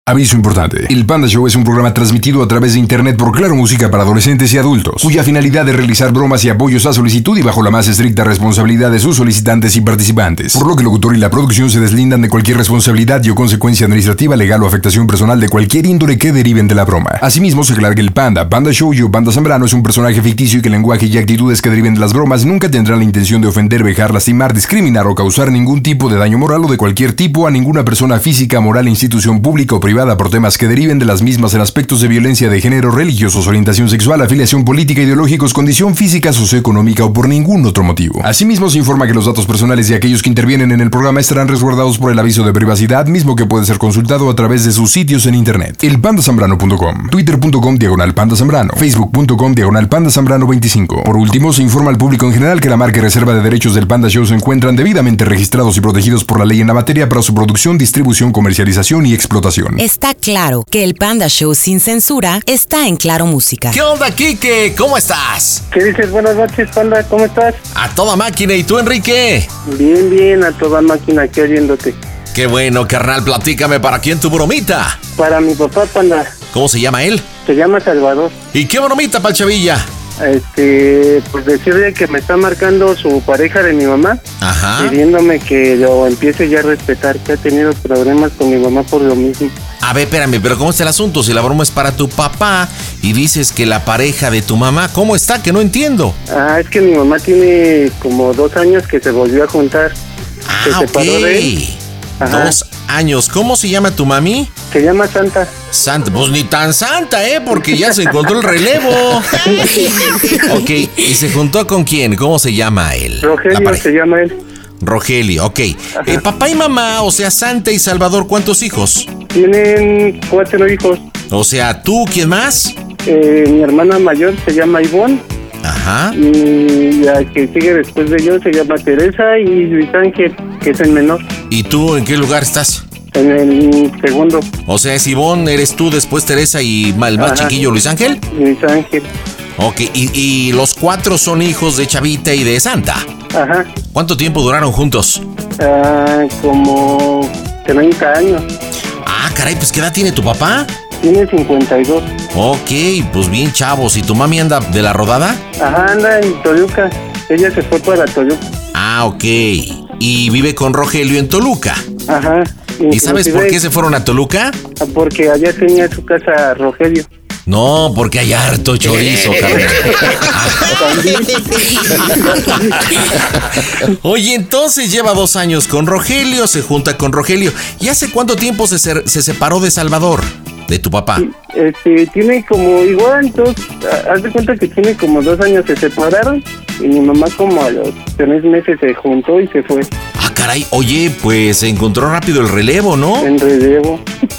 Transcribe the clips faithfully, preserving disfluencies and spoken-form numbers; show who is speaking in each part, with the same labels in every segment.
Speaker 1: Aviso importante. El Panda Show es un programa transmitido a través de internet por Claro Música para adolescentes y adultos, cuya finalidad es realizar bromas y apoyos a solicitud y bajo la más estricta responsabilidad de sus solicitantes y participantes, por lo que el locutor y la producción se deslindan de cualquier responsabilidad y o consecuencia administrativa, legal o afectación personal de cualquier índole que deriven de la broma. Asimismo, se aclara que el Panda, Panda Show y o Panda Zambrano es un personaje ficticio y que el lenguaje y actitudes que deriven de las bromas nunca tendrán la intención de ofender, vejar, lastimar, discriminar o causar ningún tipo de daño moral o de cualquier tipo a ninguna persona física, moral, institución pública o privada por temas que deriven de las mismas en aspectos de violencia de género, religiosos, orientación sexual, afiliación política, ideológicos, condición física, socioeconómica o por ningún otro motivo. Asimismo, se informa que los datos personales de aquellos que intervienen en el programa estarán resguardados por el aviso de privacidad, mismo que puede ser consultado a través de sus sitios en internet. el panda zambrano punto com, twitter punto com diagonal panda zambrano, facebook punto com diagonal panda zambrano veinticinco. Por último, se informa al público en general que la marca y reserva de derechos del Panda Show se encuentran debidamente registrados y protegidos por la ley en la materia para su producción, distribución, comercialización y explotación.
Speaker 2: Está claro que el Panda Show sin censura está en Claro Música.
Speaker 3: ¿Qué onda, Kike? ¿Cómo estás?
Speaker 4: ¿Qué dices? Buenas noches, Panda. ¿Cómo estás?
Speaker 3: A toda máquina. ¿Y tú, Enrique?
Speaker 4: Bien, bien, a toda máquina, aquí oyéndote.
Speaker 3: Qué bueno, carnal. Platícame, ¿para quién tu bromita?
Speaker 4: Para mi papá, Panda.
Speaker 3: ¿Cómo se llama él?
Speaker 4: Se llama Salvador.
Speaker 3: ¿Y qué bromita, pa'l chavilla?
Speaker 4: Este, pues decirle que me está marcando su pareja de mi mamá.
Speaker 3: Ajá.
Speaker 4: Pidiéndome que lo empiece ya a respetar, que ha tenido problemas con mi mamá por lo mismo.
Speaker 3: A ver, espérame, pero ¿cómo está el asunto? Si la broma es para tu papá y dices que la pareja de tu mamá, ¿cómo está? Que no entiendo.
Speaker 4: Ah, es que mi mamá tiene como dos años que se volvió a juntar.
Speaker 3: Ah,
Speaker 4: se separó
Speaker 3: ok.
Speaker 4: de él. Ajá.
Speaker 3: Dos años. ¿Cómo se llama tu mami?
Speaker 4: Se llama Santa.
Speaker 3: Santa, pues ni tan santa, ¿eh? Porque ya se encontró el relevo. Ok, ¿y se juntó con quién? ¿Cómo se llama él?
Speaker 4: Rogelio se llama él.
Speaker 3: Rogelio, ok. Eh, papá y mamá, o sea, Santa y Salvador, ¿cuántos hijos?
Speaker 4: Tienen cuatro hijos.
Speaker 3: O sea, ¿tú quién más?
Speaker 4: Eh, mi hermana mayor se llama Ivonne.
Speaker 3: Ajá.
Speaker 4: Y la que sigue después de yo se llama Teresa y Luis Ángel, que es el menor.
Speaker 3: ¿Y tú en qué lugar estás?
Speaker 4: En el segundo.
Speaker 3: O sea, es Ivonne, eres tú, después Teresa y el más
Speaker 4: Ajá.
Speaker 3: chiquillo Luis Ángel.
Speaker 4: Luis Ángel.
Speaker 3: Ok, y, y los cuatro son hijos de Chavita y de Santa.
Speaker 4: Ajá.
Speaker 3: ¿Cuánto tiempo duraron juntos?
Speaker 4: Ah, como treinta años.
Speaker 3: Ah, caray, pues ¿qué edad tiene tu papá?
Speaker 4: Tiene cincuenta y dos.
Speaker 3: Ok, pues bien chavos. ¿Y tu mami anda de la rodada?
Speaker 4: Ajá, anda en Toluca. Ella se fue para Toluca.
Speaker 3: Ah, ok. Y vive con Rogelio en Toluca.
Speaker 4: Ajá.
Speaker 3: ¿Y sabes por qué se fueron a Toluca?
Speaker 4: Porque allá tenía su casa Rogelio.
Speaker 3: No, porque hay harto chorizo, carnal. Oye, entonces lleva dos años con Rogelio, se junta con Rogelio. ¿Y hace cuánto tiempo se, se, se separó de Salvador, de tu papá?
Speaker 4: Este, tiene como igual, entonces, haz de cuenta que tiene como dos años se separaron y mi mamá como a los tres meses se juntó y se fue.
Speaker 3: Ah, caray, oye, pues se encontró rápido el relevo, ¿no?
Speaker 4: En relevo.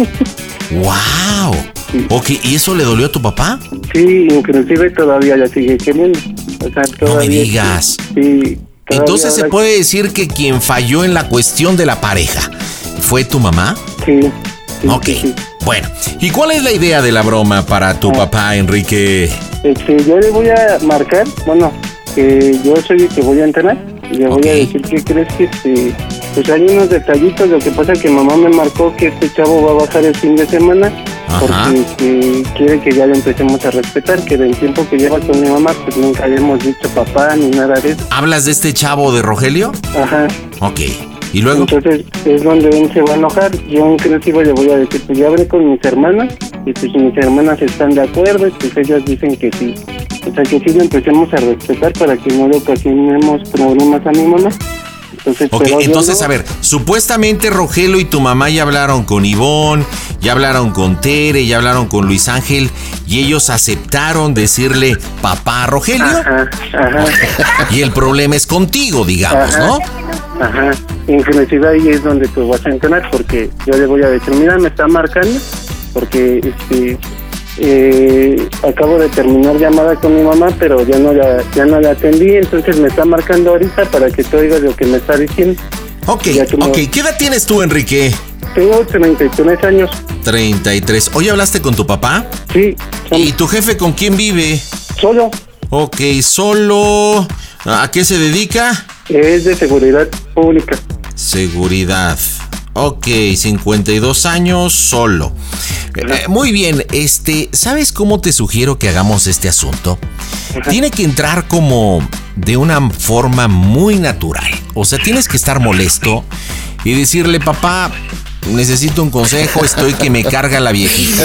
Speaker 3: ¡Wow! Sí. Ok, ¿y eso le dolió a tu papá?
Speaker 4: Sí, inclusive todavía la sigue queriendo. O sea, todavía.
Speaker 3: No me digas.
Speaker 4: Sí.
Speaker 3: Entonces se puede decir que quien falló en la cuestión de la pareja f¿fue tu mamá?
Speaker 4: Sí. sí
Speaker 3: ok,
Speaker 4: sí, sí.
Speaker 3: Bueno. ¿Y cuál es la idea de la broma para tu ah. papá, Enrique?
Speaker 4: Este, yo le voy a marcar, bueno, que yo soy el que voy a entrenar. Y le voy okay. a decir que crees que este, pues hay unos detallitos. Lo que pasa es que mamá me marcó que este chavo va a bajar el fin de semana. Ajá. Porque este, quiere que ya lo empecemos a respetar, que del tiempo que lleva con mi mamá, pues nunca habíamos dicho papá ni nada de eso.
Speaker 3: ¿Hablas de este chavo de Rogelio?
Speaker 4: Ajá.
Speaker 3: Ok. ¿Y luego?
Speaker 4: Entonces es donde él se va a enojar. Yo inclusive le voy a decir, pues ya hablé con mis hermanas, y pues mis hermanas están de acuerdo, y pues ellas dicen que sí. O sea, que sí lo empecemos a respetar para que no le ocasionemos problemas a mi mamá. Entonces,
Speaker 3: ok, entonces no... a ver, supuestamente Rogelio y tu mamá ya hablaron con Ivonne, ya hablaron con Tere, ya hablaron con Luis Ángel, y ellos aceptaron decirle papá a Rogelio.
Speaker 4: Ajá, ajá.
Speaker 3: Y el problema es contigo, digamos,
Speaker 4: ajá,
Speaker 3: ¿no?
Speaker 4: Ajá, inclusive ahí es donde tú vas a entrenar, porque yo le voy a decir, mira, me está marcando, porque este... Eh, acabo de terminar llamada con mi mamá, pero ya no la, ya no la atendí, entonces me está marcando ahorita para que tú oigas lo que me está diciendo.
Speaker 3: Ok, ok. ¿Qué edad tienes tú, Enrique?
Speaker 4: Tengo treinta y tres años.
Speaker 3: treinta y tres. ¿Hoy hablaste con tu papá?
Speaker 4: Sí.
Speaker 3: ¿Y tu jefe con quién vive?
Speaker 4: Solo.
Speaker 3: Ok, solo. ¿A qué se dedica?
Speaker 4: Es de seguridad pública.
Speaker 3: Seguridad. Ok, cincuenta y dos años, solo. Eh, muy bien, este, ¿sabes cómo te sugiero que hagamos este asunto? Ajá. Tiene que entrar como de una forma muy natural. O sea, tienes que estar molesto y decirle, papá, necesito un consejo, estoy que me carga la viejita.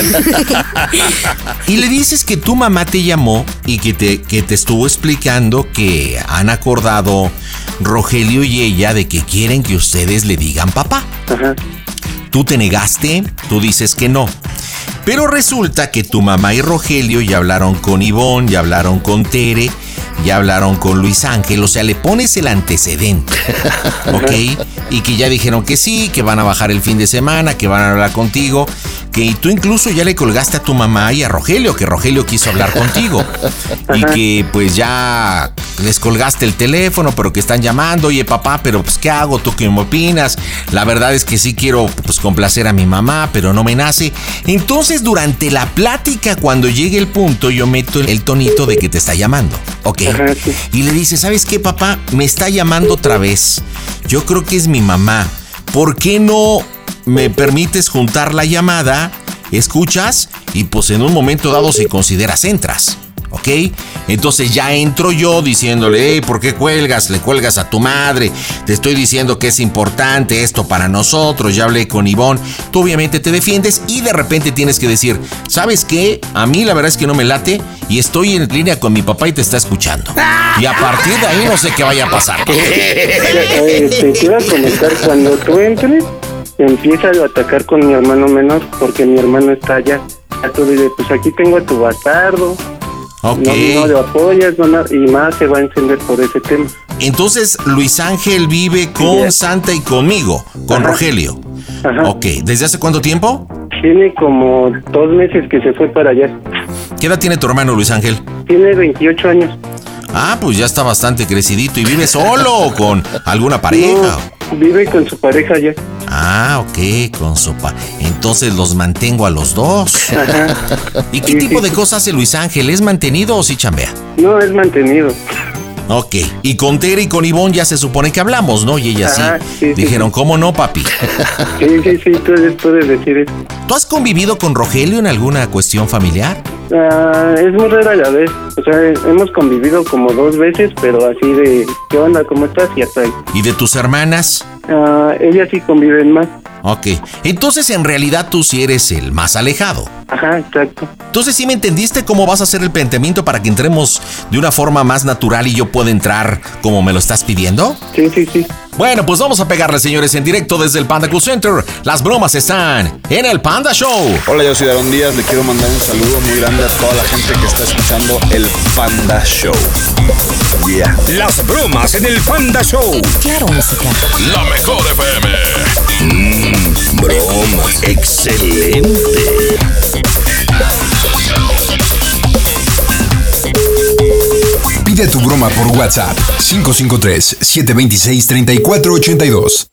Speaker 3: Y le dices que tu mamá te llamó y que te, que te estuvo explicando que han acordado Rogelio y ella de que quieren que ustedes le digan papá.
Speaker 4: Ajá.
Speaker 3: Tú te negaste, tú dices que no. Pero resulta que tu mamá y Rogelio ya hablaron con Ivonne, ya hablaron con Tere, ya hablaron con Luis Ángel, o sea, le pones el antecedente, ¿ok? Y que ya dijeron que sí, que van a bajar el fin de semana, que van a hablar contigo, que tú incluso ya le colgaste a tu mamá y a Rogelio, que Rogelio quiso hablar contigo, y que pues ya les colgaste el teléfono, pero que están llamando, oye papá, pero pues ¿qué hago? ¿Tú qué me opinas? La verdad es que sí quiero pues complacer a mi mamá, pero no me nace. Entonces durante la plática, cuando llegue el punto, yo meto el tonito de que te está llamando, ¿ok? Ajá, sí. Y le dice, ¿sabes qué, papá? Me está llamando otra vez. Yo creo que es mi mamá. ¿Por qué no me permites juntar la llamada? Escuchas y pues en un momento dado, si consideras, entras. ¿Ok? Entonces ya entro yo diciéndole, hey, ¿por qué cuelgas? Le cuelgas a tu madre. Te estoy diciendo que es importante esto para nosotros. Ya hablé con Ivonne. Tú obviamente te defiendes y de repente tienes que decir, ¿sabes qué? A mí la verdad es que no me late y estoy en línea con mi papá y te está escuchando. Y a partir de ahí no sé qué vaya a pasar.
Speaker 4: Te quiero comentar, cuando tú entres, empieza a atacar con mi hermano menor, porque mi hermano está allá. A tú dices, pues aquí tengo a tu bastardo.
Speaker 3: Okay.
Speaker 4: No, no le apoyas, no, y más se va a encender por ese tema.
Speaker 3: Entonces, Luis Ángel vive con sí, Santa y conmigo, con Ajá. Rogelio. Ajá. Ok, ¿desde hace cuánto tiempo?
Speaker 4: Tiene como dos meses que se fue para allá.
Speaker 3: ¿Qué edad tiene tu hermano, Luis Ángel?
Speaker 4: Tiene veintiocho años.
Speaker 3: Ah, pues ya está bastante crecidito. ¿Y vive solo o con alguna pareja?
Speaker 4: No, vive con su pareja ya.
Speaker 3: Ah, ok, con su pa... Entonces los mantengo a los dos.
Speaker 4: Ajá.
Speaker 3: ¿Y qué sí, tipo sí. de cosas hace Luis Ángel? ¿Es mantenido o sí chambea?
Speaker 4: No, es mantenido.
Speaker 3: Ok, y con Tere y con Ivonne ya se supone que hablamos, ¿no? Y ellas
Speaker 4: Ajá,
Speaker 3: sí,
Speaker 4: sí
Speaker 3: dijeron,
Speaker 4: sí.
Speaker 3: ¿cómo no, papi?
Speaker 4: Sí, sí, sí, tú puedes decir eso.
Speaker 3: ¿Tú has convivido con Rogelio en alguna cuestión familiar?
Speaker 4: Uh, es muy rara la vez. O sea, hemos convivido como dos veces, pero así de, ¿qué onda? ¿Cómo estás? Y hasta ahí.
Speaker 3: ¿Y de tus hermanas?
Speaker 4: Uh, ellas sí conviven más.
Speaker 3: Ok, entonces en realidad tú sí eres el más alejado.
Speaker 4: Ajá, exacto.
Speaker 3: Entonces ¿sí me entendiste cómo vas a hacer el planteamiento para que entremos de una forma más natural y yo pueda entrar como me lo estás pidiendo?
Speaker 4: Sí, sí, sí.
Speaker 3: Bueno, pues vamos a pegarle, señores, en directo desde el Panda Cool Center. Las bromas están en el Panda Show.
Speaker 5: Hola, yo soy Daron Díaz. Le quiero mandar un saludo muy grande a toda la gente que está escuchando el Panda Show. Yeah.
Speaker 6: Las bromas en el Panda Show.
Speaker 2: Claro, música.
Speaker 6: La mejor F M. Mmm, broma. Excelente.
Speaker 1: Pide tu broma por WhatsApp cinco cinco tres, siete dos seis, tres cuatro ocho dos.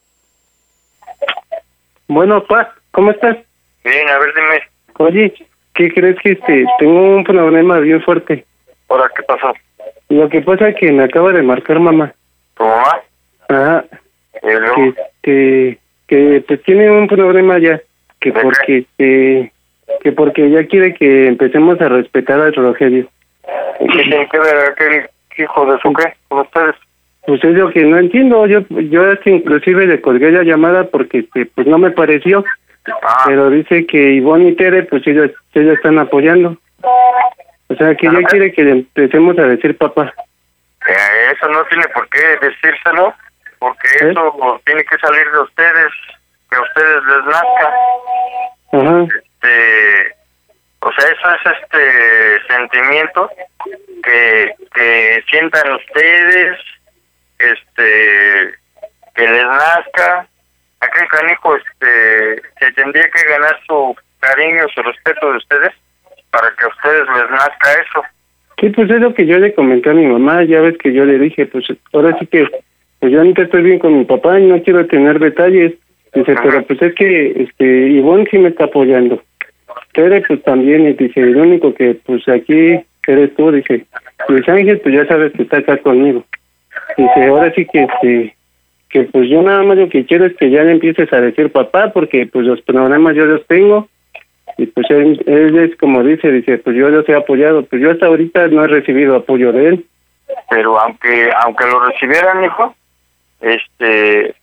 Speaker 4: Bueno, pa, ¿cómo estás?
Speaker 7: Bien, a ver, dime.
Speaker 4: Oye, ¿qué crees que este tengo un problema bien fuerte?
Speaker 7: ¿Ahora qué pasó?
Speaker 4: Lo que pasa es que me acaba de marcar mamá.
Speaker 7: ¿Tu mamá?
Speaker 4: Ajá.
Speaker 7: ¿Y luego?
Speaker 4: Que, que, que pues tiene un problema ya. Que porque, que, que porque ella quiere que empecemos a respetar al Rogelio.
Speaker 7: ¿Y qué tiene que ver aquel hijo de su qué con ustedes?
Speaker 4: Pues es lo que no entiendo. Yo yo hasta inclusive le colgué la llamada porque este, pues no me pareció.
Speaker 7: Ah.
Speaker 4: Pero dice que Ivonne y Tere, pues ellos, ellos están apoyando. O sea, que ella
Speaker 7: ¿Ah?
Speaker 4: quiere que le empecemos a decir papá.
Speaker 7: Eh, eso no tiene por qué decírselo, porque ¿Eh? eso tiene que salir de ustedes, que a ustedes les nazca.
Speaker 4: Ajá.
Speaker 7: Este... O sea, eso es este sentimiento que, que sientan ustedes, este, que les nazca. Aquel canijo, este, se tendría que ganar su cariño, su respeto de ustedes, para que a ustedes les nazca eso.
Speaker 4: Sí, pues es lo que yo le comenté a mi mamá. Ya ves que yo le dije, pues ahora sí que, pues yo ahorita estoy bien con mi papá y no quiero tener detalles. Dice, Ajá. pero pues es que, este, Ivonne sí me está apoyando. Tere pues también, y dice, el único que pues aquí eres tú, dice, Luis Ángel pues ya sabes que está acá conmigo. Dice, ahora sí que este, que pues yo nada más lo que quiero es que ya le empieces a decir papá, porque pues los problemas yo los tengo, y pues él, él es como dice, dice, pues yo los he apoyado, pues yo hasta ahorita no he recibido apoyo de él.
Speaker 7: Pero aunque aunque lo recibieran, hijo, este,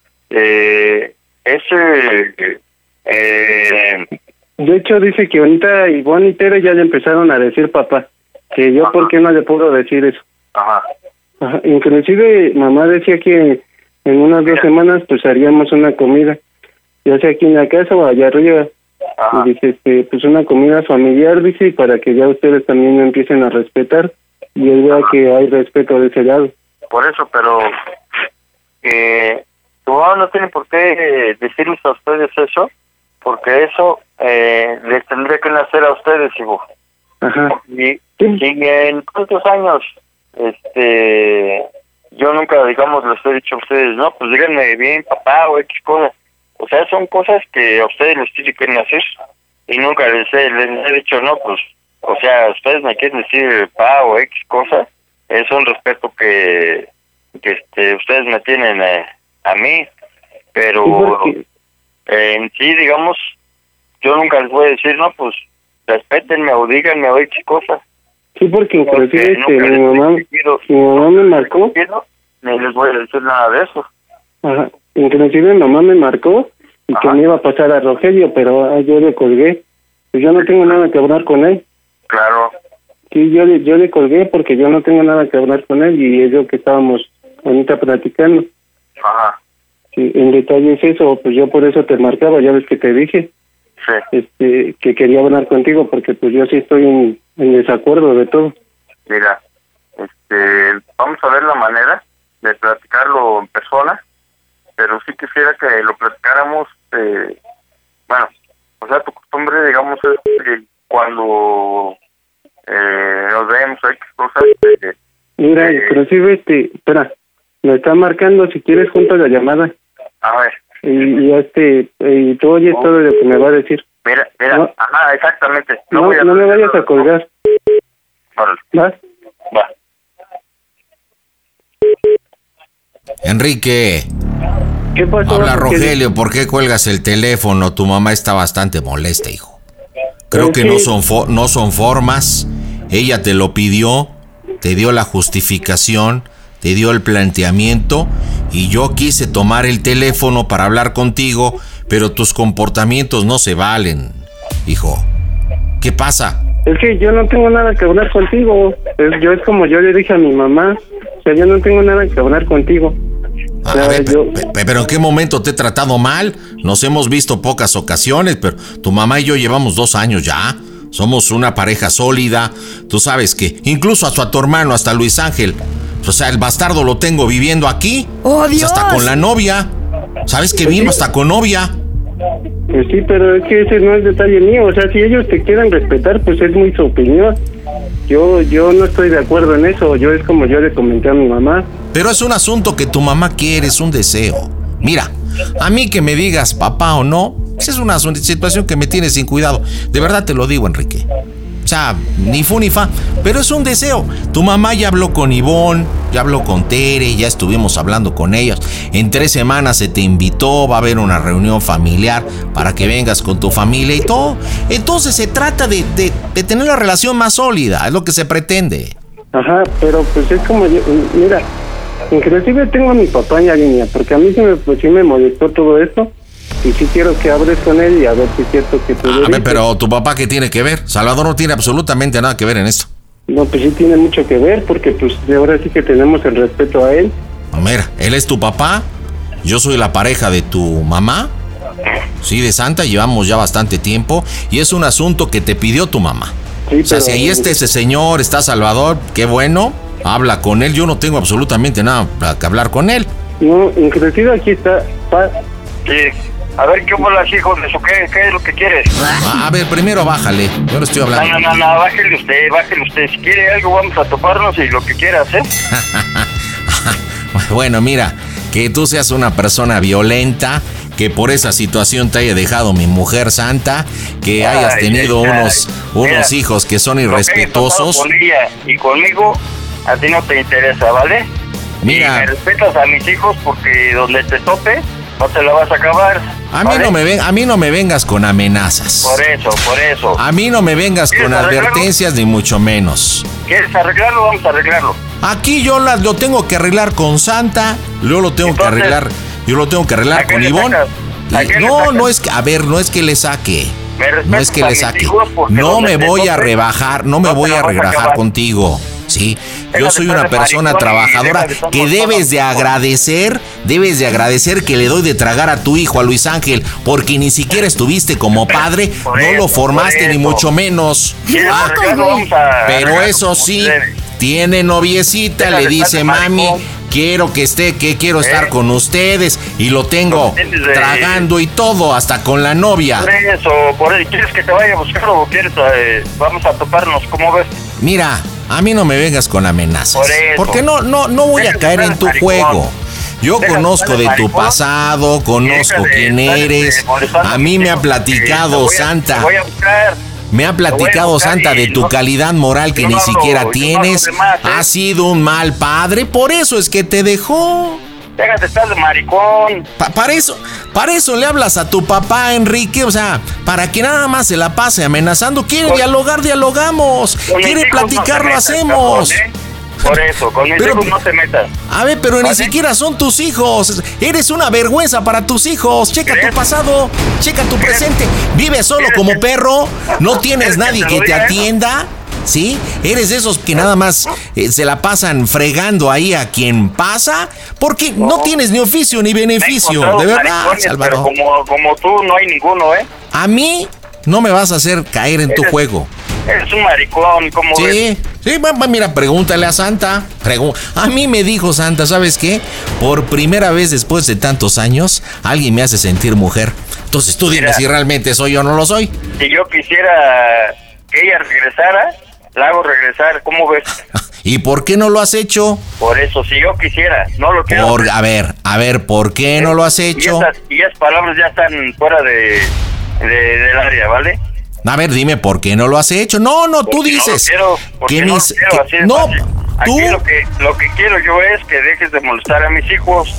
Speaker 7: eh, ese, eh,
Speaker 4: de hecho dice que ahorita Ivonne y Tere ya le empezaron a decir papá, que yo
Speaker 7: Ajá.
Speaker 4: por qué no le puedo decir eso.
Speaker 7: Ajá.
Speaker 4: Ajá. Inclusive mamá decía que en unas dos semanas pues haríamos una comida, ya sea aquí en la casa o allá arriba.
Speaker 7: Ajá.
Speaker 4: Y dice, este, pues una comida familiar, dice, para que ya ustedes también me empiecen a respetar y él vea que hay respeto de ese lado.
Speaker 7: Por eso, pero eh, tu mamá no tiene por qué eh, decirles a ustedes eso, porque eso eh, les tendría que nacer a ustedes, hijo.
Speaker 4: Ajá.
Speaker 7: Y si en cuántos años, este, yo nunca, digamos, les he dicho a ustedes, no, pues díganme bien, papá, o X cosas. O sea, son cosas que a ustedes les tienen que nacer y nunca les he, les he dicho, no, pues, o sea, ustedes me quieren decir papá o X cosas, es un respeto que, que este, ustedes me tienen eh, a mí, pero
Speaker 4: Sí, porque-
Speaker 7: eh, en sí, digamos, yo nunca les voy a decir, no, pues, respétenme o díganme o X cosas.
Speaker 4: Sí, porque inclusive
Speaker 7: Porque
Speaker 4: este,
Speaker 7: nunca
Speaker 4: mi
Speaker 7: les he
Speaker 4: mamá,
Speaker 7: exigido-
Speaker 4: mi mamá me marcó,
Speaker 7: ni les voy a decir nada de eso.
Speaker 4: ajá, inclusive mi mamá me marcó y que
Speaker 7: Ajá.
Speaker 4: me iba a pasar a Rogelio, pero ah, yo le colgué, pues yo no tengo nada que hablar con él.
Speaker 7: Claro.
Speaker 4: Sí, yo le, yo le colgué porque yo no tengo nada que hablar con él y es lo que estábamos ahorita platicando.
Speaker 7: Ajá.
Speaker 4: Sí, en detalle es eso, pues yo por eso te marcaba, ya ves que te dije,
Speaker 7: Sí.
Speaker 4: este, que quería hablar contigo porque pues yo sí estoy en, en desacuerdo de todo.
Speaker 7: Mira, este, vamos a ver la manera de platicarlo en persona, pero sí quisiera que lo platicáramos, eh, bueno, o sea, tu costumbre, digamos, es que cuando eh, nos vemos, X cosas, eh,
Speaker 4: Mira,
Speaker 7: Eh.
Speaker 4: inclusive, este, espera, me está marcando, si quieres junto la llamada,
Speaker 7: a ver,
Speaker 4: y, y este, y tú oyes
Speaker 7: Oh.
Speaker 4: todo lo que me va a decir.
Speaker 7: mira, mira,
Speaker 4: No.
Speaker 7: ajá, exactamente.
Speaker 4: No,
Speaker 7: voy a-
Speaker 4: no me vayas a colgar,
Speaker 7: Órale,
Speaker 4: ¿vas?
Speaker 7: va.
Speaker 3: Enrique,
Speaker 4: ¿Qué pasó?
Speaker 3: habla
Speaker 4: ¿Qué-
Speaker 3: Rogelio, ¿por qué cuelgas el teléfono? Tu mamá está bastante molesta, hijo. Creo
Speaker 4: Es
Speaker 3: que
Speaker 4: que-
Speaker 3: no son, fo- no son formas. Ella te lo pidió, te dio la justificación, te dio el planteamiento y yo quise tomar el teléfono para hablar contigo, pero tus comportamientos no se valen, hijo. ¿Qué pasa?
Speaker 4: Es que yo no tengo nada que hablar contigo, es, yo es como yo le dije a mi mamá, o sea, yo no tengo nada que hablar contigo.
Speaker 3: A
Speaker 4: O sea,
Speaker 3: ver, pe-
Speaker 4: yo-
Speaker 3: pe- pe- pero ¿en qué momento te he tratado mal? Nos hemos visto pocas ocasiones, pero tu mamá y yo llevamos dos años ya. Somos una pareja sólida. Tú sabes que incluso hasta a tu hermano, hasta Luis Ángel, o sea, el bastardo lo tengo viviendo aquí.
Speaker 2: ¡Oh,
Speaker 3: Pues
Speaker 2: Dios!
Speaker 3: hasta con la novia. ¿Sabes que vino hasta con novia?
Speaker 4: Pues sí, pero es que ese no es detalle mío, o sea, si ellos te quieren respetar, pues es muy su opinión. Yo yo no estoy de acuerdo en eso, yo es como yo le comenté a mi mamá.
Speaker 3: Pero es un asunto que tu mamá quiere, es un deseo. Mira, a mí que me digas papá o no, esa es una situación que me tiene sin cuidado. De verdad te lo digo, Enrique. O sea, ni fu ni fa, pero es un deseo. Tu mamá ya habló con Ivonne, ya habló con Tere, ya estuvimos hablando con ellas. En tres semanas se te invitó, va a haber una reunión familiar para que vengas con tu familia y todo. Entonces se trata de, de, de tener la relación más sólida, es lo que se pretende.
Speaker 4: Ajá, pero pues es como yo, mira, inclusive tengo a mi papá en la línea, porque a mí sí me, pues, sí me molestó todo esto, y sí quiero que hables con él y a ver si es cierto que tú le
Speaker 3: A ver,
Speaker 4: dices.
Speaker 3: pero tu papá, ¿qué tiene que ver? Salvador no tiene absolutamente nada que ver en esto.
Speaker 4: No, pues sí tiene mucho que ver, porque pues de ahora sí que tenemos el respeto a él.
Speaker 3: No, mira, él es tu papá, yo soy la pareja de tu mamá, sí, de Santa, llevamos ya bastante tiempo, y es un asunto que te pidió tu mamá.
Speaker 4: Sí,
Speaker 3: O sea,
Speaker 4: pero-
Speaker 3: si ahí está ese señor, está Salvador, qué bueno, habla con él, yo no tengo absolutamente nada que hablar con él.
Speaker 4: No, inclusive aquí está, pa,
Speaker 7: Sí. A ver, ¿qué bolas, hijo de eso? ¿Qué, ¿Qué es lo que quieres?
Speaker 3: A a ver, primero bájale, yo no estoy
Speaker 7: No,
Speaker 3: hablando.
Speaker 7: no, no, no, bájele usted, bájele usted. Si quiere algo, vamos a toparnos y lo que quieras, ¿eh?
Speaker 3: Bueno, mira, que tú seas una persona violenta, que por esa situación te haya dejado mi mujer santa, que hayas
Speaker 7: Ay,
Speaker 3: tenido
Speaker 7: ay,
Speaker 3: unos,
Speaker 7: mira,
Speaker 3: unos hijos que son
Speaker 7: Lo que hayas
Speaker 3: irrespetuosos.
Speaker 7: pasado con ella y conmigo, a ti no te interesa, ¿vale?
Speaker 3: Mira.
Speaker 7: Y me respetas a mis hijos porque donde te tope, no te la vas a acabar.
Speaker 3: A mí, no me ven, a mí no me vengas con amenazas.
Speaker 7: Por eso, por eso.
Speaker 3: A mí no me vengas con advertencias, ni mucho menos.
Speaker 7: ¿Quieres arreglarlo? Vamos a arreglarlo.
Speaker 3: Aquí yo la, lo tengo que arreglar con Santa, yo lo tengo
Speaker 7: Entonces,
Speaker 3: que arreglar, yo lo tengo que arreglar con Ivonne. No, no es que, a ver, no es que le saque. No es que le saque. No me voy a rebajar, no me voy a rebajar contigo. Sí, yo soy una persona trabajadora que debes de agradecer, debes de agradecer que le doy de tragar a tu hijo, a Luis Ángel, porque ni siquiera estuviste como padre, no lo formaste ni mucho menos. Ah, pero eso sí, tiene noviecita, le dice mami, quiero que esté, que quiero estar con ustedes, y lo tengo tragando y todo, hasta con la novia.
Speaker 7: Por eso, por eso, ¿quieres que te vaya a buscar o quieres, eh, vamos a toparnos? ¿Cómo ves?
Speaker 3: Mira, a mí no me vengas con amenazas,
Speaker 7: por eso,
Speaker 3: porque no, no, no voy a caer en tu juego. Yo conozco de tu pasado, conozco quién eres. A mí me ha platicado Santa. Me ha platicado Santa de tu calidad moral que ni siquiera tienes. Has sido un mal padre, por eso es que te dejó.
Speaker 7: Déjate estar de maricón.
Speaker 3: Pa- para eso, para eso le hablas a tu papá, Enrique, o sea, para que nada más se la pase amenazando. Quiere dialogar, dialogamos. Quiere platicar, lo hacemos.
Speaker 7: Por eso, con mis
Speaker 3: pero,
Speaker 7: hijos no te metas.
Speaker 3: A ver, pero
Speaker 7: ¿vale?
Speaker 3: Ni siquiera son tus hijos. Eres una vergüenza para tus hijos. Checa ¿Crees? Tu pasado, checa tu ¿Crees? Presente. Vives solo como perro, no tienes nadie que te atienda. ¿Sí? Eres de esos que nada más eh, se la pasan fregando ahí a quien pasa, porque no, no tienes ni oficio ni beneficio, de verdad, Salvador.
Speaker 7: Pero como, como tú no hay ninguno, ¿eh?
Speaker 3: A mí no me vas a hacer caer en eres, tu juego.
Speaker 7: Eres un maricón, ¿cómo
Speaker 3: sí,
Speaker 7: ves?
Speaker 3: Sí, va, va, mira, pregúntale a Santa. Pregu- a mí me dijo Santa, ¿sabes qué? Por primera vez después de tantos años, alguien me hace sentir mujer. Entonces tú dime mira, si realmente soy o no lo soy.
Speaker 7: Si yo quisiera que ella regresara, la hago regresar, ¿cómo ves?
Speaker 3: ¿Y por qué no lo has hecho?
Speaker 7: Por eso, si yo quisiera, no lo quiero.
Speaker 3: Por, a ver, a ver, ¿por qué no lo has hecho?
Speaker 7: Y esas, y esas palabras ya están fuera de, de del área, ¿vale?
Speaker 3: A ver, dime, ¿por qué no lo has hecho? No, no,
Speaker 7: porque
Speaker 3: tú dices.
Speaker 7: No lo quiero, porque
Speaker 3: que
Speaker 7: no
Speaker 3: mis,
Speaker 7: lo quiero,
Speaker 3: que,
Speaker 7: así
Speaker 3: no,
Speaker 7: fácil.
Speaker 3: tú.
Speaker 7: Aquí lo que, lo que quiero yo es que dejes de molestar a mis hijos.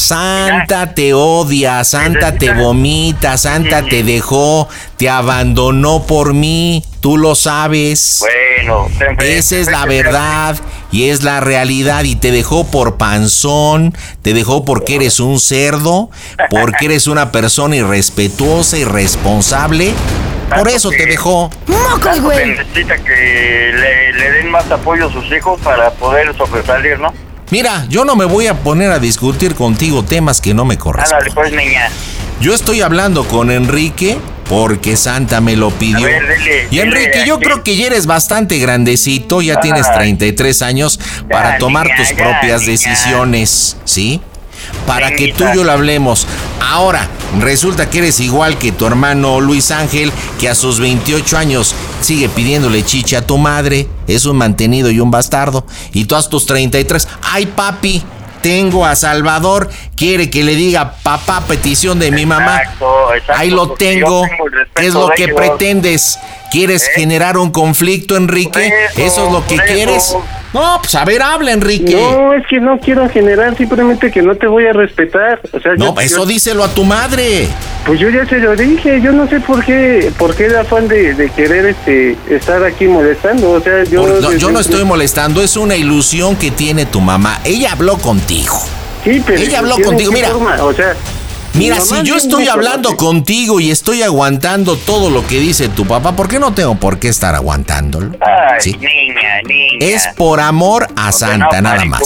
Speaker 3: Santa ¿Ya? te odia, Santa ¿Necesita? te vomita, Santa sí. te dejó, te abandonó por mí, tú lo sabes.
Speaker 7: Bueno,
Speaker 3: esa es la verdad y es la realidad, y te dejó por panzón, te dejó porque eres un cerdo, porque eres una persona irrespetuosa, irresponsable. Por eso te dejó.
Speaker 7: ¡Mocos, güey! Necesita que le, le den más apoyo a sus hijos para poder sobresalir, ¿no?
Speaker 3: Mira, yo no me voy a poner a discutir contigo temas que no me corresponden.
Speaker 7: Ándale, pues, niña.
Speaker 3: Yo estoy hablando con Enrique porque Santa me lo pidió.
Speaker 7: Ver, dile,
Speaker 3: y Enrique, dile, yo dile. creo que ya eres bastante grandecito, ya ah, tienes treinta y tres años para ya, tomar niña, tus ya, propias niña. decisiones, ¿sí? Para Venita. que tú y yo lo hablemos. Ahora, resulta que eres igual que tu hermano Luis Ángel, que a sus veintiocho años sigue pidiéndole chicha a tu madre. Es un mantenido y un bastardo. Y tú a tus treinta y tres, ¡ay, papi! Tengo a Salvador, quiere que le diga papá, petición de mi mamá.
Speaker 7: Exacto, exacto,
Speaker 3: ahí lo tengo. tengo ¿Qué es lo que ellos. pretendes? ¿Quieres ¿Eh? generar un conflicto, Enrique? Eso, ¿Eso es lo que quieres? Eso. No, pues a ver, habla, Enrique.
Speaker 4: No, es que no quiero generar, simplemente que no te voy a respetar. O sea,
Speaker 3: no,
Speaker 4: yo,
Speaker 3: eso
Speaker 4: yo,
Speaker 3: díselo a tu madre.
Speaker 4: Pues yo ya se lo dije, yo no sé por qué, por qué el afán de, de querer este estar aquí molestando. O sea, yo
Speaker 3: por, no, yo no estoy molestando, es una ilusión que tiene tu mamá. Ella habló contigo.
Speaker 4: Sí, pero
Speaker 3: ella habló contigo, mira.
Speaker 4: Forma? O sea,
Speaker 3: Mira, si yo estoy hablando contigo y estoy aguantando todo lo que dice tu papá, ¿por qué no tengo por qué estar aguantándolo?
Speaker 7: Ay, ¿sí? niña, niña.
Speaker 3: Es por amor a Santa, no, nada más.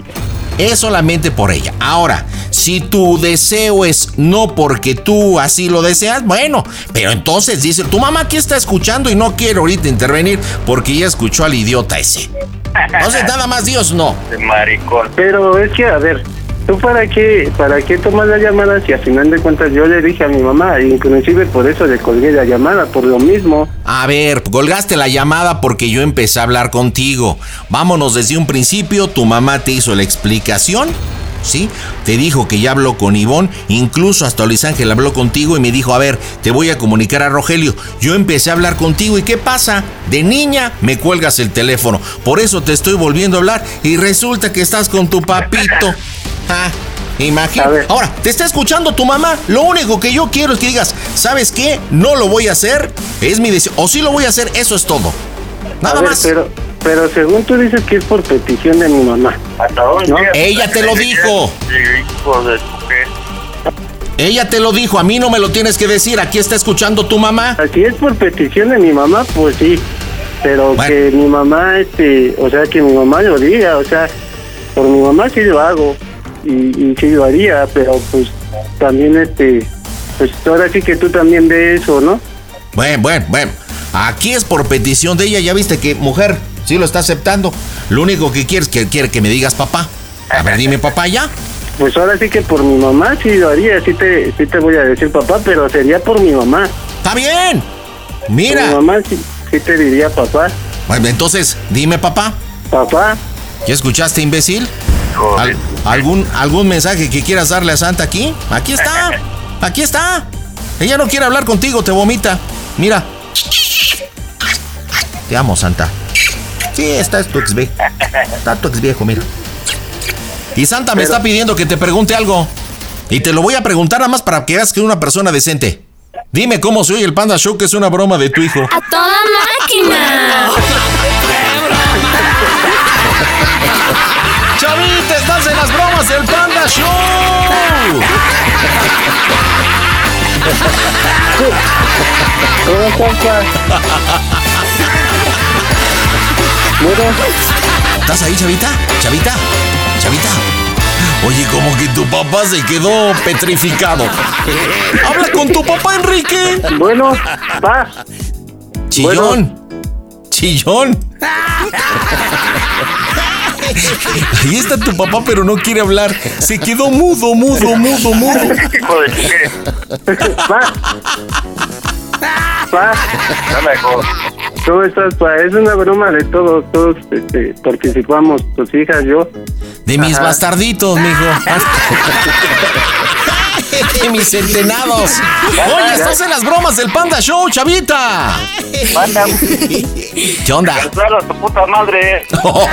Speaker 3: Es solamente por ella. Ahora, si tu deseo es no porque tú así lo deseas, bueno, pero entonces dice, tu mamá aquí está escuchando y no quiere ahorita intervenir porque ya escuchó al idiota ese. Entonces, nada más Dios no.
Speaker 7: Maricón.
Speaker 4: Pero es que, a ver, ¿tú para qué, para qué tomas la llamada si al final de cuentas yo le dije a mi mamá, inclusive por eso le colgué la llamada, por lo mismo?
Speaker 3: A ver, colgaste la llamada porque yo empecé a hablar contigo. Vámonos desde un principio, tu mamá te hizo la explicación ¿sí? Te dijo que ya habló con Ivonne, incluso hasta Luis Ángel habló contigo y me dijo, a ver, te voy a comunicar a Rogelio. Yo empecé a hablar contigo y ¿qué pasa? De niña me cuelgas el teléfono, por eso te estoy volviendo a hablar y resulta que estás con tu papito. Ah, imagínate. Ahora, te está escuchando tu mamá, lo único que yo quiero es que digas, ¿sabes qué? No lo voy a hacer, es mi decisión, o sí lo voy a hacer, eso es todo. Nada
Speaker 4: a ver,
Speaker 3: más.
Speaker 4: Pero, pero según tú dices que es por petición de mi mamá.
Speaker 7: ¿Hasta dónde?
Speaker 4: ¿No?
Speaker 3: Ella te lo dijo.
Speaker 7: Hijo de tu qué.
Speaker 3: Ella te lo dijo, a mí no me lo tienes que decir, aquí está escuchando tu mamá.
Speaker 4: Si es por petición de mi mamá, pues sí. Pero
Speaker 3: bueno,
Speaker 4: que mi mamá, este, o sea, que mi mamá lo diga, o sea, por mi mamá sí lo hago. Y, y sí lo haría, pero pues también, este, pues ahora sí que tú también ves eso, ¿no?
Speaker 3: Bueno, bueno, bueno. Aquí es por petición de ella, ya viste que mujer sí lo está aceptando. Lo único que quiere es que quiere que me digas papá. A ver, dime papá ya.
Speaker 4: Pues ahora sí que por mi mamá sí lo haría, sí te, sí te voy a decir papá, pero sería por mi mamá.
Speaker 3: Está bien. Mira.
Speaker 4: Por mi mamá sí, sí te diría papá.
Speaker 3: Bueno, entonces, dime papá.
Speaker 4: Papá.
Speaker 3: ¿Ya escuchaste, imbécil? ¿Al, algún, ¿Algún mensaje que quieras darle a Santa aquí? Aquí está. Aquí está. Ella no quiere hablar contigo, te vomita. Mira. Te amo, Santa. Sí, esta es tu ex viejo. Está tu ex viejo, mira. Y Santa me Pero... está pidiendo que te pregunte algo. Y te lo voy a preguntar nada más para que veas que es una persona decente. Dime cómo se oye el Panda Show, que es una broma de tu hijo.
Speaker 8: ¡A toda máquina!
Speaker 3: Chavita, estás en las bromas del Panda Show.
Speaker 4: ¿Cómo estás, pa?
Speaker 3: ¿Estás ahí, Chavita? ¿Chavita? ¿Chavita? Oye, como que tu papá se quedó petrificado. Habla con tu papá, Enrique.
Speaker 4: Bueno, pa.
Speaker 3: Chillón. Bueno. Chillón. Ahí está tu papá, pero no quiere hablar. Se quedó mudo, mudo, mudo, mudo.
Speaker 4: Pa. Pa. ¿Cómo estás, pa? Es una broma de todos, todos este, participamos, tus hijas, yo.
Speaker 3: De mis Ajá. bastarditos, mijo. De mis centenados. Oye, estás en las bromas del Panda Show, Chavita.
Speaker 7: Panda.
Speaker 3: ¿Qué onda?
Speaker 7: Claro, tu puta madre.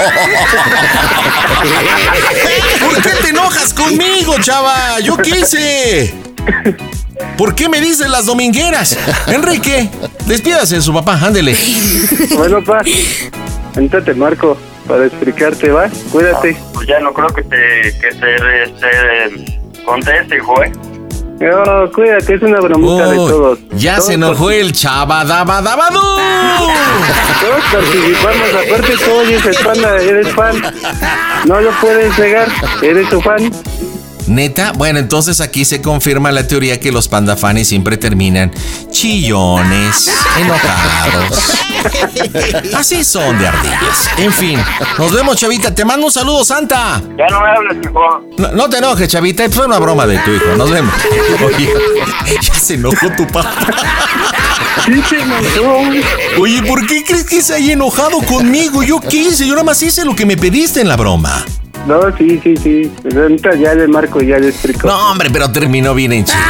Speaker 3: ¿Por qué te enojas conmigo, chava? Yo quise. ¿Por qué me dices las domingueras? Enrique, despídase de su papá, ándele.
Speaker 4: Bueno, pa, ahorita te marco para explicarte, ¿va? Cuídate.
Speaker 7: No, pues ya no creo que te, que te este, conteste, hijo, ¿eh?
Speaker 4: No, cuídate, es una bromita oh, de todos.
Speaker 3: Ya
Speaker 4: todos
Speaker 3: se enojó partic- el chabadabadabadú.
Speaker 4: Todos participamos, aparte tú oyes el Panda, eres fan. No lo puedes negar, eres su fan.
Speaker 3: ¿Neta? Bueno, entonces aquí se confirma la teoría que los pandafanes siempre terminan chillones, enojados. Así son de ardillas. En fin, nos vemos, Chavita. Te mando un saludo, Santa.
Speaker 7: Ya no me hables, hijo.
Speaker 3: No, no te enojes, Chavita. Fue una broma de tu hijo. Nos vemos. Oye, ya se enojó tu papá.
Speaker 4: Sí, se enojó.
Speaker 3: Oye, ¿por qué crees que se haya enojado conmigo? ¿Yo qué hice? Yo nada más hice lo que me pediste en la broma.
Speaker 4: No, sí, sí, sí. Ahorita ya le marco, ya le explico.
Speaker 3: No, hombre, pero terminó bien enchilado.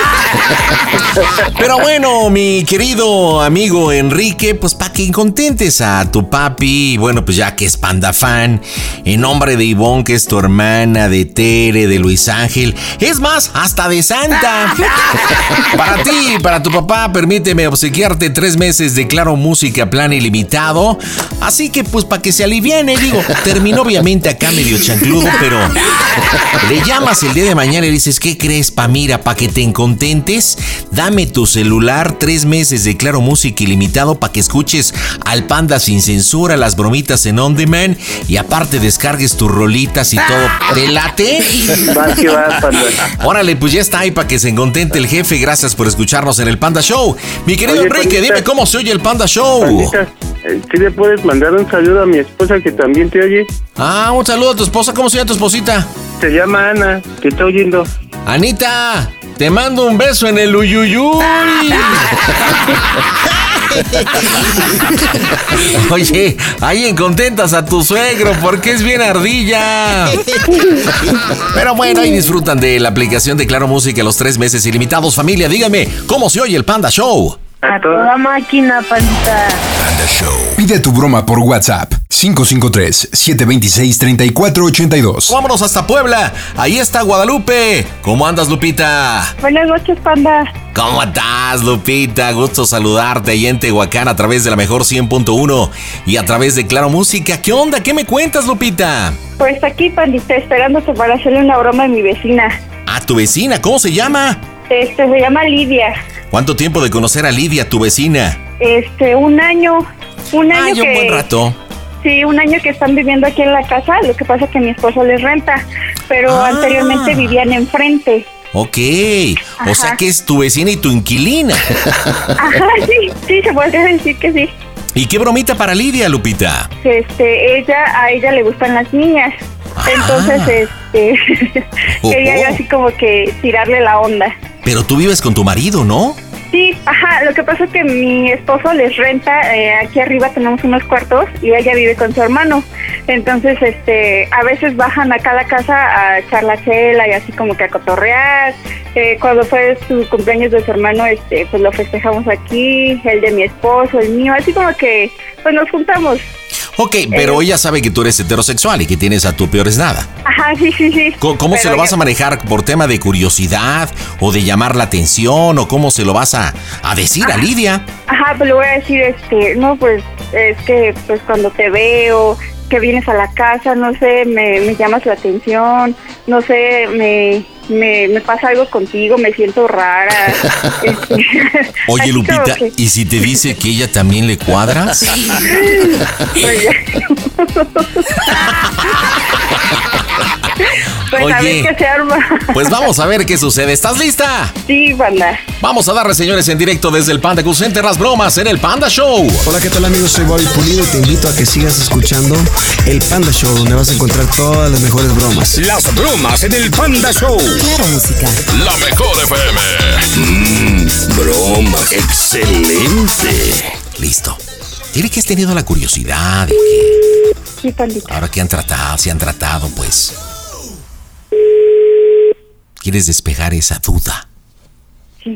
Speaker 3: Pero bueno, mi querido amigo Enrique, pues para que contentes a tu papi, bueno, pues ya que es Panda fan, en nombre de Ivonne, que es tu hermana, de Tere, de Luis Ángel, es más, hasta de Santa. Para ti, para tu papá, permíteme obsequiarte tres meses de Claro Música plan ilimitado. Así que pues para que se aliviane, digo, terminó obviamente acá medio chancludo, pero le llamas el día de mañana y dices, ¿qué crees, pa? Mira, pa' que te contentes, dame tu celular, tres meses de Claro Música ilimitado para que escuches al Panda sin censura, las bromitas en on demand y aparte descargues tus rolitas y todo. ¿Te late?
Speaker 4: Va, que va, Panda.
Speaker 3: Órale, pues ya está ahí para que se contente el jefe. Gracias por escucharnos en el Panda Show. Mi querido Oye, Enrique, Pandita, dime cómo se oye el Panda Show.
Speaker 4: Pandita, ¿sí le puedes mandar un saludo a mi esposa que también te oye?
Speaker 3: Ah, un saludo a tu esposa. ¿Cómo se llama tu esposita?
Speaker 4: Se llama Ana, te está oyendo.
Speaker 3: Anita, te mando un beso en el uyuyuy. Oye, ahí encontentas a tu suegro porque es bien ardilla. Pero bueno, ahí disfrutan de la aplicación de Claro Música los tres meses ilimitados. Familia, díganme, ¿cómo se oye el Panda Show?
Speaker 9: A toda máquina, pandita.
Speaker 1: Panda Show. Pide tu broma por WhatsApp. cinco cinco tres, siete dos seis, tres cuatro ocho dos.
Speaker 3: Vámonos hasta Puebla. Ahí está Guadalupe. ¿Cómo andas, Lupita?
Speaker 9: Buenas noches, panda.
Speaker 3: ¿Cómo estás, Lupita? Gusto saludarte ahí en Tehuacán a través de la mejor cien punto uno y a través de Claro Música. ¿Qué onda? ¿Qué me cuentas, Lupita?
Speaker 9: Pues aquí, pandita, esperándote para hacerle una broma a mi vecina.
Speaker 3: ¿A tu vecina? ¿Cómo se llama?
Speaker 9: Este, se llama Lidia.
Speaker 3: ¿Cuánto tiempo de conocer a Lidia, tu vecina?
Speaker 9: Este, un año. Un año
Speaker 3: Ay,
Speaker 9: que...
Speaker 3: un buen rato.
Speaker 9: Sí, un año que están viviendo aquí en la casa. Lo que pasa es que mi esposo les renta, pero
Speaker 3: Ah.
Speaker 9: anteriormente vivían enfrente.
Speaker 3: Ok,
Speaker 9: Ajá.
Speaker 3: o sea que es tu vecina y tu inquilina.
Speaker 9: Ajá, sí, sí, se podría decir que sí.
Speaker 3: ¿Y qué bromita para Lidia, Lupita?
Speaker 9: Este, ella, a ella le gustan las niñas.
Speaker 3: Ah.
Speaker 9: Entonces, este, quería yo así como que tirarle la onda.
Speaker 3: Pero tú vives con tu marido, ¿no?
Speaker 9: Sí, ajá, lo que pasa es que mi esposo les renta, eh, aquí arriba tenemos unos cuartos y ella vive con su hermano. Entonces, este, a veces bajan acá a la casa a echar la chela y así como que a cotorrear. Eh, cuando fue su cumpleaños de su hermano, este, pues lo festejamos aquí, el de mi esposo, el mío, así como que, pues nos juntamos.
Speaker 3: Ok, pero ella sabe que tú eres heterosexual y que tienes a tu peor es nada.
Speaker 9: Ajá, sí, sí, sí.
Speaker 3: ¿Cómo, cómo se
Speaker 9: Pero
Speaker 3: lo vas
Speaker 9: yo-
Speaker 3: a manejar? ¿Por tema de curiosidad o de llamar la atención? ¿O cómo se lo vas a, a decir a Lidia?
Speaker 9: Ajá, pues le voy a decir, este, no, pues, es que, pues, cuando te veo, que vienes a la casa, no sé, me, me llamas la atención, no sé, me, me, me pasa algo contigo, me siento rara. este,
Speaker 3: Oye,
Speaker 9: así
Speaker 3: Lupita,
Speaker 9: como que-
Speaker 3: ¿y si te dice que ella también le cuadras?
Speaker 9: Oye. Pues a ver
Speaker 3: Oye.
Speaker 9: qué se arma.
Speaker 3: Pues vamos a ver qué sucede. ¿Estás lista?
Speaker 9: Sí, banda.
Speaker 3: Vamos a darle, señores, en directo desde el Panda Cool Center las bromas en el Panda Show.
Speaker 10: Hola, ¿qué tal, amigos? Soy Bobby Pulido y te invito a que sigas escuchando el Panda Show, donde vas a encontrar todas las mejores bromas.
Speaker 6: Las bromas en el Panda Show.
Speaker 2: Claro Música.
Speaker 6: La mejor F M. Mmm, broma. Excelente.
Speaker 3: Listo. Dile que has tenido la curiosidad de que
Speaker 9: Sí, pandita.
Speaker 3: ahora que han tratado, si han tratado, pues quieres despejar esa duda.
Speaker 9: Sí.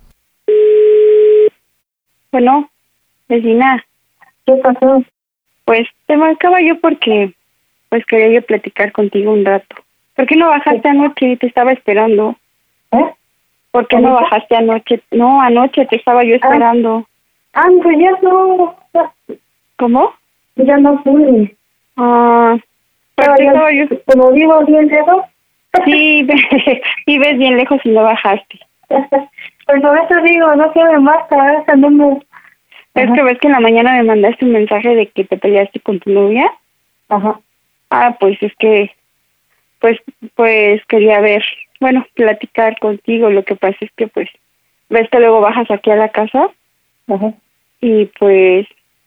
Speaker 9: Bueno, vecina. ¿Qué pasó? Pues te marcaba yo porque pues quería yo platicar contigo un rato. ¿Por qué no bajaste anoche? Te estaba esperando. ¿Eh? ¿Por qué no bajaste anoche? No, anoche te estaba yo esperando.
Speaker 11: Ah, pues ya no.
Speaker 9: ¿Cómo?
Speaker 11: Ya no pude.
Speaker 9: Ah, pero te estaba yo...
Speaker 11: Como vivo bien lejos.
Speaker 9: Sí, ve- y ves bien lejos y no bajaste.
Speaker 11: Pues por eso digo, no se me marca ese número.
Speaker 9: Es que ves que en la mañana me mandaste un mensaje de que te peleaste con tu novia.
Speaker 11: Ajá.
Speaker 9: Ah, pues es que, pues, pues quería ver, bueno, platicar contigo. Lo que pasa es que, pues, ves que luego bajas aquí a la casa.
Speaker 11: Ajá.
Speaker 9: Y pues,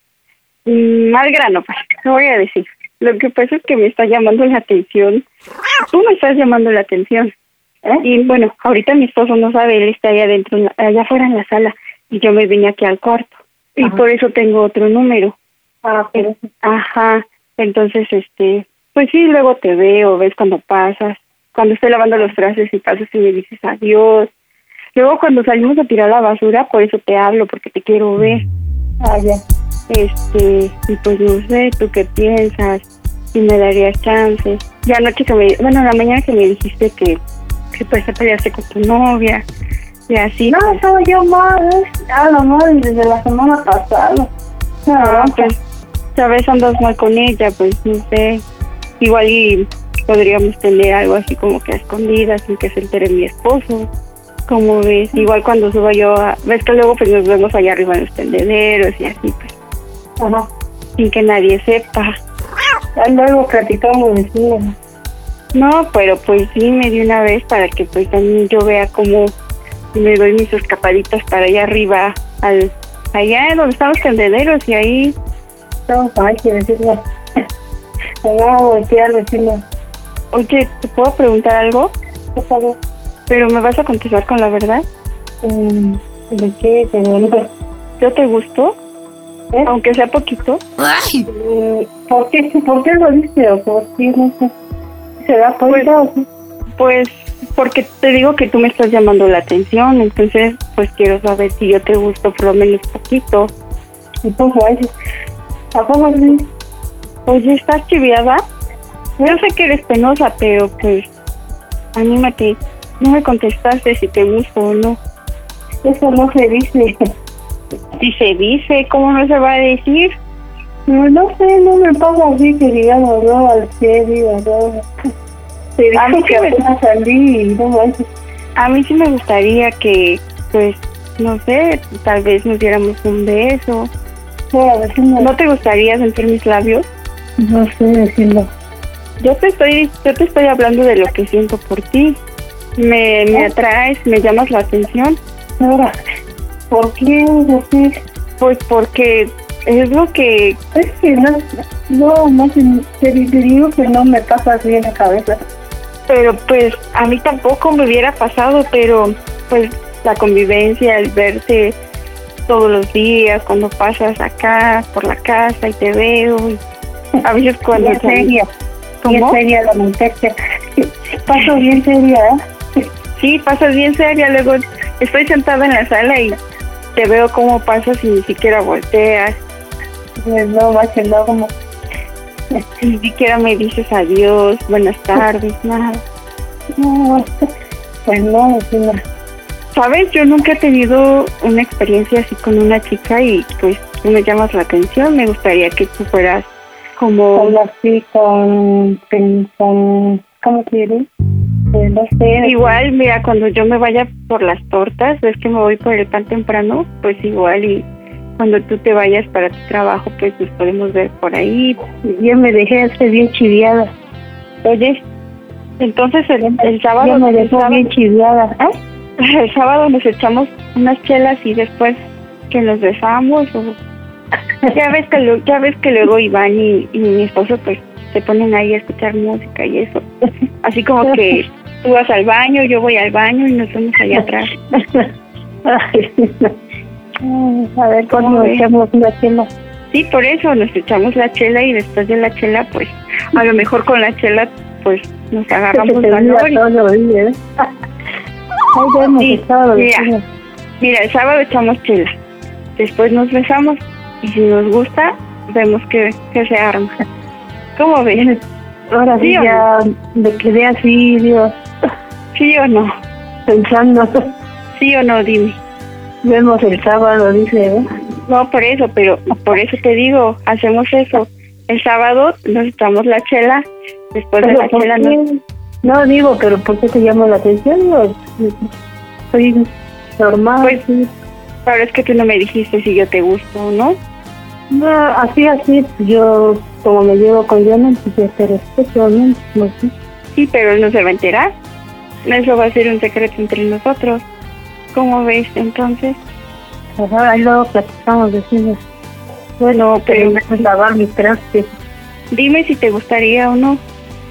Speaker 9: mm, al grano, pues, te voy a decir. Lo que pasa es que me está llamando la atención. Tú me estás llamando la atención.
Speaker 11: ¿Eh?
Speaker 9: Y bueno, ahorita mi esposo no sabe, él está allá adentro, en la- allá afuera en la sala. Y yo me vine aquí al cuarto. Y
Speaker 11: Ajá.
Speaker 9: por eso tengo otro número.
Speaker 11: Ah, pero
Speaker 9: Ajá, entonces, este, pues sí, luego te veo, ves cuando pasas, cuando estoy lavando los trastes y pasas y me dices adiós. Luego cuando salimos a tirar la basura, por eso te hablo, porque te quiero ver.
Speaker 11: ah, ya.
Speaker 9: Este, y pues no sé, ¿tú qué piensas? Si me darías chance. Ya anoche que me, bueno, en la mañana que me dijiste que, que pues te peleaste con tu novia, y así.
Speaker 11: No, estaba yo mal, ah, no, mal desde la semana pasada.
Speaker 9: No, pues, sabes, andas mal con ella, pues no sé. Igual y podríamos tener algo así como que a escondidas sin que se entere mi esposo. Como ves, igual cuando suba yo a... Ves que luego pues nos vemos allá arriba en los tendederos y así, pues,
Speaker 11: Ajá.
Speaker 9: sin que nadie sepa.
Speaker 11: Ya luego platicamos de sí.
Speaker 9: No, pero pues sí, me di una vez para que pues también yo vea cómo me doy mis escapaditas para allá arriba, al allá donde están los tendederos y ahí...
Speaker 11: Estamos ahí que decirle. Vamos a voltear, decirle.
Speaker 9: Oye, ¿te puedo preguntar algo?
Speaker 11: ¿Qué pasó?
Speaker 9: ¿Pero me vas a contestar con la verdad?
Speaker 11: Mm, ¿De qué? ¿De dónde?
Speaker 9: yo te gusto,
Speaker 11: ¿Eh?
Speaker 9: aunque sea poquito.
Speaker 8: Ay.
Speaker 11: ¿Por qué, ¿Por qué lo dice? ¿O por qué? No sé. ¿Se da cuenta o qué?
Speaker 9: Pues porque te digo que tú me estás llamando la atención, entonces pues quiero saber si yo te gusto por lo menos poquito.
Speaker 11: ¿Y cómo es? ¿A poco sí?
Speaker 9: Oye, ¿estás chiviada? Yo sé que eres penosa, pero pues anímate. No me contestaste si te gusto o no.
Speaker 11: Eso no se dice.
Speaker 9: Si se dice, ¿cómo no se va a decir?
Speaker 11: No, no sé, no me pasa así que digamos, no, al serio, no. Te
Speaker 9: A mí
Speaker 11: digo que
Speaker 9: sí me-
Speaker 11: apenas salí y no manches.
Speaker 9: A mí sí me gustaría que, pues, no sé, tal vez nos diéramos un beso.
Speaker 11: Bueno, decirlo.
Speaker 9: ¿No te gustaría sentir mis labios?
Speaker 11: No sé decirlo.
Speaker 9: Yo te estoy, yo te estoy hablando de lo que siento por ti. Me, me atraes, me llamas la atención.
Speaker 11: Ahora, ¿por qué decir?
Speaker 9: Pues porque es lo que...
Speaker 11: Es que no, no, no sé, te digo que no me pasa así en la cabeza.
Speaker 9: Pero pues a mí tampoco me hubiera pasado, pero pues la convivencia, el verte todos los días, cuando pasas acá por la casa y te veo, y a veces cuando...
Speaker 11: Bien seria, bien
Speaker 9: ¿Cómo?
Speaker 11: seria la muchacha. Paso bien seria, ¿eh?
Speaker 9: Sí, pasas bien seria, luego estoy sentada en la sala y te veo cómo pasas y ni siquiera volteas,
Speaker 11: Pues no, macho, no, como...
Speaker 9: ni siquiera me dices adiós, buenas tardes, nada.
Speaker 11: No, pues no, sí, no.
Speaker 9: ¿Sabes? Yo nunca he tenido una experiencia así con una chica y pues tú me llamas la atención. Me gustaría que tú fueras como...
Speaker 11: Con así, con... con, con ¿cómo te diré? Pues no sé.
Speaker 9: Igual, mira, cuando yo me vaya por las tortas, ves que me voy por el pan temprano, pues igual y cuando tú te vayas para tu trabajo, pues nos podemos ver por ahí.
Speaker 11: Yo me dejé hacer bien chiviada.
Speaker 9: Oye, entonces el, el sábado...
Speaker 11: Yo me
Speaker 9: el
Speaker 11: dejé
Speaker 9: sábado-
Speaker 11: bien chiviada. ¿Eh?
Speaker 9: El sábado nos echamos unas chelas y después que nos besamos o... ya ves que lo- ya ves que luego Iván y, y mi esposo pues se ponen ahí a escuchar música y eso, así como que tú vas al baño, yo voy al baño y nos vemos allá atrás.
Speaker 11: Ay, a ver,
Speaker 9: ¿Cómo
Speaker 11: cuando
Speaker 9: ves?
Speaker 11: echamos una chela.
Speaker 9: Sí, por eso nos echamos la chela y después de la chela pues a lo mejor con la chela pues nos agarramos
Speaker 11: Se te olvida
Speaker 9: valor y-
Speaker 11: todo, ¿eh? Ay, ya hemos
Speaker 9: Sí,
Speaker 11: estado de
Speaker 9: mira,
Speaker 11: chela.
Speaker 9: mira, el sábado echamos chela, después nos besamos y si nos gusta, vemos que, que se arma. ¿Cómo ves?
Speaker 11: Ahora sí,
Speaker 9: ¿Sí o
Speaker 11: ya me quedé así, Dios,
Speaker 9: ¿Sí o no?
Speaker 11: pensando.
Speaker 9: ¿Sí o no? Dime.
Speaker 11: Vemos el sábado, dice, ¿eh?
Speaker 9: No, por eso, pero por eso te digo, hacemos eso. El sábado nos echamos la chela, después de
Speaker 11: Pero
Speaker 9: la
Speaker 11: ¿por
Speaker 9: chela
Speaker 11: qué?
Speaker 9: nos...
Speaker 11: No, digo, pero ¿por qué te llama la atención? Digo, soy normal.
Speaker 9: Pues,
Speaker 11: sí.
Speaker 9: pero es que tú no me dijiste si yo te gusto o no.
Speaker 11: No, así, así, yo, como me llevo con Jonathan, pues te respeto, ¿no? No sé.
Speaker 9: Sí, pero él no se va a enterar. Eso va a ser un secreto entre nosotros. ¿Cómo ves, entonces?
Speaker 11: Ajá, ahí luego platicamos, decimos. Bueno, pero me voy a lavar mis trastes.
Speaker 9: Dime si te gustaría o no.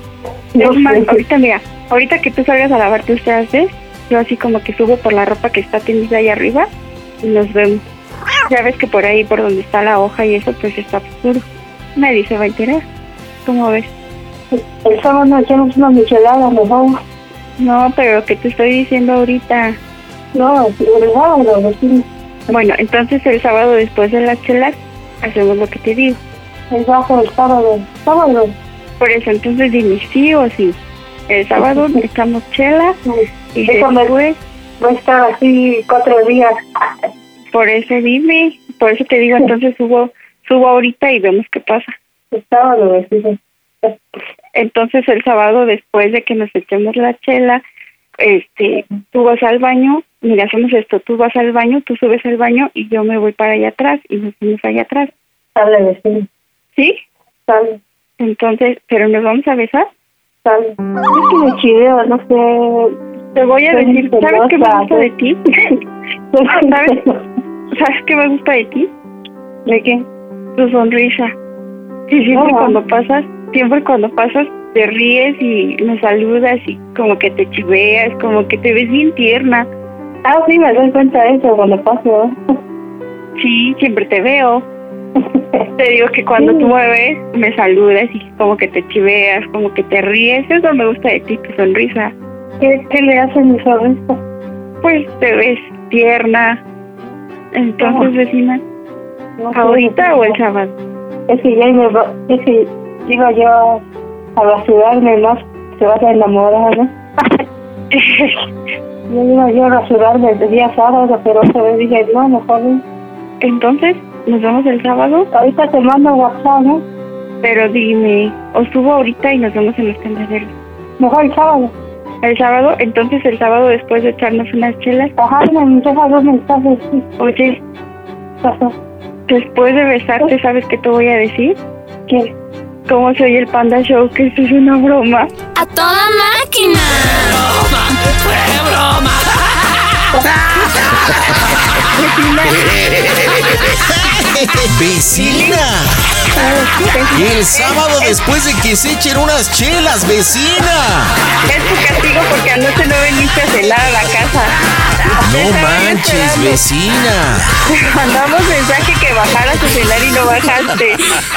Speaker 11: No
Speaker 9: Es más,
Speaker 11: sé.
Speaker 9: ahorita mira, ahorita que tú salgas a lavar tus trastes, yo así como que subo por la ropa que está tendida ahí arriba y nos vemos. Ya ves que por ahí, por donde está la hoja y eso, pues está oscuro. Nadie se va a enterar. ¿Cómo ves?
Speaker 11: El sábado nos echamos una michelada, nos vamos.
Speaker 9: No, pero lo que te estoy diciendo ahorita.
Speaker 11: No, el sábado, decimos.
Speaker 9: Bueno, entonces el sábado después de las chelas, hacemos lo que te digo.
Speaker 11: El bajo el sábado, sábado.
Speaker 9: Por eso, entonces dime sí o sí. El sábado echamos chela y
Speaker 11: Déjame,
Speaker 9: después,
Speaker 11: voy a estar así cuatro días.
Speaker 9: por eso dime, por eso te digo, entonces subo, subo ahorita y vemos qué pasa.
Speaker 11: El sábado, decimos.
Speaker 9: Entonces el sábado después de que nos echemos la chela, este, tú vas al baño, mira, hacemos esto, tú vas al baño, tú subes al baño y yo me voy para allá atrás y nos vamos allá atrás.
Speaker 11: Sale, decimos.
Speaker 9: ¿Sí?
Speaker 11: Sale,
Speaker 9: Entonces, ¿pero nos vamos a besar?
Speaker 11: sale. Es que me chiveo, no sé.
Speaker 9: Te voy a
Speaker 11: Soy
Speaker 9: decir, ¿sabes qué me
Speaker 11: celosa,
Speaker 9: gusta de ti? ¿Sabes? ¿Sabes qué me gusta de ti?
Speaker 11: ¿De qué?
Speaker 9: Tu sonrisa. Y siempre
Speaker 11: Oh.
Speaker 9: cuando pasas, siempre cuando pasas te ríes y me saludas y como que te chiveas, como que te ves bien tierna.
Speaker 11: Ah, sí, me doy cuenta de eso cuando paso.
Speaker 9: Sí, siempre te veo. Te digo que cuando tú me ves, me saludas y como que te chiveas, como que te ríes. Eso me gusta de ti, tu sonrisa.
Speaker 11: ¿Qué, qué le hace mi sonrisa?
Speaker 9: Pues te ves tierna. Entonces, vecina,
Speaker 11: No sé,
Speaker 9: ¿ahorita o el sábado?
Speaker 11: Es que ya me va, es que iba yo a rasurarme más, se va a enamorar, ¿no? Yo iba yo a rasurarme el día sábado, pero otra vez dije, no, mejor no.
Speaker 9: Entonces, ¿nos vemos el sábado?
Speaker 11: Ahorita te mando WhatsApp, ¿no?
Speaker 9: Pero dime, o subo ahorita y nos vemos en los candaceros.
Speaker 11: Mejor el sábado.
Speaker 9: ¿El sábado? Entonces, el sábado después de echarnos unas chelas.
Speaker 11: Ajá, me deja dos mensajes. Sí.
Speaker 9: Oye,
Speaker 11: ¿Qué pasó?
Speaker 9: después de besarte, ¿sabes qué te voy a decir?
Speaker 11: ¿Qué?
Speaker 9: ¿Cómo soy el Panda Show? Que esto es una broma.
Speaker 8: ¡A toda máquina!
Speaker 6: ¡Fue broma!
Speaker 3: ¡Vecina! El sábado después de que se echen unas chelas, vecina.
Speaker 9: Es tu castigo porque anoche no viniste a cenar a la casa.
Speaker 3: No manches, vecina.
Speaker 9: Te mandamos mensaje que bajaras a cenar y no bajaste.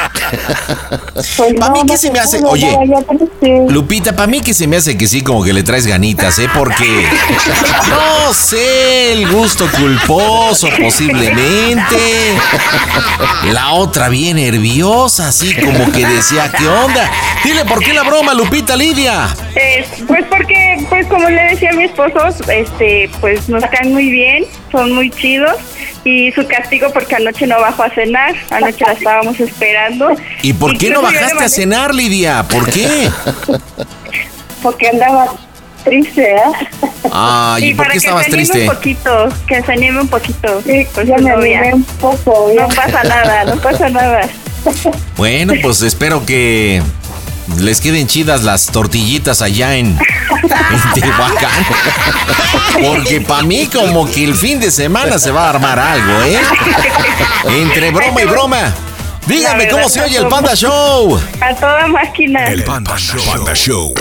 Speaker 11: Pues
Speaker 3: Para mí
Speaker 11: no,
Speaker 3: que
Speaker 11: no
Speaker 3: se
Speaker 11: te
Speaker 3: me hace,
Speaker 11: puedo,
Speaker 3: oye,
Speaker 11: ya, ya triste.
Speaker 3: Lupita, para mí que se me hace que sí, como que le traes ganitas, ¿eh? Porque, no sé, el gusto culposo posiblemente. La otra bien nerviosa, así como que decía, ¿qué onda? Dile, ¿por qué la broma, Lupita Lidia?
Speaker 9: Eh, pues porque, pues como le decía a mi esposo, este, pues nos caen muy bien, son muy chidos. Y su castigo porque anoche no bajó a cenar, anoche la estábamos esperando.
Speaker 3: ¿Y por qué no
Speaker 9: Incluso yo le
Speaker 3: bajaste a
Speaker 9: mandé-
Speaker 3: cenar, Lidia? ¿Por qué?
Speaker 11: Porque andaba triste, ¿eh?
Speaker 3: Ay,
Speaker 9: Y
Speaker 3: ¿y por
Speaker 9: para
Speaker 3: qué
Speaker 9: que
Speaker 3: estabas
Speaker 9: se anime
Speaker 3: triste?
Speaker 9: un poquito, que se anime un poquito.
Speaker 11: Sí,
Speaker 9: con
Speaker 11: ya
Speaker 9: su
Speaker 11: me
Speaker 9: novia.
Speaker 11: animé un poco.
Speaker 9: No
Speaker 11: ya.
Speaker 9: pasa nada, no pasa nada.
Speaker 3: Bueno, pues espero que les queden chidas las tortillitas allá en, en Tehuacán. Porque para mí como que el fin de semana se va a armar algo, ¿eh? Entre broma y broma. Dígame
Speaker 9: La
Speaker 3: cómo
Speaker 9: verdad,
Speaker 3: se oye el
Speaker 9: no
Speaker 3: Panda Show.
Speaker 9: A toda máquina.
Speaker 1: El Panda Show. Panda Show.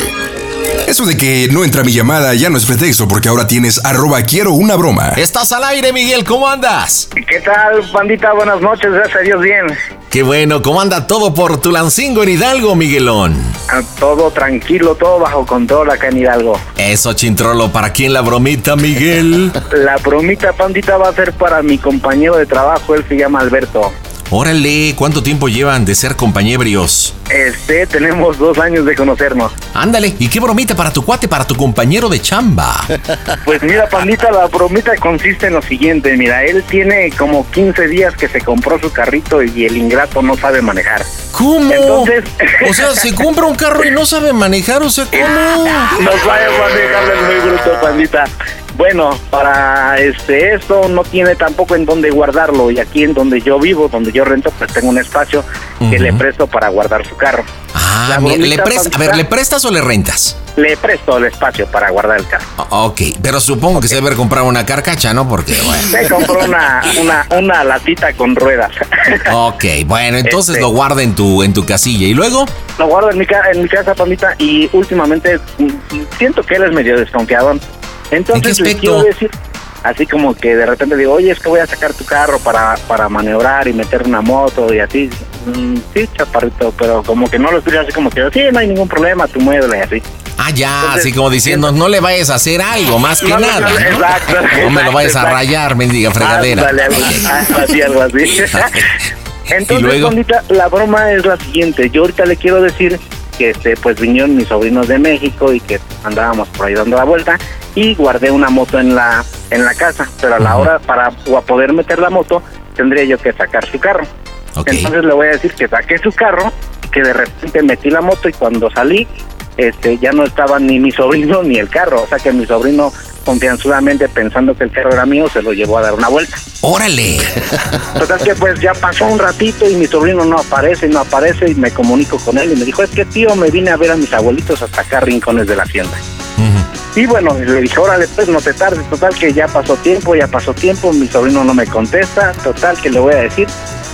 Speaker 1: Eso de que no entra mi llamada ya no es pretexto porque ahora tienes arroba quiero una broma.
Speaker 3: Estás al aire, Miguel, ¿cómo andas?
Speaker 4: ¿Qué tal, bandita? Buenas noches, gracias a Dios, bien.
Speaker 3: Qué bueno, ¿cómo anda todo por Tulancingo en Hidalgo, Miguelón?
Speaker 4: Ah, Todo tranquilo, todo bajo control acá en Hidalgo.
Speaker 3: Eso, Chintrolo, ¿para quién la bromita, Miguel?
Speaker 4: La bromita, pandita, va a ser para mi compañero de trabajo, él se llama Alberto.
Speaker 3: Órale, ¿cuánto tiempo llevan de ser compañeros?
Speaker 4: Este, tenemos dos años de conocernos.
Speaker 3: Ándale, ¿y qué bromita para tu cuate, para tu compañero de chamba?
Speaker 4: Pues mira, pandita, la bromita consiste en lo siguiente. Mira, él tiene como quince días que se compró su carrito y el ingrato no sabe manejar.
Speaker 3: ¿Cómo?
Speaker 4: Entonces...
Speaker 3: O sea, se compra un carro y no sabe manejar, o sea, ¿cómo?
Speaker 4: Nos vaya a manejarle el muy bruto, pandita. Bueno, para este esto no tiene tampoco en dónde guardarlo, y aquí en donde yo vivo, donde yo rento, pues tengo un espacio que
Speaker 3: Ujú.
Speaker 4: le presto para guardar su carro.
Speaker 3: Ah,
Speaker 4: La
Speaker 3: mira, ¿le
Speaker 4: bromita,
Speaker 3: presta- a
Speaker 4: pandita,
Speaker 3: ver, ¿le prestas o le rentas?
Speaker 4: Le presto el espacio para guardar el carro.
Speaker 3: O- Ok, pero supongo que se debe comprar una carcacha, ¿no? Porque, bueno.
Speaker 4: Me compró una, una, una latita con ruedas.
Speaker 3: Ok, bueno, entonces
Speaker 4: Este-
Speaker 3: lo guarda en tu, en tu casilla. ¿Y luego?
Speaker 4: Lo guardo en mi, ca- en mi casa, pandita, y últimamente mm, siento que él es medio desconfiado. Entonces
Speaker 3: ¿En qué
Speaker 4: le quiero
Speaker 3: aspecto?
Speaker 4: decir, así como que de repente digo, oye, es que voy a sacar tu carro para, para maniobrar y meter una moto y así. Mm, sí, chaparrito, pero como que no lo estoy así como que, sí, no hay ningún problema, tú muévele y así.
Speaker 3: Ah, ya,
Speaker 4: Entonces,
Speaker 3: así como diciendo, no le vayas a hacer algo, más que
Speaker 4: No, no,
Speaker 3: nada.
Speaker 4: no,
Speaker 3: ¿no?
Speaker 4: exacto,
Speaker 3: No me lo
Speaker 4: exacto,
Speaker 3: vayas a
Speaker 4: exacto.
Speaker 3: rayar, mendiga fregadera.
Speaker 4: Ándale, algo, ah, así, algo así. Entonces,
Speaker 3: ¿Y luego?
Speaker 4: bandita, la broma es la siguiente. Yo ahorita le quiero decir que este, pues vinieron mis sobrinos de México y que andábamos por ahí dando la vuelta y guardé una moto en la en la casa, pero a la hora para poder meter la moto tendría yo que sacar su carro.
Speaker 3: Ok.
Speaker 4: Entonces le voy a decir que saqué su carro, que de repente metí la moto y cuando salí este ya no estaba ni mi sobrino ni el carro, o sea que mi sobrino confianzudamente pensando que el carro era mío se lo llevó a dar una vuelta.
Speaker 3: ¡Órale!
Speaker 4: Total que pues ya pasó un ratito y mi sobrino no aparece, no aparece y me comunico con él y me dijo, es que tío, me vine a ver a mis abuelitos hasta acá, rincones de la hacienda.
Speaker 3: Ujú.
Speaker 4: Y bueno, le dije, órale, pues no te tardes, total que ya pasó tiempo, ya pasó tiempo, mi sobrino no me contesta, total que le voy a decir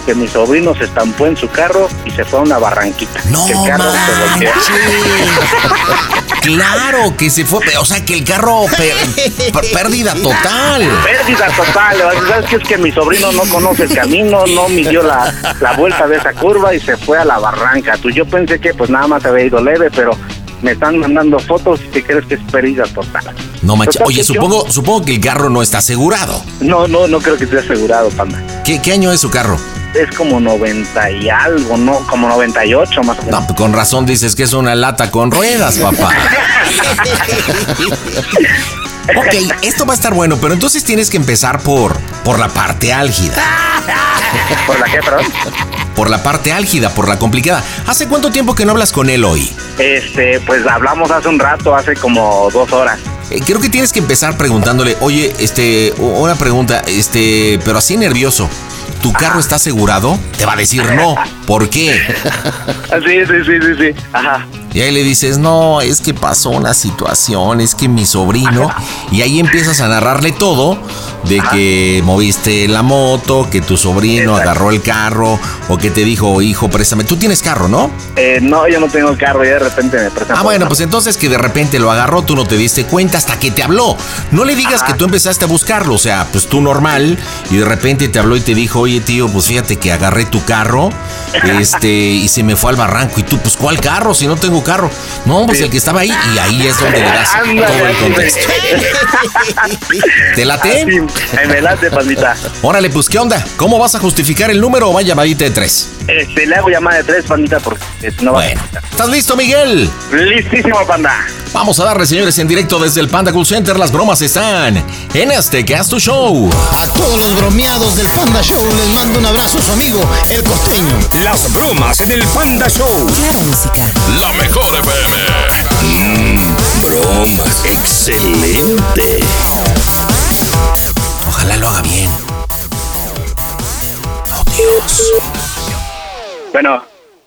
Speaker 12: que mi sobrino se estampó en su carro y se fue a una barranquita.
Speaker 3: No,
Speaker 12: que el carro se volteó.
Speaker 3: Claro, que se fue, o sea, que el carro, per, per, pérdida total.
Speaker 12: Pérdida total, ¿sabes qué? Es que mi sobrino no conoce el camino, no midió la, la vuelta de esa curva y se fue a la barranca. Tú, yo pensé que pues nada más había ido leve, pero me están mandando fotos y te crees que es pérdida total.
Speaker 3: No manches, oye, supongo, yo... supongo que el carro no está asegurado.
Speaker 12: No, no, no creo que esté asegurado, Panda.
Speaker 3: ¿Qué, qué año es su carro?
Speaker 12: Es como noventa y algo, ¿no? Como noventa y ocho más o menos.
Speaker 3: No, con razón dices que es una lata con ruedas, papá. Ok, esto va a estar bueno, pero entonces tienes que empezar por, por la parte álgida.
Speaker 12: ¿Por la qué, perdón?
Speaker 3: Por la parte álgida, por la complicada. ¿Hace cuánto tiempo que no hablas con él hoy?
Speaker 12: Este, pues hablamos hace un rato, hace como dos horas.
Speaker 3: Eh, creo que tienes que empezar preguntándole, oye, este, una pregunta, este, pero así nervioso. ¿Tu carro Ajá. está asegurado? Te va a decir no. ¿Por qué?
Speaker 12: Sí, sí, sí, sí, sí. Ajá.
Speaker 3: Y ahí le dices, no, es que pasó una situación, es que mi sobrino... Ajá. Y ahí empiezas a narrarle todo de Ajá. que moviste la moto, que tu sobrino Exacto. agarró el carro, o que te dijo, hijo, préstame. Tú tienes carro, ¿no?
Speaker 12: Eh, no, yo no tengo carro, y de repente me prestan.
Speaker 3: Ah, bueno, pues entonces que de repente lo agarró, tú no te diste cuenta hasta que te habló. No le digas Ajá. que tú empezaste a buscarlo, o sea, pues tú normal, y de repente te habló y te dijo, oye, tío, pues fíjate que agarré tu carro, este, y se me fue al barranco. Y tú, pues, ¿cuál carro? Si no tengo carro. No, pues sí. el que estaba ahí, y ahí es donde le das todo el contexto. ¿Te late?
Speaker 12: Sí, me late, Pandita.
Speaker 3: Órale, pues, ¿qué onda? ¿Cómo vas a justificar el número o va llamadita de tres?
Speaker 12: Este, le hago llamada de tres, Pandita, porque no va
Speaker 3: bueno. a ¿Estás listo, Miguel?
Speaker 12: Listísimo, Panda.
Speaker 3: Vamos a darle, señores, en directo desde el Panda Cool Center. Las bromas están en este Gas to Show.
Speaker 13: A todos los bromeados del Panda Show les mando un abrazo a su amigo, el Costeño.
Speaker 14: Las bromas en el Panda Show.
Speaker 2: Claro, música.
Speaker 14: La mejor F M. Mmm, bromas. Excelente.
Speaker 3: Ojalá lo haga bien. Oh, Dios.
Speaker 12: Bueno,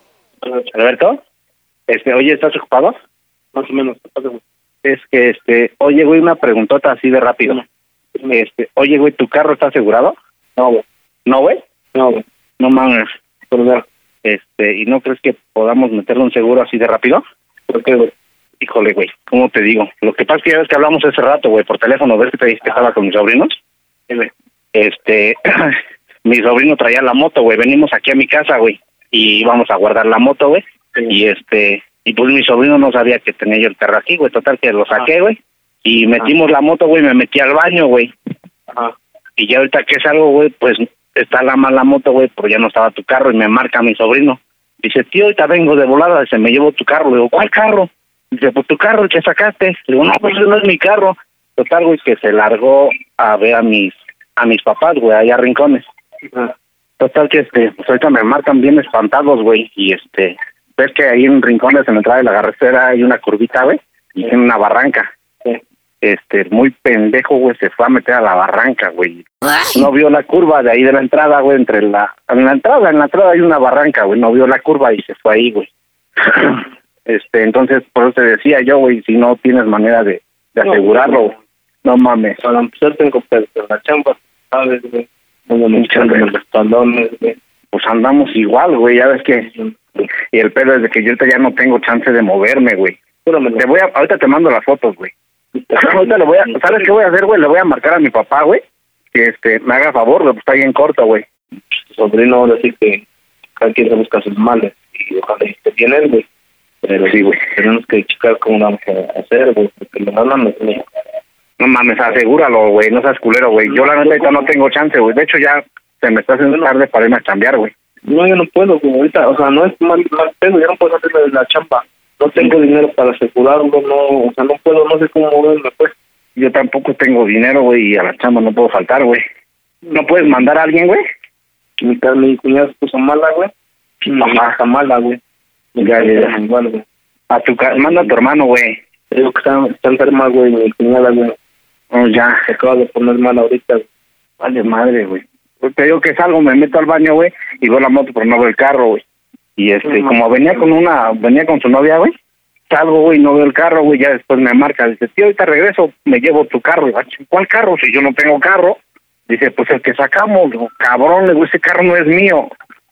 Speaker 12: Alberto, este, oye, ¿estás ocupado? Más o menos. Es que, este, oye, güey, una preguntota así de rápido. Este, oye, güey, ¿tu carro está asegurado? No, güey. ¿No, güey? No, güey. No mames. Perdón. Este, ¿y no crees que podamos meterle un seguro así de rápido? ¿Por qué, güey? Híjole, güey, ¿cómo te digo? Lo que pasa es que ya ves que hablamos hace rato, güey, por teléfono, ¿ves que te dije que estaba con mis sobrinos? Sí, güey. Este, mi sobrino traía la moto, güey, venimos aquí a mi casa, güey, y íbamos a guardar la moto, güey, sí. y este, y pues mi sobrino no sabía que tenía yo el carro aquí, güey, total que lo saqué, güey, y metimos Ajá. la moto, güey, me metí al baño, güey, Ajá. y ya ahorita que salgo, güey, pues está la mala moto, güey, pero ya no estaba tu carro, y me marca mi sobrino, dice, tío, ahorita vengo de volada, se me llevó tu carro, le digo, ¿cuál carro? Dice, pues tu carro, el que sacaste. Le digo, no, pues no es mi carro. Total, güey, que se largó a ver a mis a mis papás, güey, allá a Rincones. Uh-huh. Total, que este, pues ahorita me marcan bien espantados, güey, y este, ves que ahí en Rincones, en la entrada de la carretera, hay una curvita, güey, y tiene una barranca. Sí. Este, muy pendejo, güey, se fue a meter a la barranca, güey. No vio la curva de ahí de la entrada, güey, entre la... En la entrada, en la entrada hay una barranca, güey, no vio la curva y se fue ahí, güey. Este, entonces, por eso te decía yo, güey, si no tienes manera de, de asegurarlo, no, no mames.
Speaker 4: Para empezar tengo que la chamba, ¿sabes, güey? No me echan en los talones, güey.
Speaker 12: Pues andamos igual, güey, ya ves que... Y el pedo es de que yo ahorita ya no tengo chance de moverme, güey. Te voy a... Ahorita te mando las fotos, güey. Ahorita le voy a... ¿Sabes qué voy a hacer, güey? Le voy a marcar a mi papá, güey, que este, me haga favor, güey, pues está bien corto, güey.
Speaker 4: Tu sobrino ahora sí que cada quien se busca sus males y ojalá esté bien él, güey. Pero sí, güey, tenemos que checar cómo vamos a hacer, güey, porque lo mandamos, güey.
Speaker 12: No mames, asegúralo, güey, no seas culero, güey. Yo la neta ahorita no tengo chance, güey. De hecho, ya se me está haciendo tarde para irme a chambear, güey.
Speaker 4: No, yo no puedo, güey, ahorita, o sea, no es mal, mal pedo, yo no puedo hacerle la chamba. No tengo dinero para asegurarlo, no, o sea, no puedo, no sé cómo moverme, pues.
Speaker 12: Yo tampoco tengo dinero, güey, y a la chamba no puedo faltar, güey. ¿No puedes mandar a alguien, güey?
Speaker 4: Mi, mi cuñada se puso mala, güey. Mamá está mala, güey.
Speaker 12: Ya, ya, ya. Igual, a tu ca- manda a tu hermano, güey.
Speaker 4: Te digo que está, está enferma, güey, mi cuñada, güey.
Speaker 12: Oh, ya.
Speaker 4: Se acaba de poner mal ahorita, güey.
Speaker 12: Vale, madre, güey. Te digo que salgo, me meto al baño, güey, y veo la moto, pero no veo el carro, güey. Y este, uh-huh. como venía con una, venía con su novia, güey, salgo, güey, no veo el carro, güey, ya después me marca, dice, tío, ahorita regreso, me llevo tu carro. Y, ¿cuál carro? Si yo no tengo carro. Dice, pues el que sacamos, cabrón, güey, ese carro no es mío.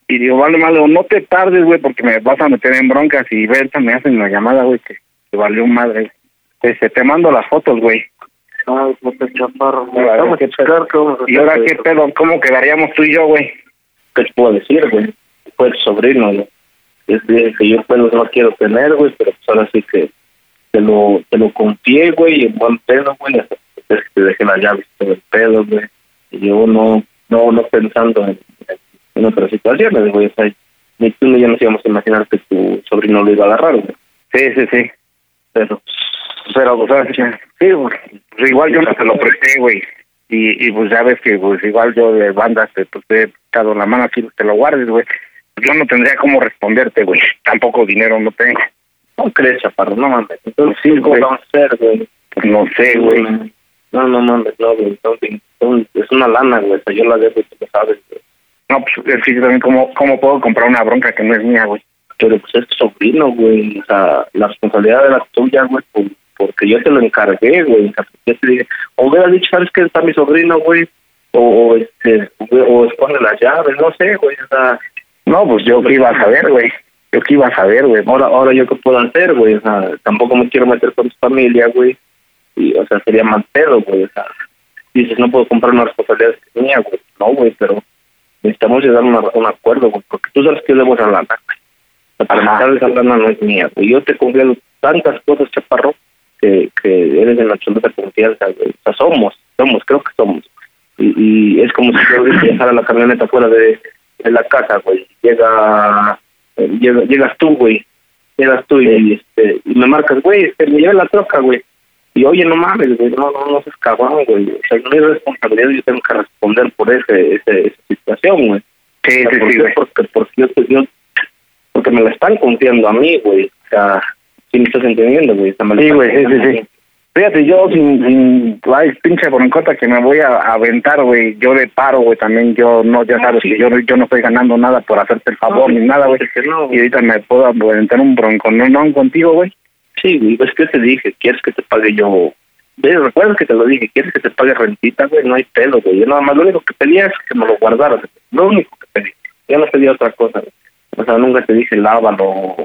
Speaker 12: Y digo, vale, vale, no te tardes, güey, porque me vas a meter en broncas. Y Berta me hacen la llamada, güey, que, que valió madre. Este, te mando las fotos, güey.
Speaker 4: Ay, no te chaparro.
Speaker 12: Vamos a checar cómo... ¿Y ahora qué pedo? ¿Cómo quedaríamos tú y yo, güey?
Speaker 4: ¿Qué te puedo decir, güey? Fue el sobrino, güey. Es que yo, pues, no quiero tener, güey, pero pues ahora sí que te lo, te lo confié, güey, en buen pedo, güey, hasta que te dejé la llave todo el pedo, güey. Y yo no, no, no pensando en, en otras situaciones, güey, o sea, ni tú ni yo nos íbamos a imaginar que tu sobrino lo iba a agarrar, güey.
Speaker 12: Sí, sí, sí.
Speaker 4: Pero,
Speaker 12: pero, o sea, sí, güey, pues igual yo no te lo presté, güey. Y, y pues ya ves que, pues igual yo de bandas, te, pues te he echado la mano así, te lo guardes, güey. Yo no tendría cómo responderte, güey. Tampoco dinero no tengo.
Speaker 4: ¿Cómo crees, chaparro? No mames. Entonces, sí, ¿cómo
Speaker 12: güey.
Speaker 4: vamos a hacer, güey?
Speaker 12: Pues no sé, güey.
Speaker 4: No, no mames, no, güey. No, no, es una lana, güey. O sea, yo la debo y tú lo sabes, güey.
Speaker 12: No, pues es que yo también, ¿cómo, ¿cómo puedo comprar una bronca que no es mía, güey?
Speaker 4: Pero pues es tu sobrino, güey. O sea, la responsabilidad era tuya, güey, por, porque yo te lo encargué, güey. O sea, yo te dije, o hubiera dicho, ¿sabes qué? Está mi sobrino, güey. O, o, este, o esconde las llaves, no sé, güey. O sea...
Speaker 12: No, pues yo qué iba a saber, güey. Yo qué iba a saber, güey.
Speaker 4: Ahora, ahora yo qué puedo hacer, güey. O sea, tampoco me quiero meter con tu familia, güey. Y, o sea, sería mal pedo, güey. O sea, dices, no puedo comprar una responsabilidad que tenía, güey. No, güey, pero necesitamos llegar a una, un acuerdo, güey. Porque tú sabes que yo debo esa lana, güey. O sea, para empezar, esa lana no es mía, güey. Yo te confío tantas cosas, chaparro, que, que eres en absoluta confianza, güey. O sea, somos, somos, creo que somos. Y, y es como si yo dejara la camioneta fuera de... en la casa, güey, llega, eh, llega, llegas tú, güey, llegas tú y, este, y me marcas, güey, este, me lleva la troca, güey, y oye, no mames, güey, no, no, no seas cabrón, güey, o sea, no es responsabilidad, yo tengo que responder por ese, ese esa situación, güey.
Speaker 12: Sí,
Speaker 4: o sea,
Speaker 12: sí,
Speaker 4: porque,
Speaker 12: sí, güey.
Speaker 4: Porque, porque, yo, yo, porque me la están confiando a mí, güey, o sea, ¿sí me estás entendiendo, güey? O sea,
Speaker 12: sí, güey, sí, sí, sí. Fíjate, yo sin, sin, ay, pinche broncota que me voy a, a aventar, güey, yo de paro, güey, también yo, no, ya sabes que yo, yo no estoy ganando nada por hacerte el favor
Speaker 4: no,
Speaker 12: ni nada, güey,
Speaker 4: no,
Speaker 12: y ahorita me puedo aventar un bronco, ¿no, no contigo, güey?
Speaker 4: Sí, güey, es que te dije, ¿quieres que te pague yo? ¿Ves? ¿Recuerdas que te lo dije? ¿Quieres que te pague rentita, güey? No hay pelo, güey, yo nada más, lo único que pedía es que me lo guardaras, lo único que pedí, yo no pedí otra cosa, güey. O sea, nunca te dije lávalo,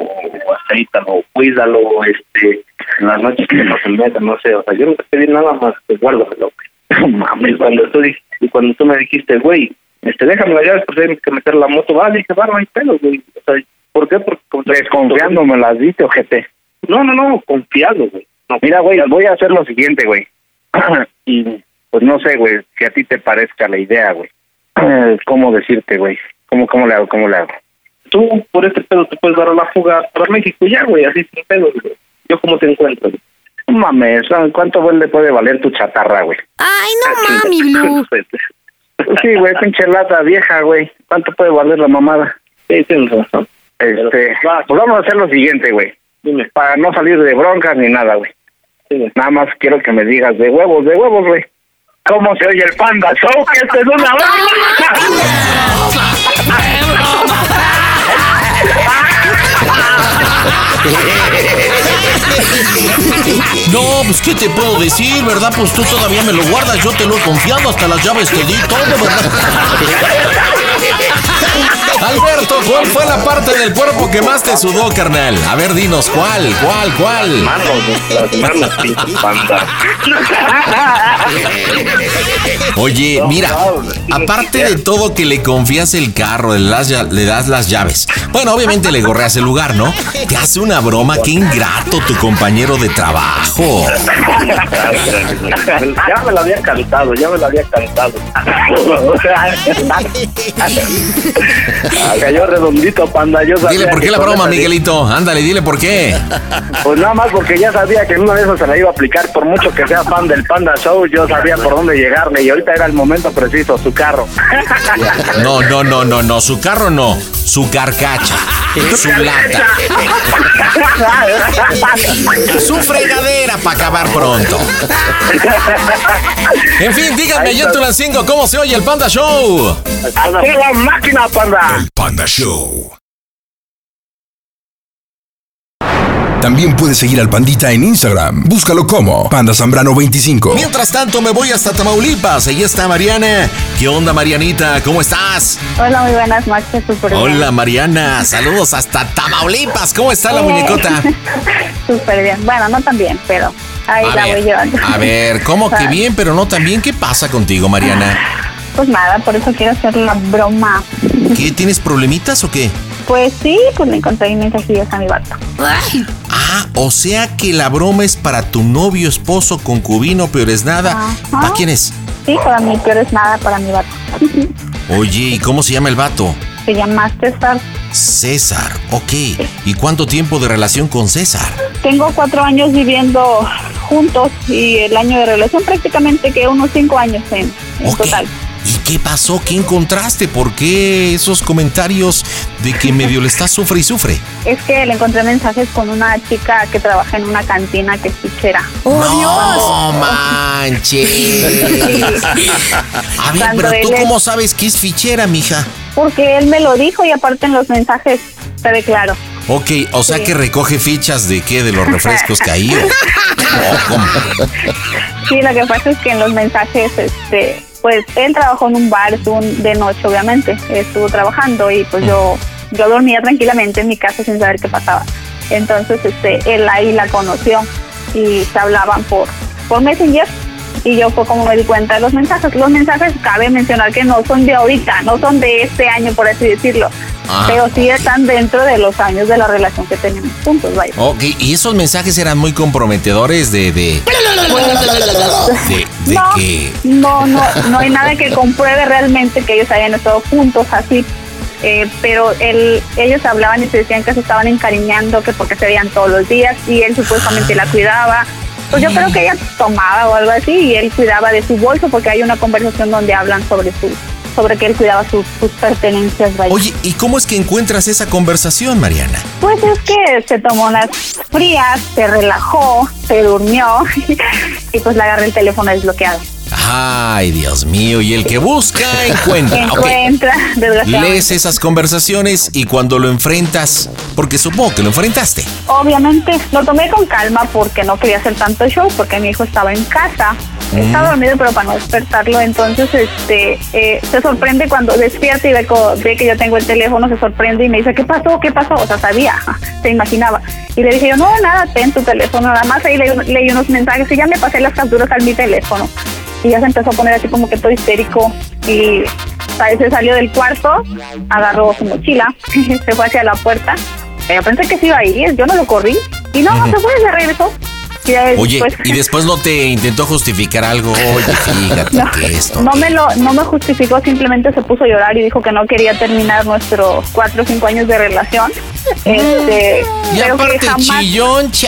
Speaker 4: o aceítalo, cuídalo, este, en las noches que no se meta, no sé, o sea, yo nunca te pedí nada más que guárdamelo, güey. Mames, cuando tú, y cuando tú me dijiste, güey, este, déjame la llave porque tienes que meter la moto, vale, dije, va, no hay pelo, güey. O sea, ¿por qué? Porque como
Speaker 12: desconfiando me las diste, ojete.
Speaker 4: No, no, no, confiado, güey. No,
Speaker 12: mira, güey, voy a hacer lo siguiente, güey. Y, pues no sé, güey, si a ti te parezca la idea, güey. ¿Cómo decirte, güey? ¿Cómo, cómo le hago, cómo le hago?
Speaker 4: Tú, por este pedo, te puedes dar a la fuga para México ya, güey, así sin pedo, güey. ¿Yo cómo te encuentro, güey?
Speaker 12: No mames, ¿cuánto le puede valer tu chatarra, güey?
Speaker 2: Ay, no mami, Blue.
Speaker 12: Sí, güey, pinche lata vieja, güey. ¿Cuánto puede valer la mamada?
Speaker 4: Sí, tienes razón.
Speaker 12: Este, pues vamos a hacer lo siguiente, güey.
Speaker 4: Dime.
Speaker 12: Para no salir de broncas ni nada, güey.
Speaker 4: Sí,
Speaker 12: nada más quiero que me digas de huevos, de huevos, güey. ¿Cómo se oye el Panda Show? ¡Que esta es una
Speaker 3: No, pues ¿qué te puedo decir, verdad? Pues tú todavía me lo guardas, yo te lo he confiado, hasta las llaves te di todo, ¿verdad? Alberto, ¿cuál fue la parte del cuerpo que más te sudó, carnal? A ver, dinos, ¿cuál, cuál, cuál?
Speaker 4: Manos, las manos, pinche Panda.
Speaker 3: Oye, mira, aparte de todo que le confías el carro, le das, le das las llaves. Bueno, obviamente le gorreas el lugar, ¿no? Te hace una broma, qué ingrato tu compañero de trabajo.
Speaker 4: Ya me lo había cantado, ya me lo había cantado. Cayó redondito, Panda. Yo
Speaker 3: dile por qué la broma, Miguelito. Ándale, dile por qué.
Speaker 12: Pues nada más porque ya sabía que en una de esas se la iba a aplicar. Por mucho que sea fan del Panda Show, yo sabía por dónde llegarle. Y ahorita era el momento preciso, su carro.
Speaker 3: No, no, no, no, no. Su carro no. Su carcacha. Su lata. Su fregadera para acabar pronto. En fin, díganme allá en Tulancingo cómo se oye el Panda Show.
Speaker 12: ¡A la máquina, Panda!
Speaker 14: El Panda Show.
Speaker 1: También puedes seguir al Pandita en Instagram. Búscalo como Panda Zambrano veinticinco.
Speaker 3: Mientras tanto, me voy hasta Tamaulipas. Ahí está Mariana. ¿Qué onda, Marianita? ¿Cómo estás?
Speaker 9: Hola, muy buenas noches. Súper bien.
Speaker 3: Hola, Mariana. Saludos hasta Tamaulipas. ¿Cómo está la muñecota?
Speaker 9: Súper bien. Bueno, no tan bien, pero ahí
Speaker 3: a
Speaker 9: la
Speaker 3: ver,
Speaker 9: voy llevando.
Speaker 3: A ver, ¿cómo que bien, pero no tan bien? ¿Qué pasa contigo, Mariana?
Speaker 9: Pues nada, por eso quiero hacer la broma.
Speaker 3: ¿Qué? ¿Tienes problemitas o qué?
Speaker 9: Pues sí, pues le encontré mensajillos a mi vato.
Speaker 3: Ah, o sea que la broma es para tu novio, esposo, concubino, peor es nada.
Speaker 9: Ajá.
Speaker 3: ¿Para quién es?
Speaker 9: Sí, para mí peor es nada, para mi vato.
Speaker 3: Oye, ¿y cómo se llama el vato?
Speaker 9: Se llama César.
Speaker 3: César, ok. ¿Y cuánto tiempo de relación con César?
Speaker 9: Tengo cuatro años viviendo juntos y el año de relación prácticamente que unos cinco años en, en
Speaker 3: okay.
Speaker 9: total.
Speaker 3: ¿Y qué pasó? ¿Qué encontraste? ¿Por qué esos comentarios de que medio le estás sufre y sufre?
Speaker 9: Es que le encontré mensajes con una chica que trabaja en una cantina que es fichera.
Speaker 3: ¡Oh, no manches! A ver,
Speaker 9: Cuando
Speaker 3: pero ¿tú
Speaker 9: él
Speaker 3: cómo
Speaker 9: es-
Speaker 3: sabes que es fichera, mija?
Speaker 9: Porque él me lo dijo y aparte en los mensajes se ve claro.
Speaker 3: Ok, o sea
Speaker 9: Sí.
Speaker 3: que recoge fichas de qué, de los refrescos que hay. ¿O oh, ¿cómo?
Speaker 9: Sí, lo que pasa es que en los mensajes, este, pues él trabajó en un bar, estuvo de noche, obviamente, estuvo trabajando y pues yo, yo dormía tranquilamente en mi casa sin saber qué pasaba. Entonces, este, él ahí la conoció y se hablaban por, por Messenger y yo fue como me di cuenta de los mensajes. Los mensajes cabe mencionar que no son de ahorita, no son de este año, por así decirlo.
Speaker 3: Ah.
Speaker 9: Pero sí están dentro de los años de la relación que tenemos juntos, vaya.
Speaker 3: Ok, y esos mensajes eran muy comprometedores de... de... ¿De, de
Speaker 9: no,
Speaker 3: qué?
Speaker 9: no, no, no hay nada que compruebe realmente que ellos hayan estado juntos así. Eh, pero él, ellos hablaban y se decían que se estaban encariñando, que porque se veían todos los días y él supuestamente la cuidaba. Pues yo creo que ella tomaba o algo así y él cuidaba de su bolso porque hay una conversación donde hablan sobre su, sobre que él cuidaba sus, sus pertenencias. Vaya.
Speaker 3: Oye, ¿y cómo es que encuentras esa conversación, Mariana?
Speaker 9: Pues es que se tomó unas frías, se relajó, se durmió y pues le agarré el teléfono desbloqueado.
Speaker 3: Ay, Dios mío, y el que busca, encuentra. Ok.
Speaker 9: Encuentra, desgraciadamente.
Speaker 3: Lees esas conversaciones y cuando lo enfrentas, porque supongo que lo enfrentaste.
Speaker 9: Obviamente lo tomé con calma porque no quería hacer tanto show porque mi hijo estaba en casa.
Speaker 3: Mm.
Speaker 9: Estaba dormido pero para no despertarlo, entonces este eh, se sorprende cuando despierta y ve, co- ve que yo tengo el teléfono, se sorprende y me dice, ¿qué pasó? ¿Qué pasó? O sea, sabía, se imaginaba. Y le dije yo, no, nada, ten tu teléfono, nada más ahí leí, leí unos mensajes y ya me pasé las capturas al mi teléfono. Y ya se empezó a poner así como que todo histérico y ¿sabes? Se salió del cuarto, agarró su mochila, se fue hacia la puerta. Yo pensé que se iba a ir, yo no lo corrí y no,
Speaker 3: Ujú.
Speaker 9: se fue, se regresó. Y ya
Speaker 3: Oye,
Speaker 9: después-
Speaker 3: y después no te intentó justificar algo. Oye, fíjate
Speaker 9: No,
Speaker 3: que esto.
Speaker 9: no me lo, no me justificó, simplemente se puso a llorar y dijo que no quería terminar nuestros cuatro o cinco años de relación. Este,
Speaker 3: Y
Speaker 9: pero que
Speaker 3: aparte,
Speaker 9: jamás,
Speaker 3: chillón, cha-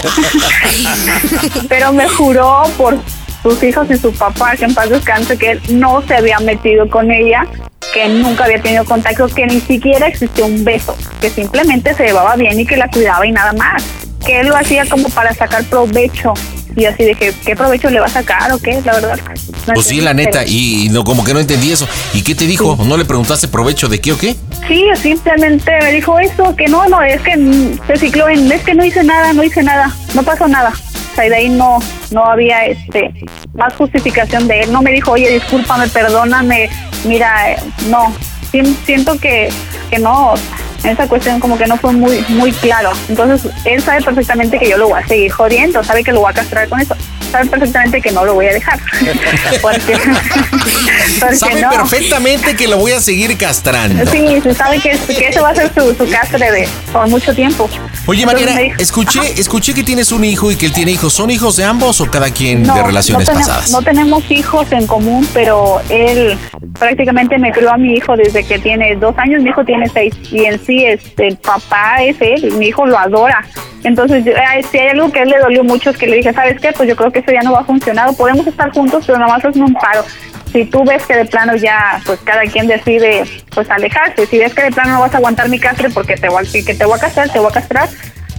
Speaker 9: pero me juró por sus hijos y su papá, que en paz descanse, que él no se había metido con ella, que nunca había tenido contacto, que ni siquiera existió un beso, que simplemente se llevaba bien y que la cuidaba y nada más, que él lo hacía como para sacar provecho. Y así dije, ¿qué provecho le va a sacar o qué? La verdad. No
Speaker 3: Pues sí,
Speaker 9: entendí,
Speaker 3: la neta,
Speaker 9: pero-
Speaker 3: y, y no, como que no entendí eso. ¿Y qué te dijo? ¿No le preguntaste provecho de qué o qué?
Speaker 9: Sí, simplemente me dijo eso, que no, no, es que mm, se cicló en, es que no hice nada, no hice nada, no pasó nada. O sea, y de ahí no, no había este más justificación de él. No me dijo, oye, discúlpame, perdóname, mira, eh, no. Sien- siento que, que no, en esa cuestión como que no fue muy, muy claro. Entonces, él sabe perfectamente que yo lo voy a seguir jodiendo, sabe que lo voy a castrar con eso. Sabe perfectamente que no lo voy a dejar. porque, porque
Speaker 3: Sabe
Speaker 9: no.
Speaker 3: perfectamente que lo voy a seguir castrando.
Speaker 9: Sí, se sabe que, que eso va a ser su, su castre de, por mucho tiempo.
Speaker 3: Oye,
Speaker 9: Entonces
Speaker 3: Mariana,
Speaker 9: me dijo,
Speaker 3: escuché,
Speaker 9: ajá,
Speaker 3: escuché que tienes un hijo y que él tiene hijos. ¿Son hijos de ambos o cada quien de relaciones
Speaker 9: no tenemos-
Speaker 3: pasadas?
Speaker 9: No tenemos hijos en común, pero él prácticamente me crió a mi hijo desde que tiene dos años, mi hijo tiene seis, y en sí este, el papá es él, y mi hijo lo adora. Entonces, yo, eh, si hay algo que a él le dolió mucho es que le dije, ¿sabes qué? Pues yo creo que eso ya no va a funcionar, podemos estar juntos, pero nada más hazme un paro. Si tú ves que de plano ya, pues cada quien decide pues alejarse, si ves que de plano no vas a aguantar mi castre porque te voy a, que te voy a castrar, te voy a castrar,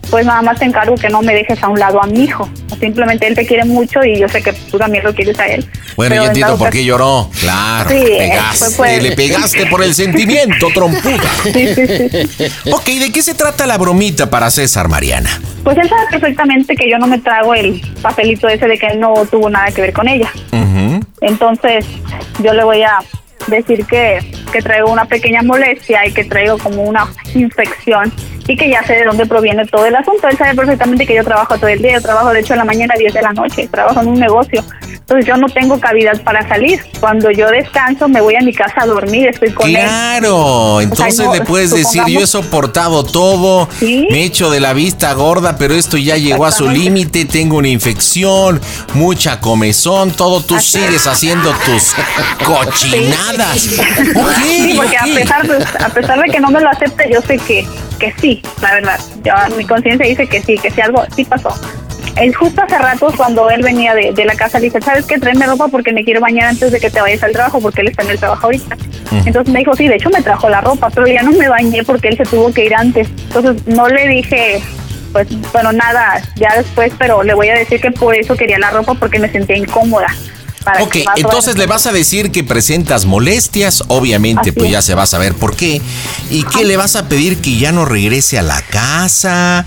Speaker 9: pues nada más te encargo que no me dejes a un lado a mi hijo. Simplemente él te quiere mucho y yo sé que tú también lo quieres a él.
Speaker 3: Bueno,
Speaker 9: Pero
Speaker 3: ya entiendo
Speaker 9: dado
Speaker 3: por
Speaker 9: caso-
Speaker 3: qué lloró. Claro,
Speaker 9: Sí,
Speaker 3: pegaste,
Speaker 9: pues, pues.
Speaker 3: le pegaste por el sentimiento, trompuda.
Speaker 9: Sí, sí, sí.
Speaker 3: Ok, ¿de qué se trata la bromita para César, Mariana?
Speaker 9: Pues él sabe perfectamente que yo no me trago el papelito ese de que él no tuvo nada que ver con ella.
Speaker 3: Ujú.
Speaker 9: Entonces, yo le voy a decir que, que traigo una pequeña molestia y que traigo como una infección y que ya sé de dónde proviene todo el asunto. Él sabe perfectamente que yo trabajo todo el día, yo trabajo de hecho en la mañana a diez de la noche, trabajo en un negocio. Entonces yo no tengo cavidad para salir. Cuando yo descanso me voy a mi casa a dormir, estoy con él.
Speaker 3: Claro, entonces
Speaker 9: no,
Speaker 3: le puedes decir,
Speaker 9: supongamos-
Speaker 3: yo he soportado todo, me he hecho de la vista gorda, pero esto ya llegó a su
Speaker 9: Exactamente.
Speaker 3: límite, tengo una infección, mucha comezón, todo, tú sigues haciendo tus cochinadas.
Speaker 9: Sí,
Speaker 3: Ok,
Speaker 9: sí, porque
Speaker 3: ok.
Speaker 9: a pesar de, a pesar de que no me lo acepte, yo sé que, que sí, la verdad. Yo, mi conciencia dice que sí, que sí algo sí pasó. Es justo hace rato cuando él venía de, de la casa, le dije, ¿sabes qué? Tráeme ropa porque me quiero bañar antes de que te vayas al trabajo, porque él está en el trabajo ahorita. Entonces me dijo, sí, de hecho me trajo la ropa, pero ya no me bañé porque él se tuvo que ir antes. Entonces no le dije, pues, bueno, nada, ya después, pero le voy a decir que por eso quería la ropa, porque me sentía incómoda. Para
Speaker 3: Ok,
Speaker 9: que más o
Speaker 3: entonces
Speaker 9: menos-
Speaker 3: le vas a decir que presentas molestias, obviamente
Speaker 9: Así
Speaker 3: pues
Speaker 9: es.
Speaker 3: ya se va a saber por qué, y que le vas a pedir que ya no regrese a la casa,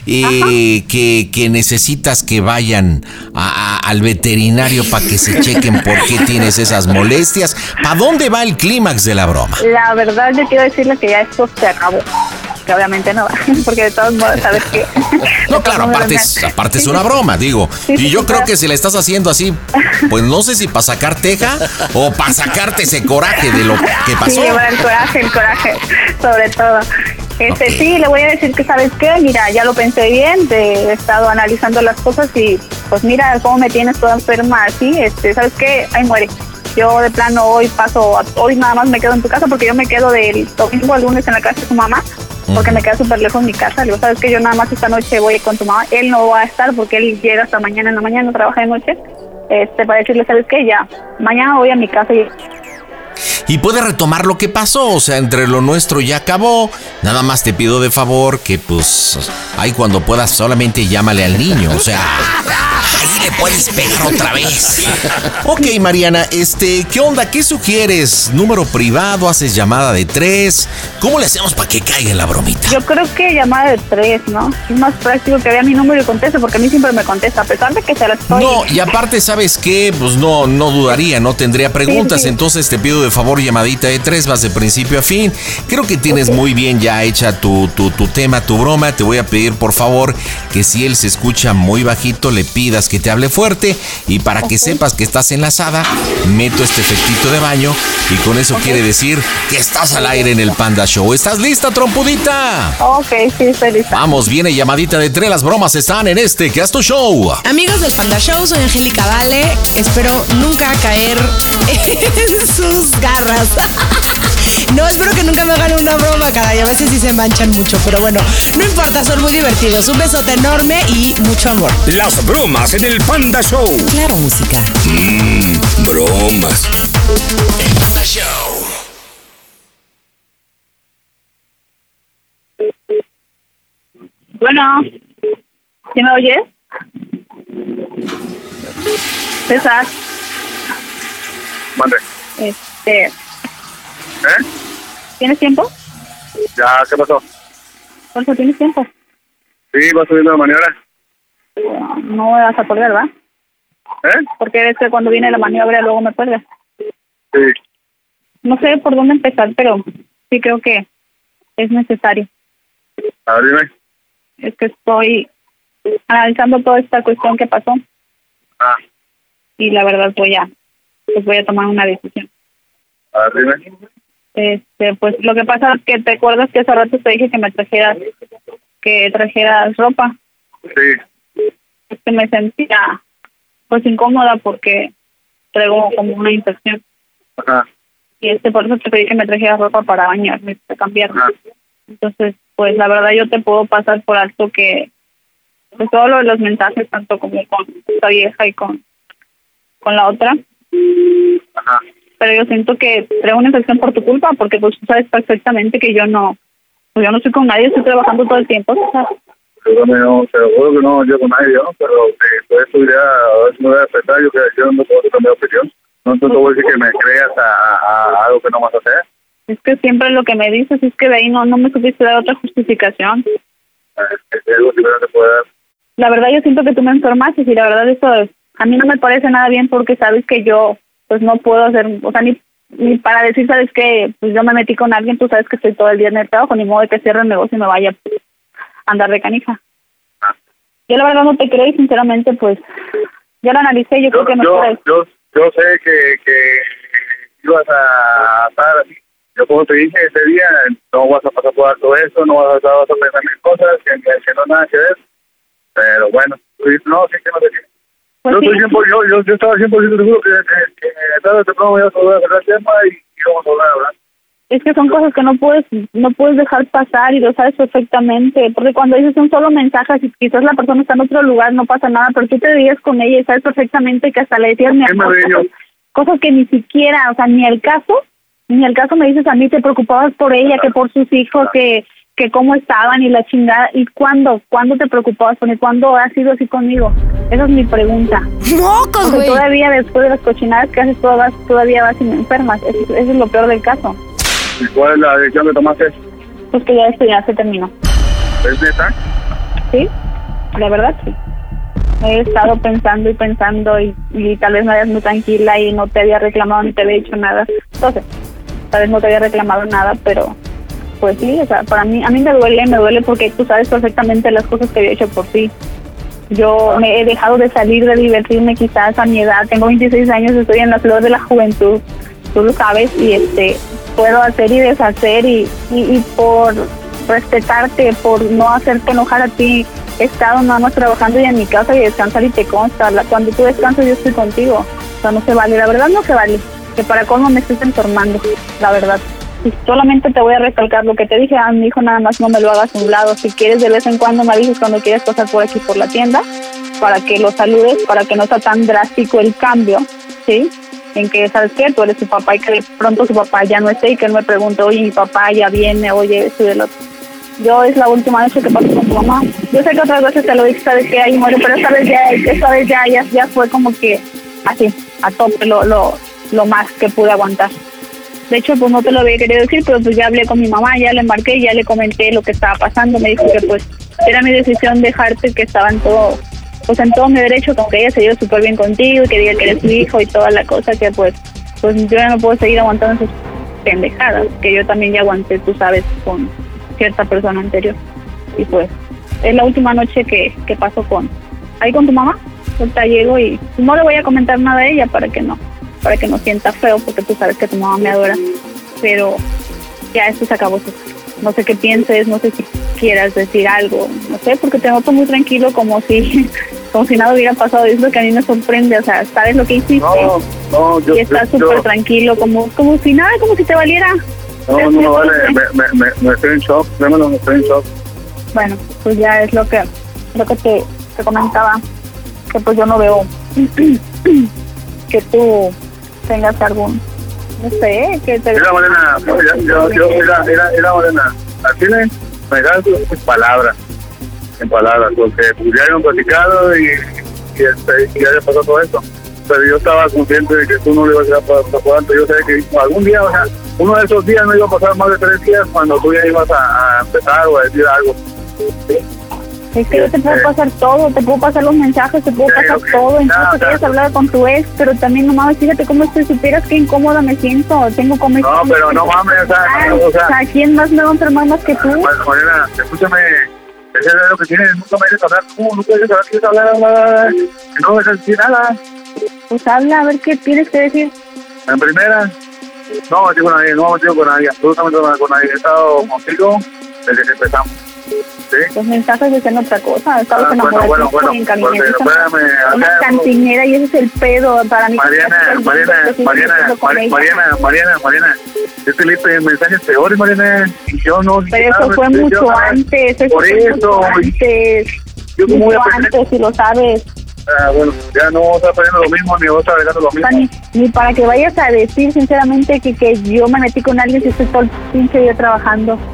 Speaker 3: eh, que, que necesitas que vayan a- a- al veterinario para que se chequen por qué tienes esas molestias. ¿Para dónde va el clímax de la broma?
Speaker 9: La verdad yo quiero decirle que ya esto se acabó, que obviamente no va, porque de todos modos sabes que...
Speaker 3: No, claro, aparte es, aparte es una broma, digo. Y yo creo que si la estás haciendo así, pues no sé si para sacar teja o para sacarte ese coraje de lo que pasó.
Speaker 9: Sí, bueno, el coraje, el coraje, sobre todo. Este,
Speaker 3: Ok.
Speaker 9: Sí, le voy a decir que, ¿sabes qué? Mira, ya lo pensé bien, te- he estado analizando las cosas y, pues mira, cómo me tienes toda enferma así, este, ¿sabes qué? Ahí muere. Yo de plano hoy paso, a- hoy nada más me quedo en tu casa porque yo me quedo del domingo al lunes en la casa de su mamá, porque me queda súper lejos mi casa. Le digo, ¿sabes qué? Yo nada más esta noche voy con tu mamá. Él no va a estar porque él llega hasta mañana en la mañana, trabaja de noche. Este, para decirle, ¿sabes qué? Ya, mañana voy a mi casa y...
Speaker 3: Y puedes retomar lo que pasó, o sea, entre lo nuestro ya acabó. Nada más te pido de favor que pues ahí cuando puedas solamente llámale al niño, o sea, ahí le puedes pegar otra vez. Ok, Mariana, este, ¿qué onda? ¿Qué sugieres? ¿Número privado? ¿Haces llamada de tres? ¿Cómo le hacemos para que caiga en la bromita?
Speaker 9: Yo creo que llamada de tres, ¿no? Es más práctico que vea mi número y conteste, porque a mí siempre me contesta, a pesar de que se la estoy...
Speaker 3: No, y aparte, ¿sabes qué? Pues no, no dudaría, no tendría preguntas,
Speaker 9: Sí, sí.
Speaker 3: entonces te pido de favor llamadita de tres, vas de principio a fin. Creo que tienes muy bien ya hecha tu, tu, tu tema, tu broma. Te voy a pedir por favor que si él se escucha muy bajito, le pidas que te hable fuerte, y para que sepas que estás enlazada, meto este efectito de baño y con eso quiere decir que estás al aire en el Panda Show. ¿Estás lista, trompudita?
Speaker 9: Ok, sí, estoy lista.
Speaker 3: Vamos, viene llamadita de tres, las bromas están en este que es tu show.
Speaker 2: Amigos del Panda Show, soy Angélica Vale. Espero nunca caer en sus garras. No, espero que nunca me hagan una broma, caray. A veces sí se manchan mucho, pero bueno, no importa, son muy divertidos. Un besote enorme y mucho amor.
Speaker 14: Las bromas en el Panda Show.
Speaker 2: Claro, música.
Speaker 14: Mmm, bromas.
Speaker 2: El Panda Show.
Speaker 9: Bueno, ¿sí me oyes? César,
Speaker 7: Mande.
Speaker 9: este,
Speaker 7: ¿Eh?
Speaker 9: ¿tienes tiempo?
Speaker 7: Ya, ¿qué pasó?
Speaker 9: Por eso tienes tiempo.
Speaker 7: Sí, va subiendo la maniobra.
Speaker 9: No me vas a colgar, ¿verdad?
Speaker 7: ¿Eh?
Speaker 9: Porque ves que cuando viene la maniobra luego me cuelgas.
Speaker 7: Sí.
Speaker 9: No sé por dónde empezar, pero sí creo que es necesario.
Speaker 7: A ver, dime.
Speaker 9: Es que estoy analizando toda esta cuestión que pasó
Speaker 7: Ah,
Speaker 9: y la verdad voy a, pues voy a tomar una decisión.
Speaker 7: a ver, dime.
Speaker 9: Este, pues lo que pasa es que te acuerdas que hace rato te dije que me trajeras, que trajeras ropa.
Speaker 7: Sí.
Speaker 9: Es que me sentía pues incómoda porque traigo como una infección.
Speaker 7: Ajá.
Speaker 9: Y este, por eso te pedí que me trajeras ropa para bañarme, para cambiarme.
Speaker 7: Ajá.
Speaker 9: Entonces, pues la verdad yo te puedo pasar por alto que pues todo lo de los mensajes, tanto como con esta vieja y con, con la otra.
Speaker 7: Ajá.
Speaker 9: Pero yo siento que traigo una infección por tu culpa, porque pues tú sabes perfectamente que yo no, pues yo no estoy con nadie, estoy trabajando todo el tiempo, ¿sabes?
Speaker 15: Yo también no, te lo juro que no, yo con nadie, ¿no? Pero si por eso ya, a ver si me voy a respetar, yo que yo no puedo cambiar de opinión. No te voy a decir que me creas a, a, a algo que no vas a hacer.
Speaker 9: Es que siempre lo que me dices es que de ahí no, no me supiste dar otra justificación.
Speaker 15: Es algo que no te puedo dar.
Speaker 9: La verdad yo siento que tú me informaste y la verdad eso a mí no me parece nada bien porque sabes que yo pues no puedo hacer, o sea, ni, ni para decir, sabes que pues yo me metí con alguien, tú sabes que estoy todo el día en el trabajo, ni modo de que cierre el negocio y me vaya a andar de canija.
Speaker 15: Ah.
Speaker 9: Yo la verdad no te creo y sinceramente pues ya lo analicé, yo, yo creo que me
Speaker 15: yo,
Speaker 9: puedes.
Speaker 15: yo, yo sé que, que ibas a estar así. Yo como te dije ese día, no vas a pasar por alto eso, no vas a, vas a pensar mil cosas que, que no nada que ver. Pero bueno, no, sí que no te quiero. Pues yo, sí. estoy cien, yo, yo, yo estaba cien por ciento seguro que, que, que tarde o temprano voy a volver a hacer el tema y, y vamos a volver a hablar.
Speaker 9: Es que son cosas que no puedes no puedes dejar pasar y lo sabes perfectamente, porque cuando dices un solo mensaje, si quizás la persona está en otro lugar, no pasa nada, pero tú te veías con ella y sabes perfectamente que hasta le decías mi amor, cosas, cosas que ni siquiera, o sea, ni el caso, ni el caso me dices a mí, te preocupabas por ella, que por sus hijos, que que cómo estaban y la chingada. ¿Y cuándo? ¿Cuándo te preocupabas por él? ¿Cuándo has sido así conmigo? Esa es mi pregunta.
Speaker 2: ¡Mocos, güey!
Speaker 9: Todavía después de las cochinadas que haces, todavía vas, todavía vas y me enfermas. Eso, eso es lo peor del caso.
Speaker 15: ¿Y cuál es la decisión que tomaste?
Speaker 9: Pues que ya esto ya se terminó.
Speaker 15: ¿Es neta?
Speaker 9: Sí, la verdad sí. He estado pensando y pensando y, y tal vez no eras muy tranquila y no te había reclamado ni te había dicho nada. Entonces, tal vez no te había reclamado nada, pero... Pues sí, o sea, para mí, a mí me duele, me duele porque tú sabes perfectamente las cosas que había hecho por ti. Yo me he dejado de salir, de divertirme quizás a mi edad, tengo veintiséis años, estoy en la flor de la juventud, tú lo sabes, y este puedo hacer y deshacer y, y, y por respetarte, por no hacerte enojar a ti, he estado nada más trabajando y en mi casa y descansar y te consta, la, cuando tú descansas yo estoy contigo, o sea, no se vale, la verdad no se vale, que para colmo me estés entornando, la verdad. Y solamente te voy a recalcar lo que te dije a mi hijo, nada más no me lo hagas a un lado. Si quieres de vez en cuando me avises cuando quieres pasar por aquí por la tienda para que lo saludes, para que no sea tan drástico el cambio, ¿sí? En que, ¿sabes qué? Tú eres su papá y que de pronto su papá ya no esté y que él me pregunte, oye, mi papá ya viene, oye, esto y del otro. Yo es la última noche que paso con tu mamá. Yo sé que otras veces te lo dije, sabes que ahí muere, pero esta vez ya, esta vez ya, ya, ya fue como que así, a tope, lo, lo, lo más que pude aguantar. De hecho, pues no te lo había querido decir, pero pues ya hablé con mi mamá, ya le marqué, ya le comenté lo que estaba pasando. Me dijo que pues era mi decisión dejarte, que estaba en todo, pues en todo mi derecho, con que ella se lleve súper bien contigo, que diga que eres su hijo y toda la cosa, que pues pues yo ya no puedo seguir aguantando esas pendejadas, que yo también ya aguanté, tú sabes, con cierta persona anterior. Y pues es la última noche que, que paso con ahí con tu mamá. Ahorita llego y no le voy a comentar nada a ella para que no para que no sienta feo, porque tú sabes que tu mamá me adora, pero ya esto se acabó. No sé qué pienses, no sé si quieras decir algo, no sé, porque te noto muy tranquilo, como si como si nada hubiera pasado, y es lo que a mí me sorprende, o sea, sabes lo que hiciste,
Speaker 15: no, no, yo,
Speaker 9: y estás súper tranquilo, como como si nada, como si te valiera.
Speaker 15: No, no, no, vale, me, me, me, me estoy en shock, démelo, me estoy en shock.
Speaker 9: Bueno, pues ya es lo que, lo que te, te comentaba, que pues yo no veo que tú tengas algún, no sé, que te...
Speaker 15: Mira, Morena, yo, yo, yo, mira, mira, mira, Morena, al chile me das en palabras, en palabras, porque ya hemos platicado y, y, este, y ya había pasado todo esto, pero yo estaba consciente de que tú no le ibas a dar por, por tanto, yo sé que algún día, o sea, uno de esos días no iba a pasar más de tres días cuando tú ya ibas a, a empezar o a decir algo. ¿Sí?
Speaker 9: Es que yo te puedo pasar todo, te puedo pasar los mensajes, te puedo
Speaker 15: sí,
Speaker 9: pasar
Speaker 15: okay.
Speaker 9: todo, incluso
Speaker 15: nah,
Speaker 9: quieres
Speaker 15: nah.
Speaker 9: hablar con tu ex, pero también no mames, fíjate cómo estoy, supieras qué incómoda me siento, tengo como...
Speaker 15: No, pero no mames, o sea,
Speaker 9: Ay,
Speaker 15: o sea,
Speaker 9: o sea, ¿quién más me va a enfermar más que tú?
Speaker 15: Bueno, Morena, escúchame, ese es lo que tienes, nunca me dejes hablar tú, nunca me dejes hablar, quieres hablar, hablar, no me dejes decir nada.
Speaker 9: Pues habla, a ver qué tienes que decir.
Speaker 15: En primera, no me digo con nadie, no me digo con nadie, absolutamente con nadie, he estado contigo desde que empezamos. ¿Sí?
Speaker 9: Los mensajes dicen otra cosa, estabas
Speaker 15: ah,
Speaker 9: enamorada
Speaker 15: bueno, bueno,
Speaker 9: en
Speaker 15: bueno,
Speaker 9: camioneta, una cantinera y ese es el pedo para mí.
Speaker 15: Mariana, Mariana, Mariana, Mariana, Mariana, Mariana, Mariana, yo te leí mensajes peores, Mariana, y yo no...
Speaker 9: Pero eso fue mucho antes, eso
Speaker 15: por
Speaker 9: fue
Speaker 15: eso,
Speaker 9: mucho antes,
Speaker 15: yo como
Speaker 9: mucho antes, si lo sabes.
Speaker 15: Ah, bueno, ya no vamos a estar poniendo lo mismo, ni vamos a estar agregando lo mismo.
Speaker 9: Ni, ni para que vayas a decir sinceramente que, que yo me metí con alguien si estoy todo el pinche día trabajando.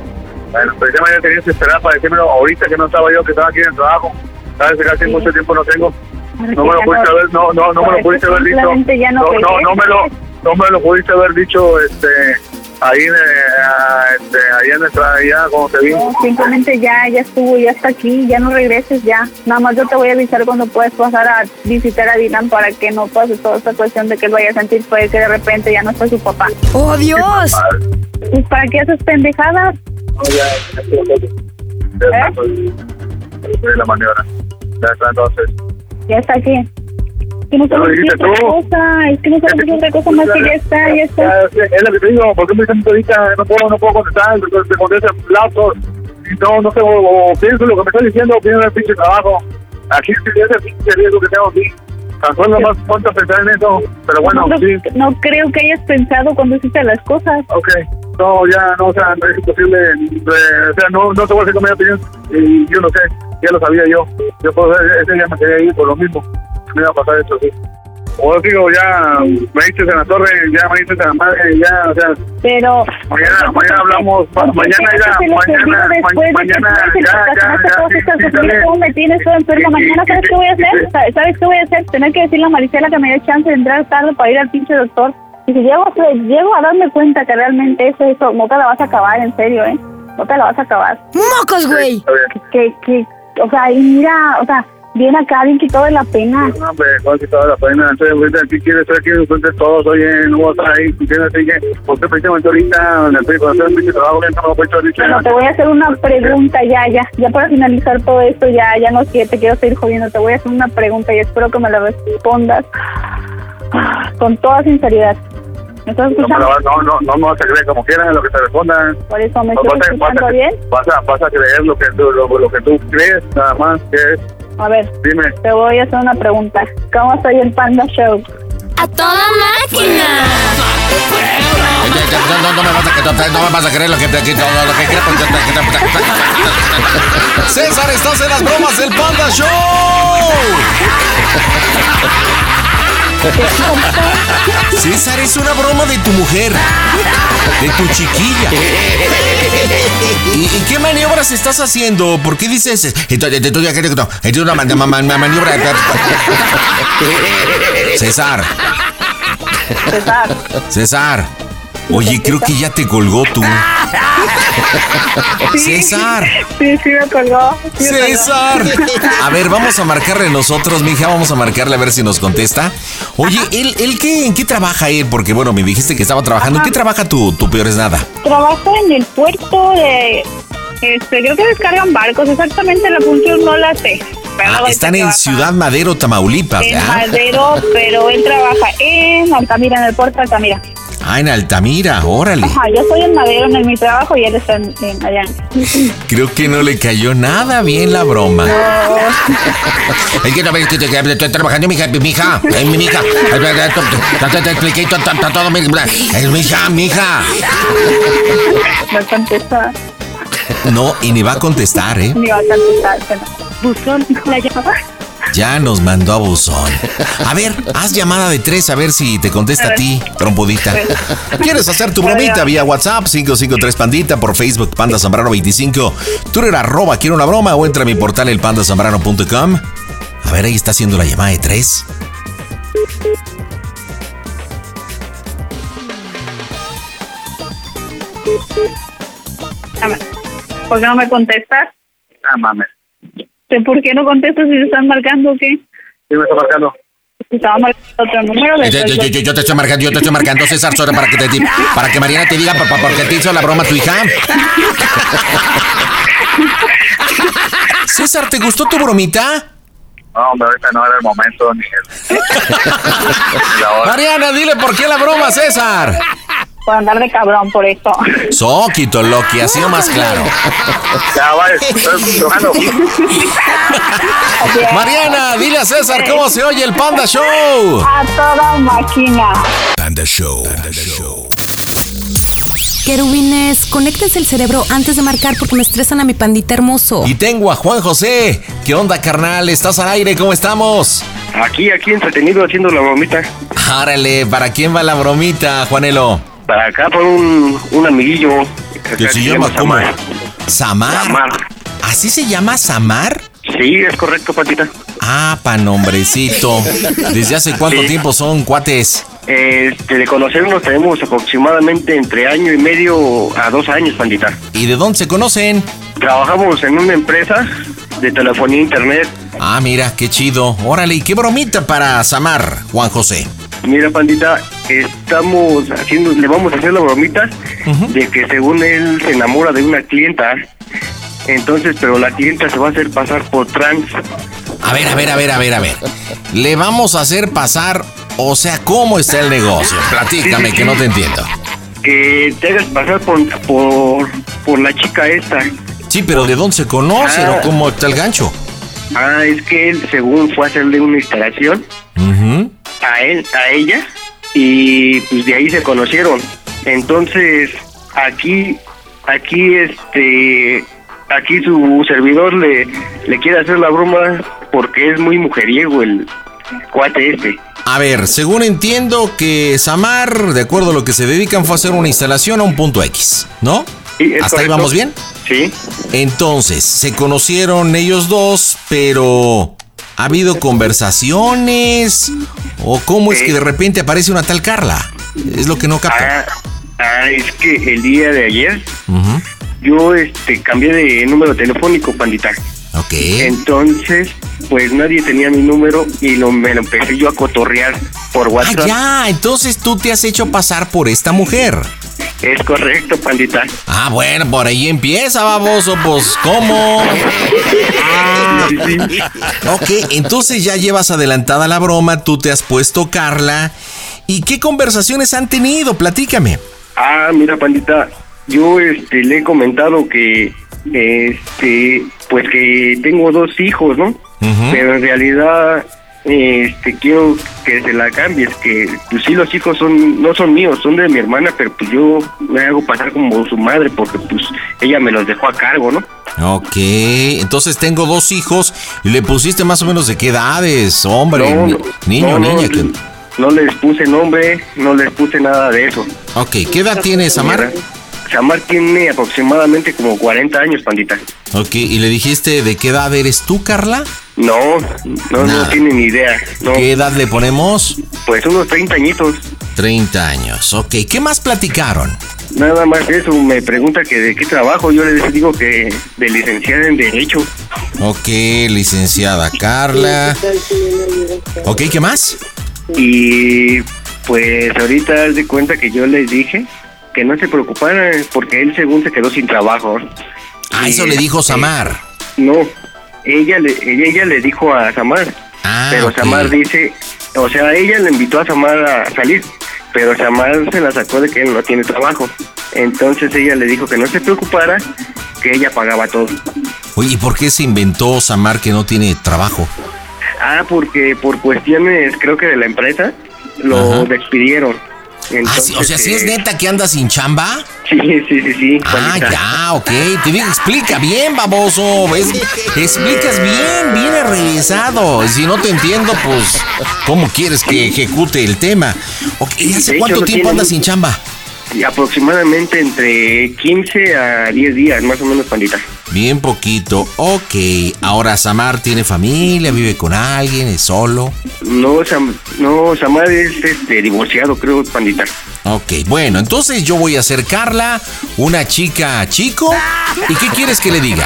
Speaker 15: Bueno, pues ya me había tenido que esperar para decírmelo ahorita que no estaba yo, que estaba aquí en el trabajo. Sabes que casi sí. mucho tiempo no tengo. No me lo pudiste haber, no, no, no me lo pudiste haber dicho. No, no, no me lo, no me lo pudiste haber dicho, este, ahí, eh, este, ahí en nuestra, allá como te vi.
Speaker 9: No, simplemente ya, ya estuvo, ya está aquí, ya no regreses ya. Nada más yo te voy a avisar cuando puedes pasar a visitar a Dylan para que no pase toda esta cuestión de que él vaya a sentir puede que de repente ya no está su papá.
Speaker 2: ¡Oh, Dios!
Speaker 9: Pues para qué haces pendejadas.
Speaker 15: No, ya, ya estoy ya ¿Eh? estoy, estoy en la maniobra. Ya está entonces.
Speaker 9: Ya está aquí. Que no sabes qué otra cosa, es que no sabes qué otra cosa más que ya está, ya está.
Speaker 15: Ya, es lo que te digo, ¿por qué me dicen ahorita? No puedo, no puedo contestar, te contestan lapsos. Y no, no sé, o, o pienso lo que me estás diciendo, o pienso el pinche trabajo. Aquí es el pinche riesgo que tengo aquí. Tan solo más cuánto pensar en eso, pero bueno,
Speaker 9: no,
Speaker 15: sí.
Speaker 9: No creo que hayas pensado cuando hiciste las cosas.
Speaker 15: Ok, no, ya, no, o sea, no es imposible, eh, o sea, no, no te voy a decir con mi opinión, y yo no sé, ya lo sabía yo. Yo puedo ser, ese día me quedé ahí por lo mismo, me iba a pasar esto, sí. O digo, ya me dices en la torre, ya me dices en la madre, ya, o sea.
Speaker 9: Pero.
Speaker 15: Mañana, mañana hablamos, mañana ya, mañana, mañana, ya, ya, ya.
Speaker 9: ¿Cómo me tienes todo enfermo? Mañana, ¿sabes qué voy a hacer? ¿Sabes qué voy a hacer? Tener que decirle a Maricela que me dé chance de entrar tarde para ir al pinche doctor. Y si llego, llego a darme cuenta que realmente eso, eso, no te la vas a acabar, en serio, ¿eh? No te la vas a acabar.
Speaker 2: ¡Mocos, güey!
Speaker 9: Que, que, o sea, y mira, o sea. Bien acá, bien quitado de la pena.
Speaker 15: No, hombre, ¿cuál quitado de la pena? Entonces, ahorita aquí quieres estar aquí enfrente de todos, oye, no vas a estar ahí, ¿entiendes? Así que, porque precisamente ahorita, en el cuando hacer un pinche trabajo, no me puedo ahorita.
Speaker 9: Bueno, te voy a hacer una pregunta ya, ya, ya para finalizar todo esto, ya, ya no quiero, te quiero seguir jodiendo, te voy a hacer una pregunta y espero que me la respondas con toda sinceridad. ¿Me estás escuchando?
Speaker 15: No, no, no, no me vas a creer como quieras lo que te respondan.
Speaker 9: Por eso, ¿me estás escuchando
Speaker 15: vas a,
Speaker 9: bien?
Speaker 15: Vas a, vas a creer lo que, tú, lo, lo que tú crees, nada más, que es.
Speaker 9: A ver,
Speaker 15: dime.
Speaker 9: Te voy a hacer una pregunta. ¿Cómo soy el Panda Show?
Speaker 8: ¡A toda máquina!
Speaker 3: No, no, no, me vas a, no me vas a creer lo que te quito, lo que crees. César, estás en las bromas del Panda Show. César, es una broma de tu mujer, de tu chiquilla. ¿Y, y qué maniobras estás haciendo? ¿Por qué dices? Es una maniobra. César.
Speaker 9: César.
Speaker 3: César. Oye, creo que ya te colgó tú. César.
Speaker 9: Sí, sí me colgó. Sí me
Speaker 3: César.
Speaker 9: colgó.
Speaker 3: A ver, vamos a marcarle nosotros, mija, vamos a marcarle a ver si nos contesta. Oye, ¿él, él qué, en qué trabaja él? Porque, bueno, me dijiste que estaba trabajando. ¿En qué trabaja tu, tu peor es nada?
Speaker 9: Trabajo en el puerto de... Este, creo que descargan barcos. Exactamente la función no la sé.
Speaker 3: Ah, están en Ciudad Madero, Tamaulipas,
Speaker 9: En
Speaker 3: ¿verdad?
Speaker 9: Madero, pero él trabaja en Altamira, en el puerto de Altamira.
Speaker 3: Ah, en Altamira, órale.
Speaker 9: Ajá, yo estoy en Madero en mi trabajo y él está en, en allá.
Speaker 3: Creo que no le cayó nada bien la broma.
Speaker 9: No.
Speaker 3: Es que no ves que estoy trabajando, mija, mija, eh, mi mija. Te expliqué todo, es mija, mija.
Speaker 9: No contesta.
Speaker 3: No, y ni va a contestar, ¿eh?
Speaker 9: Ni va a contestar. Buzón, la llamada.
Speaker 3: Ya nos mandó a buzón. A ver, haz llamada de tres a ver si te contesta a, a ti, trompudita. ¿Quieres hacer tu bromita vía WhatsApp? cinco cinco tres Pandita, por Facebook Panda Zambrano veinticinco, Twitter arroba quiero una broma o entra a mi portal el panda zambrano punto com. A ver, ahí está haciendo la llamada de tres.
Speaker 9: ¿Por qué no me contestas?
Speaker 15: Ah, mames.
Speaker 9: ¿Por qué no contestas si te están marcando o qué?
Speaker 15: ¿Sí me está marcando?
Speaker 9: Estaba marcando otro número. De
Speaker 3: yo, yo, yo, yo te estoy marcando, yo te estoy marcando, César, solo para que te para que Mariana te diga por, por qué te hizo la broma tu hija. César, ¿te gustó tu bromita?
Speaker 15: No, hombre, ahorita no era el momento ni el... ni la hora.
Speaker 3: Mariana, dile por qué la broma, César.
Speaker 9: Por andar de cabrón, por eso.
Speaker 3: Soquito, Loki, ha sido más claro.
Speaker 15: Ya, vaya, estoy trabajando.
Speaker 3: Mariana, dile a César cómo se oye el Panda Show.
Speaker 9: A toda máquina.
Speaker 14: Panda Show. Panda Show.
Speaker 2: Querubines, conéctense el cerebro antes de marcar porque me estresan a mi pandita hermoso.
Speaker 3: Y tengo a Juan José. ¿Qué onda, carnal? ¿Estás al aire? ¿Cómo estamos?
Speaker 16: Aquí, aquí entretenido haciendo la bromita.
Speaker 3: Árale, ¿para quién va la bromita, Juanelo?
Speaker 16: Para acá, por un, un amiguillo.
Speaker 3: Que se llama como Samar.
Speaker 12: Samar.
Speaker 3: ¿Así se llama Samar?
Speaker 12: Sí, es correcto, Pandita.
Speaker 3: Ah, pa nombrecito. ¿Desde hace cuánto
Speaker 12: Sí.
Speaker 3: tiempo son cuates?
Speaker 12: Este, de conocernos tenemos aproximadamente entre año y medio a dos años, Pandita.
Speaker 3: ¿Y de dónde se conocen?
Speaker 12: Trabajamos en una empresa de telefonía e internet.
Speaker 3: Ah, mira, qué chido. Órale, ¿y qué bromita para Samar, Juan José?
Speaker 12: Mira, Pandita, estamos haciendo, le vamos a hacer la bromita uh-huh. de que según él se enamora de una clienta. Entonces, pero la clienta se va a hacer pasar por trans.
Speaker 3: A ver, a ver, a ver, a ver, a ver. Le vamos a hacer pasar, o sea, ¿cómo está el negocio? Platícame, sí, sí, que sí. no te entiendo.
Speaker 12: Que te hagas pasar por, por, por la chica esta.
Speaker 3: Sí, pero ¿de dónde se conocen ah. o cómo está el gancho?
Speaker 12: Ah, es que él, según fue a hacerle una instalación uh-huh. a él, a ella, y pues de ahí se conocieron. Entonces, aquí, aquí, este... Aquí su servidor le, le quiere hacer la broma porque es muy mujeriego el cuate este.
Speaker 3: A ver, según entiendo que Samar, de acuerdo a lo que se dedican, fue a hacer una instalación a un punto X, ¿no?
Speaker 12: Sí, es
Speaker 3: ¿Hasta
Speaker 12: correcto.
Speaker 3: ahí vamos bien?
Speaker 12: Sí.
Speaker 3: Entonces, se conocieron ellos dos, pero ¿ha habido conversaciones? ¿O cómo es eh. que de repente aparece una tal Carla? Es lo que no capto.
Speaker 12: Ah, ah es que el día de ayer... Uh-huh. Yo este cambié de número telefónico, Pandita.
Speaker 3: Ok.
Speaker 12: Entonces, pues nadie tenía mi número y lo, me lo empecé yo a cotorrear por WhatsApp.
Speaker 3: Ah, ya, entonces tú te has hecho pasar por esta mujer.
Speaker 12: Es correcto, Pandita.
Speaker 3: Ah, bueno, por ahí empieza, baboso, pues, ¿cómo?
Speaker 12: Sí, sí.
Speaker 3: Ok, entonces ya llevas adelantada la broma, tú te has puesto Carla. ¿Y qué conversaciones han tenido? Platícame.
Speaker 12: Ah, mira, Pandita, yo este le he comentado que este pues que tengo dos hijos, ¿no? Uh-huh. Pero en realidad este quiero que se la cambies, que pues sí, los hijos son no son míos, son de mi hermana, pero pues yo me hago pasar como su madre porque pues ella me los dejó a cargo, ¿no?
Speaker 3: Ok, entonces tengo dos hijos y le pusiste más o menos de qué edades, hombre,
Speaker 12: no,
Speaker 3: ni, niño o
Speaker 12: no,
Speaker 3: niña.
Speaker 12: No,
Speaker 3: que...
Speaker 12: no les puse nombre, no les puse nada de eso.
Speaker 3: Ok, ¿qué edad tiene Samar?
Speaker 12: Samar tiene aproximadamente como cuarenta años, Pandita.
Speaker 3: Ok, ¿y le dijiste de qué edad eres tú, Carla?
Speaker 12: No, no, Nada. no tiene ni idea. No.
Speaker 3: ¿Qué edad le ponemos?
Speaker 12: Pues unos treinta añitos.
Speaker 3: treinta años, ok. ¿Qué más platicaron?
Speaker 12: Nada más eso, me pregunta que de qué trabajo, yo le digo que de licenciada en Derecho.
Speaker 3: Ok, licenciada Carla. Ok, ¿qué más?
Speaker 12: Y pues ahorita haz de cuenta que yo les dije que no se preocuparan porque él según se quedó sin trabajo.
Speaker 3: Ah, eso y, le dijo Samar.
Speaker 12: Eh, no, ella le ella le dijo a Samar.
Speaker 3: Ah,
Speaker 12: pero
Speaker 3: okay.
Speaker 12: Samar dice, o sea, ella le invitó a Samar a salir, pero Samar se la sacó de que él no tiene trabajo. Entonces ella le dijo que no se preocupara, que ella pagaba todo.
Speaker 3: Oye, ¿y por qué se inventó Samar que no tiene trabajo?
Speaker 12: Ah, porque por cuestiones, creo que de la empresa, lo Ajá. despidieron.
Speaker 3: Entonces, ah, sí, o sea, ¿sí es neta que andas sin chamba?
Speaker 12: Sí, sí, sí, sí.
Speaker 3: Ah, Juanita. Ya, ok. Te digo, explica bien, baboso. Es, explicas bien, bien regresado. Si no te entiendo, pues, ¿cómo quieres que ejecute el tema? Okay, ¿hace
Speaker 12: de
Speaker 3: cuánto
Speaker 12: hecho,
Speaker 3: tiempo andas sin chamba?
Speaker 12: Aproximadamente entre quince a diez días, más o menos, Pandita.
Speaker 3: Bien poquito. Ok. Ahora, Samar tiene familia, vive con alguien, es solo.
Speaker 12: No, Sam, no Samar es este, divorciado, creo, Pandita.
Speaker 3: Ok, bueno, entonces yo voy a acercarla, una chica chico. ¿Y qué quieres que le diga?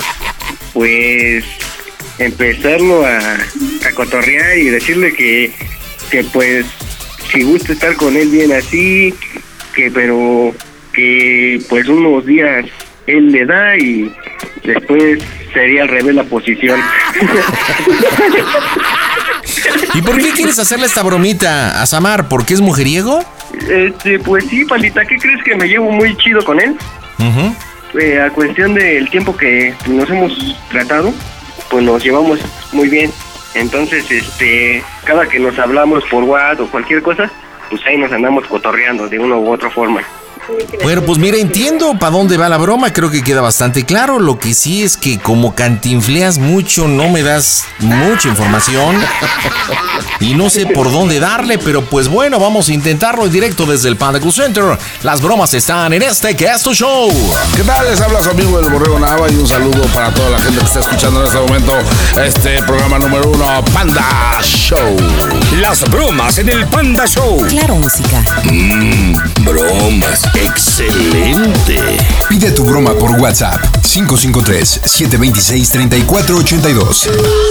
Speaker 12: Pues empezarlo a, a cotorrear y decirle que, que pues, si gusta estar con él bien así, que pero que pues unos días él le da y después sería al revés la posición.
Speaker 3: ¿Y por qué quieres hacerle esta bromita a Samar? ¿Por qué es mujeriego?
Speaker 12: Este, pues sí, Pandita, ¿qué crees que me llevo muy chido con él? Uh-huh. Eh, a cuestión del tiempo que nos hemos tratado, pues nos llevamos muy bien. Entonces, este, cada que nos hablamos por WhatsApp o cualquier cosa, pues ahí nos andamos cotorreando de una u otra forma.
Speaker 3: Bueno, pues mira, entiendo para dónde va la broma, creo que queda bastante claro. Lo que sí es que como cantinfleas mucho, no me das mucha información y no sé por dónde darle, pero pues bueno, vamos a intentarlo en directo desde el Panda Cool Center. Las bromas están en este que es tu show.
Speaker 17: ¿Qué tal? Les habla su amigo el Borrego Nava y un saludo para toda la gente que está escuchando en este momento este programa número uno, Panda Show.
Speaker 14: Las bromas en el Panda Show.
Speaker 2: Claro, música.
Speaker 14: Mmm, bromas. Excelente.
Speaker 1: Pide tu broma por WhatsApp cinco cinco tres, siete dos seis, tres cuatro ocho dos.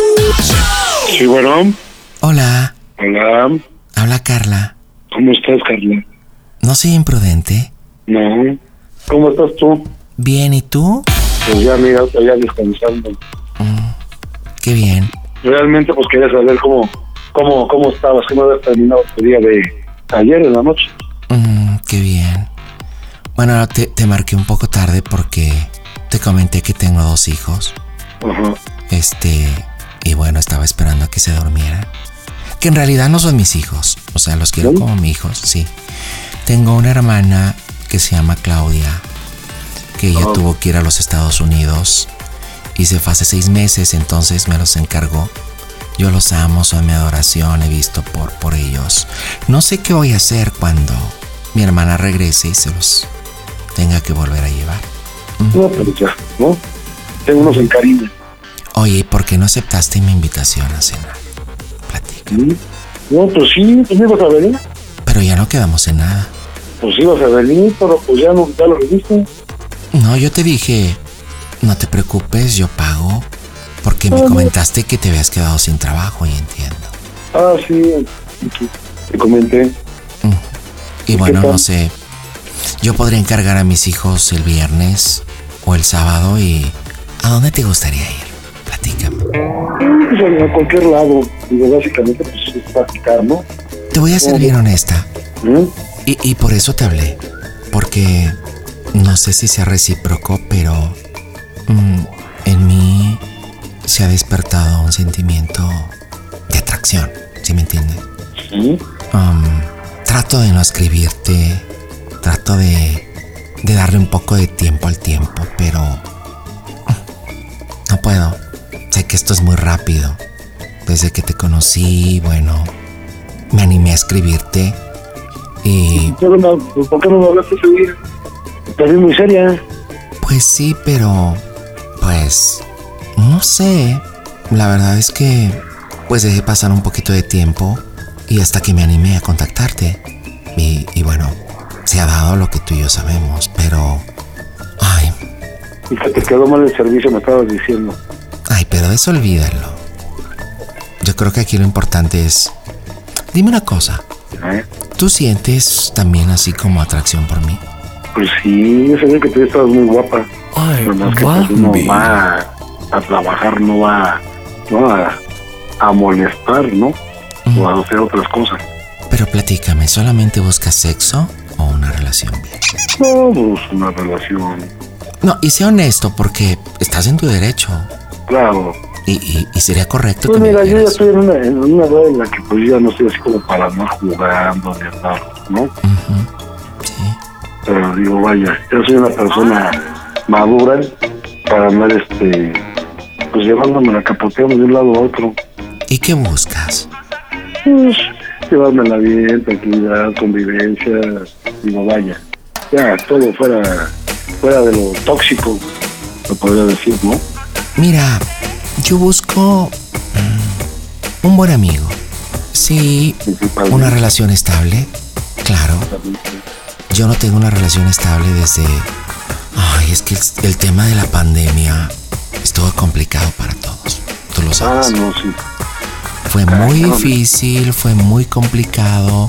Speaker 15: Sí, bueno.
Speaker 3: Hola.
Speaker 15: Hola.
Speaker 3: Habla Carla.
Speaker 15: ¿Cómo estás, Carla?
Speaker 3: ¿No soy imprudente?
Speaker 15: No. ¿Cómo estás tú?
Speaker 3: Bien, ¿y tú?
Speaker 15: Pues ya, mira, estoy ya descansando.
Speaker 3: Mm, qué bien.
Speaker 15: Realmente, pues quería saber cómo, cómo, cómo estabas, cómo habías terminado tu día de ayer en la noche.
Speaker 3: Mm, qué bien. Bueno, te, te marqué un poco tarde porque te comenté que tengo dos hijos.
Speaker 15: Ajá.
Speaker 3: Este, y bueno, estaba esperando a que se durmieran. Que en realidad no son mis hijos. O sea, los quiero ¿Sí? como mis hijos, sí. Tengo una hermana que se llama Claudia, que ella oh. tuvo que ir a los Estados Unidos y se fue hace seis meses, entonces me los encargó. Yo los amo, son mi adoración, he visto por, por ellos. No sé qué voy a hacer cuando mi hermana regrese y se los tenga que volver a llevar.
Speaker 15: No, pero ya, ¿no? Tengo unos en cariño.
Speaker 3: Oye, ¿por qué no aceptaste mi invitación a cenar? Platica.
Speaker 15: ¿Sí? No, pues sí, pues ibas a venir.
Speaker 3: Pero ya no quedamos en nada.
Speaker 15: Pues ibas a venir, pero pues ya, no, ya lo viste.
Speaker 3: No, yo te dije, no te preocupes, yo pago. Porque me
Speaker 15: ah,
Speaker 3: comentaste que te habías quedado sin trabajo y entiendo.
Speaker 15: Ah, sí, te comenté.
Speaker 3: Mm. Y bueno, no sé, yo podría encargar a mis hijos el viernes o el sábado y... ¿A dónde te gustaría ir? Platícame.
Speaker 15: Pues a cualquier lado, digo, básicamente pues es practicar, ¿no?
Speaker 3: Te voy a ser bien honesta.
Speaker 15: ¿Mm?
Speaker 3: Y, y por eso te hablé. Porque no sé si sea recíproco, pero mm, en mí se ha despertado un sentimiento de atracción, ¿sí me entiendes?
Speaker 15: Sí.
Speaker 3: Um, trato de no escribirte, trato de, de darle un poco de tiempo al tiempo, pero no puedo. Sé que esto es muy rápido. Desde que te conocí, bueno, me animé a escribirte y...
Speaker 15: ¿Por qué no me hablaste ese día? Te vi muy seria.
Speaker 3: Pues sí, pero... Pues... No sé. La verdad es que... Pues dejé pasar un poquito de tiempo y hasta que me animé a contactarte. Y, y bueno, se ha dado lo que tú y yo sabemos, pero... Ay...
Speaker 15: Y que te quedó mal el servicio, me estabas diciendo.
Speaker 3: Ay, pero eso olvídalo. Yo creo que aquí lo importante es... Dime una cosa.
Speaker 15: ¿Eh?
Speaker 3: ¿Tú sientes también así como atracción por mí?
Speaker 15: Pues sí, yo sabía que tú estabas muy guapa.
Speaker 3: Ay,
Speaker 15: pero más que pues uno va a, a trabajar, no va, no va a, a molestar, ¿no? Mm. O a hacer otras cosas.
Speaker 3: Pero platícame, ¿solamente buscas sexo o una relación bien?
Speaker 15: No, pues una relación.
Speaker 3: No, y sé honesto porque estás en tu derecho.
Speaker 15: Claro.
Speaker 3: Y, y, y sería correcto
Speaker 15: pues
Speaker 3: que
Speaker 15: mira,
Speaker 3: me
Speaker 15: yo ya estoy en una, en una edad en la que pues ya no estoy así como para andar jugando de andar, ¿no?
Speaker 3: Uh-huh. Sí.
Speaker 15: Pero digo, vaya, yo soy una persona madura para andar este, pues llevándome la capoteando de un lado a otro.
Speaker 3: ¿Y qué buscas?
Speaker 15: Pues llevármela bien, tranquilidad, convivencia, digo, vaya, ya todo fuera, fuera de lo tóxico, lo podría decir, ¿no?
Speaker 3: Mira, yo busco um, un buen amigo. Sí, una relación estable, claro. Yo no tengo una relación estable desde... Ay, es que el, el tema de la pandemia estuvo complicado para todos. Tú lo sabes.
Speaker 15: Ah, no, sí.
Speaker 3: Fue muy difícil, fue muy complicado.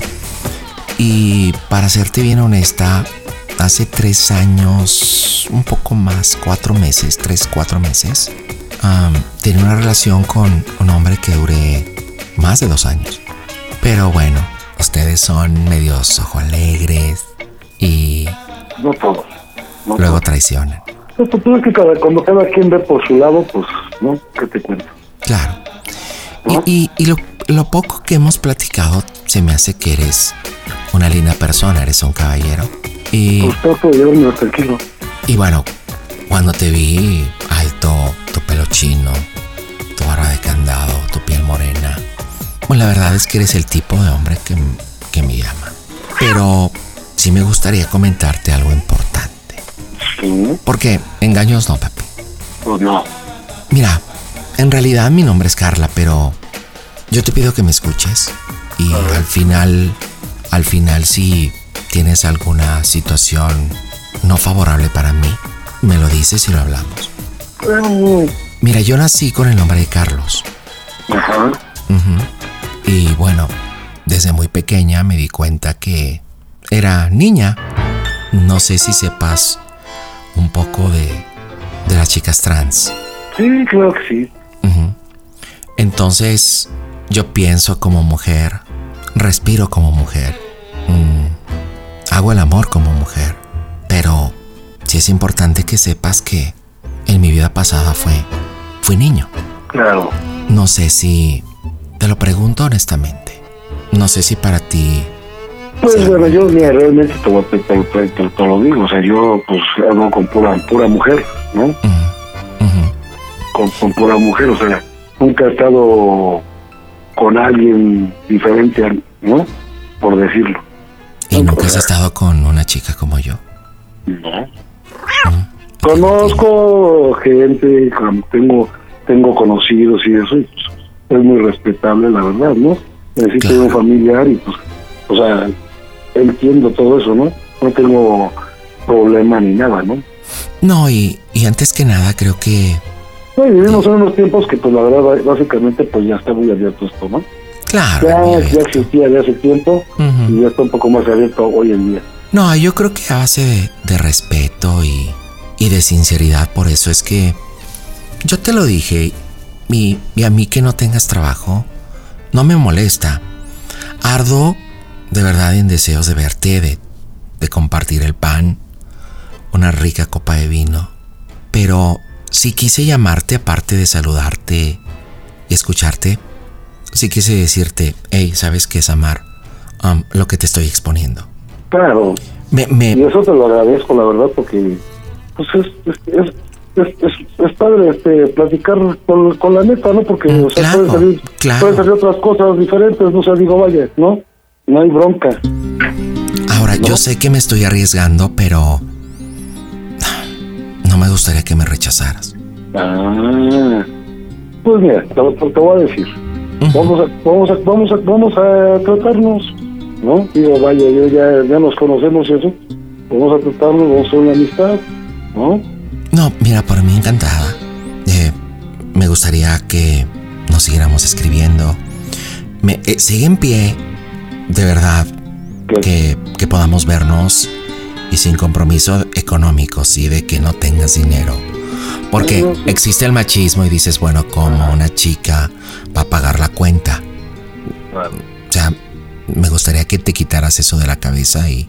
Speaker 3: Y para serte bien honesta, hace tres años, un poco más, cuatro meses, tres, cuatro meses, um, tenía una relación con un hombre que duré más de dos años. Pero bueno, ustedes son medios ojo alegres y...
Speaker 15: No todos. No
Speaker 3: luego
Speaker 15: todos.
Speaker 3: traicionan.
Speaker 15: Pues, pues, que cada, cuando cada quien ve por su lado, pues, ¿no? ¿Qué te cuento?
Speaker 3: Claro.
Speaker 15: ¿No?
Speaker 3: Y, y, y lo, lo poco que hemos platicado se me hace que eres una linda persona, eres un caballero. Y,
Speaker 15: pues trato de llevarme tranquilo.
Speaker 3: Y bueno, cuando te vi alto, tu pelo chino, tu barba de candado, tu piel morena, pues la verdad es que eres el tipo de hombre que, que me llama. Pero sí me gustaría comentarte algo importante.
Speaker 15: ¿Sí?
Speaker 3: Porque engaños no, papi.
Speaker 15: Pues no.
Speaker 3: Mira, en realidad mi nombre es Carla, pero yo te pido que me escuches. Y al final, al final si tienes alguna situación no favorable para mí, me lo dices y lo hablamos.
Speaker 15: Uh,
Speaker 3: Mira, yo nací con el nombre de Carlos.
Speaker 15: Ajá.
Speaker 3: Uh-huh. Y bueno, desde muy pequeña me di cuenta que era niña. No sé si sepas un poco de, de las chicas trans.
Speaker 15: Sí, claro que sí.
Speaker 3: Uh-huh. Entonces, yo pienso como mujer, respiro como mujer, mmm, hago el amor como mujer. Pero sí es importante que sepas que en mi vida pasada fue, fui niño.
Speaker 15: Claro.
Speaker 3: No sé si, te lo pregunto honestamente, no sé si para ti...
Speaker 15: Pues sí. Bueno, yo mira, realmente te, te, te, te, te, te lo digo, o sea, yo pues hago con pura, pura mujer, ¿no?
Speaker 3: Uh-huh. Uh-huh.
Speaker 15: Con, con pura mujer, o sea, nunca he estado con alguien diferente, ¿no? Por decirlo.
Speaker 3: ¿Y nunca o sea, has estado con una chica como yo?
Speaker 15: No. ¿Mm? Conozco gente, tengo tengo conocidos y eso, y pues es muy respetable, la verdad, ¿no? Necesito claro. un familiar y pues, o sea, entiendo todo eso, ¿no? No tengo problema ni nada, ¿no?
Speaker 3: No, y, y antes que nada creo que...
Speaker 15: No, vivimos en unos tiempos que pues la verdad básicamente pues ya está muy abierto esto, ¿no?
Speaker 3: Claro.
Speaker 15: Ya, ya existía de hace tiempo uh-huh. y ya está un poco más abierto hoy en día.
Speaker 3: No, yo creo que a base de, de respeto y, y de sinceridad, por eso es que yo te lo dije, y, y a mí que no tengas trabajo, no me molesta. Ardo de verdad en deseos de verte, de, de compartir el pan, una rica copa de vino, pero sí quise llamarte aparte de saludarte y escucharte, sí quise decirte, hey, ¿sabes qué, Samar? Um, lo que te estoy exponiendo.
Speaker 15: Claro,
Speaker 3: me, me...
Speaker 15: y eso te lo agradezco, la verdad, porque pues es, es, es, es, es, es padre este, platicar con, con la neta, ¿no? Porque mm, o sea,
Speaker 3: claro,
Speaker 15: pueden salir,
Speaker 3: claro.
Speaker 15: pueden salir otras cosas diferentes, no sé, digo, vaya, ¿no? No hay bronca.
Speaker 3: Ahora,
Speaker 15: ¿no?
Speaker 3: Yo sé que me estoy arriesgando, pero no me gustaría que me rechazaras.
Speaker 15: Ah, pues mira, te, te voy a decir, uh-huh. vamos a, vamos a, vamos a, vamos a tratarnos, ¿no? Digo, vaya, yo ya, ya nos conocemos y eso, vamos a tratarnos, vamos a hacer una amistad, ¿no?
Speaker 3: No, mira, por mí encantada. Eh, me gustaría que nos siguiéramos escribiendo. Me, eh, sigue en pie, de verdad, que, que podamos vernos y sin compromiso económico, sí, de que no tengas dinero. Porque existe el machismo y dices, bueno, ¿cómo una chica va a pagar la cuenta? O sea, me gustaría que te quitaras eso de la cabeza y...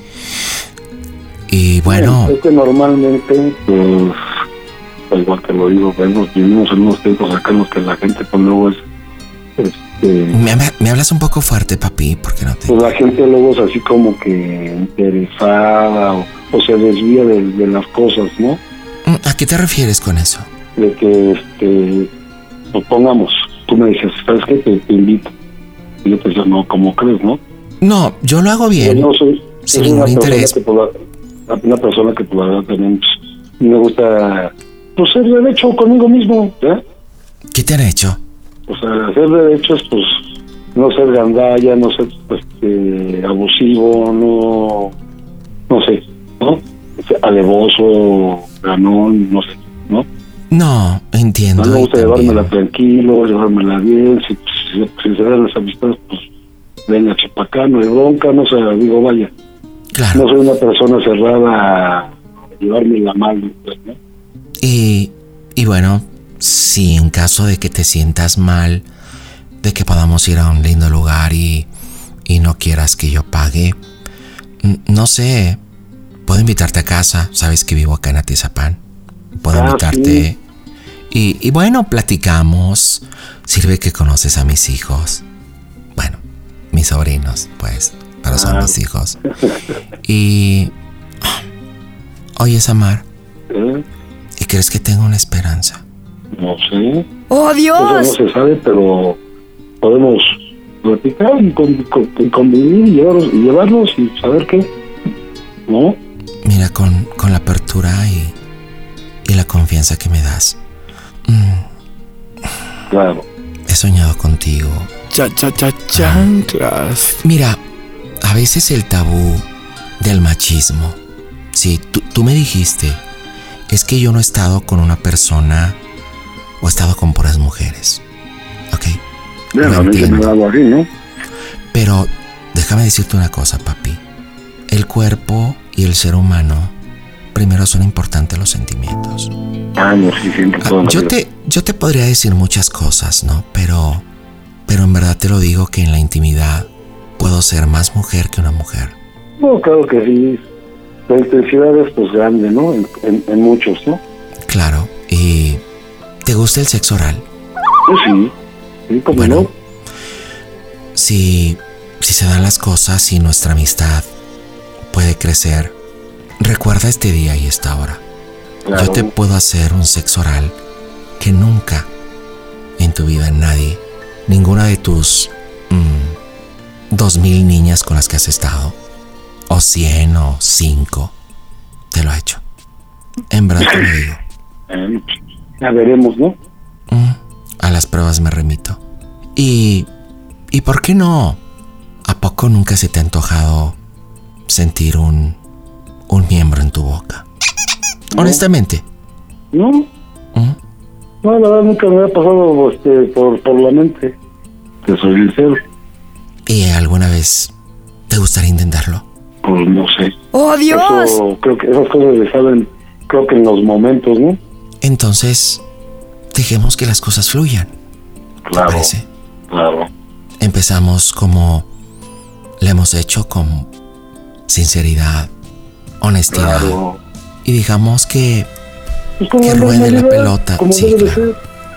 Speaker 3: Y bueno...
Speaker 15: Es que normalmente, pues, igual te lo digo, vemos, vivimos en unos tiempos acá en los que la gente pues luego es... Este,
Speaker 3: me, me hablas un poco fuerte, papi, porque no te...
Speaker 15: Pues la gente luego es así como que interesada o, o se desvía de, de las cosas, ¿no?
Speaker 3: ¿A qué te refieres con eso?
Speaker 15: De que, este, pues pongamos, tú me dices, ¿sabes qué? Te, te invito. Y yo te digo, no, ¿cómo crees, no?
Speaker 3: No, yo lo hago bien.
Speaker 15: Yo no soy,
Speaker 3: sin
Speaker 15: soy
Speaker 3: ningún
Speaker 15: una
Speaker 3: interés.
Speaker 15: Que, pues, una persona que, pues, la verdad, también pues, me gusta, pues, ser derecho conmigo mismo, ¿eh?
Speaker 3: ¿Qué te han hecho?
Speaker 15: O sea, ser derecho es, pues, no ser gandalla, no ser, pues, este, abusivo, no, no sé, ¿no? Alevoso, ganón, no sé, ¿no?
Speaker 3: No, entiendo.
Speaker 15: A mí me gusta llevármela tranquilo, llevármela bien, si, si, si se dan las amistades, pues venga, chapacá, no hay bronca, no sé, digo, vaya.
Speaker 3: Claro.
Speaker 15: No soy una persona cerrada a llevármela mal, pues, ¿no?
Speaker 3: Y, y bueno, si en caso de que te sientas mal, de que podamos ir a un lindo lugar y, y no quieras que yo pague, no sé, puedo invitarte a casa, sabes que vivo acá en Atizapán. Puedo ah, invitarte sí. y, y bueno, platicamos. Sirve que conoces a mis hijos. Bueno, mis sobrinos, pues. pero son mis hijos. Y... Oye, Samar.
Speaker 18: ¿Eh?
Speaker 3: ¿Y crees que tengo una esperanza?
Speaker 18: No sé.
Speaker 2: ¡Oh, Dios!
Speaker 18: Eso no se sabe, pero podemos platicar y, con, con, y convivir y llevarlos, y llevarlos y saber qué, ¿no?
Speaker 3: Mira, con, con la apertura y, y la confianza que me das. Mm,
Speaker 18: claro.
Speaker 3: He soñado contigo.
Speaker 10: Cha, cha, cha, chanclas.
Speaker 3: Mira, a veces el tabú del machismo. Sí, tú, tú me dijiste, es que yo no he estado con una persona o he estado con puras mujeres. Ok.
Speaker 18: Bien, a mí que me da algo aquí, ¿no?
Speaker 3: Pero déjame decirte una cosa, papi. El cuerpo y el ser humano, primero son importantes los sentimientos.
Speaker 18: Ah, no, sí, siempre.
Speaker 3: Ah, yo te, yo te podría decir muchas cosas, ¿no? Pero, pero en verdad te lo digo que en la intimidad puedo ser más mujer que una mujer.
Speaker 18: No, claro que sí. La intensidad es pues grande, ¿no? En, en, en muchos, ¿no?
Speaker 3: Claro. ¿Y te gusta el sexo oral?
Speaker 18: Pues sí. Sí, como
Speaker 3: bueno,
Speaker 18: no.
Speaker 3: Si, si se dan las cosas y nuestra amistad puede crecer, recuerda este día y esta hora. Claro. Yo te puedo hacer un sexo oral que nunca en tu vida nadie, ninguna de tus mmm, dos mil niñas con las que has estado, o cien o cinco, te lo ha hecho. En verdad te lo digo.
Speaker 18: Eh, ya veremos, ¿no?
Speaker 3: Mm, a las pruebas me remito. Y, ¿y por qué no? ¿A poco nunca se te ha antojado sentir un, un miembro en tu boca? No. Honestamente.
Speaker 18: No.
Speaker 3: ¿Mm?
Speaker 18: No, la verdad nunca me ha pasado este, por, por la mente. Te soy sincero.
Speaker 3: ¿Y alguna vez te gustaría intentarlo?
Speaker 18: Pues no sé.
Speaker 2: ¡Oh, Dios!
Speaker 18: Eso, creo que esas cosas le salen, creo que en los momentos, ¿no?
Speaker 3: Entonces, dejemos que las cosas fluyan.
Speaker 18: Claro.
Speaker 3: ¿Te parece?
Speaker 18: Claro.
Speaker 3: Empezamos como lo hemos hecho, con sinceridad, honestidad.
Speaker 18: Claro.
Speaker 3: Y digamos que,
Speaker 18: pues
Speaker 3: que ruede la pelota.
Speaker 18: Como
Speaker 3: sí,
Speaker 18: debe
Speaker 3: claro.
Speaker 18: de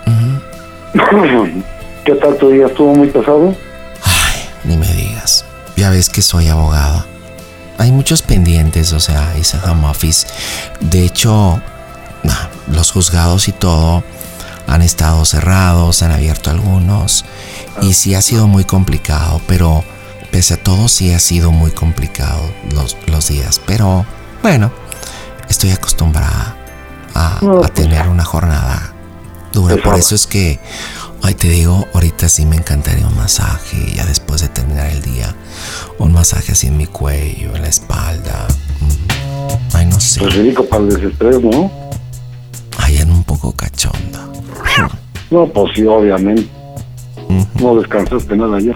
Speaker 18: ser. Uh-huh. ¿Qué tal tu día? ¿Estuvo muy pesado?
Speaker 3: Ay, ni me digas. Ya ves que soy abogado. Hay muchos pendientes, o sea, hice home office. De hecho, nah, los juzgados y todo han estado cerrados, han abierto algunos. Y sí ha sido muy complicado, pero pese a todo sí ha sido muy complicado los, los días. Pero bueno, estoy acostumbrada a, a tener una jornada dura. Por eso es que, ay, te digo, ahorita sí me encantaría un masaje, ya después de terminar el día. Un masaje así en mi cuello, en la espalda. Ay, no sé.
Speaker 18: Pues rico para el desestrés, ¿no?
Speaker 3: Ay, en un poco cachonda.
Speaker 18: No, pues sí, obviamente. Uh-huh. No descansaste nada ayer.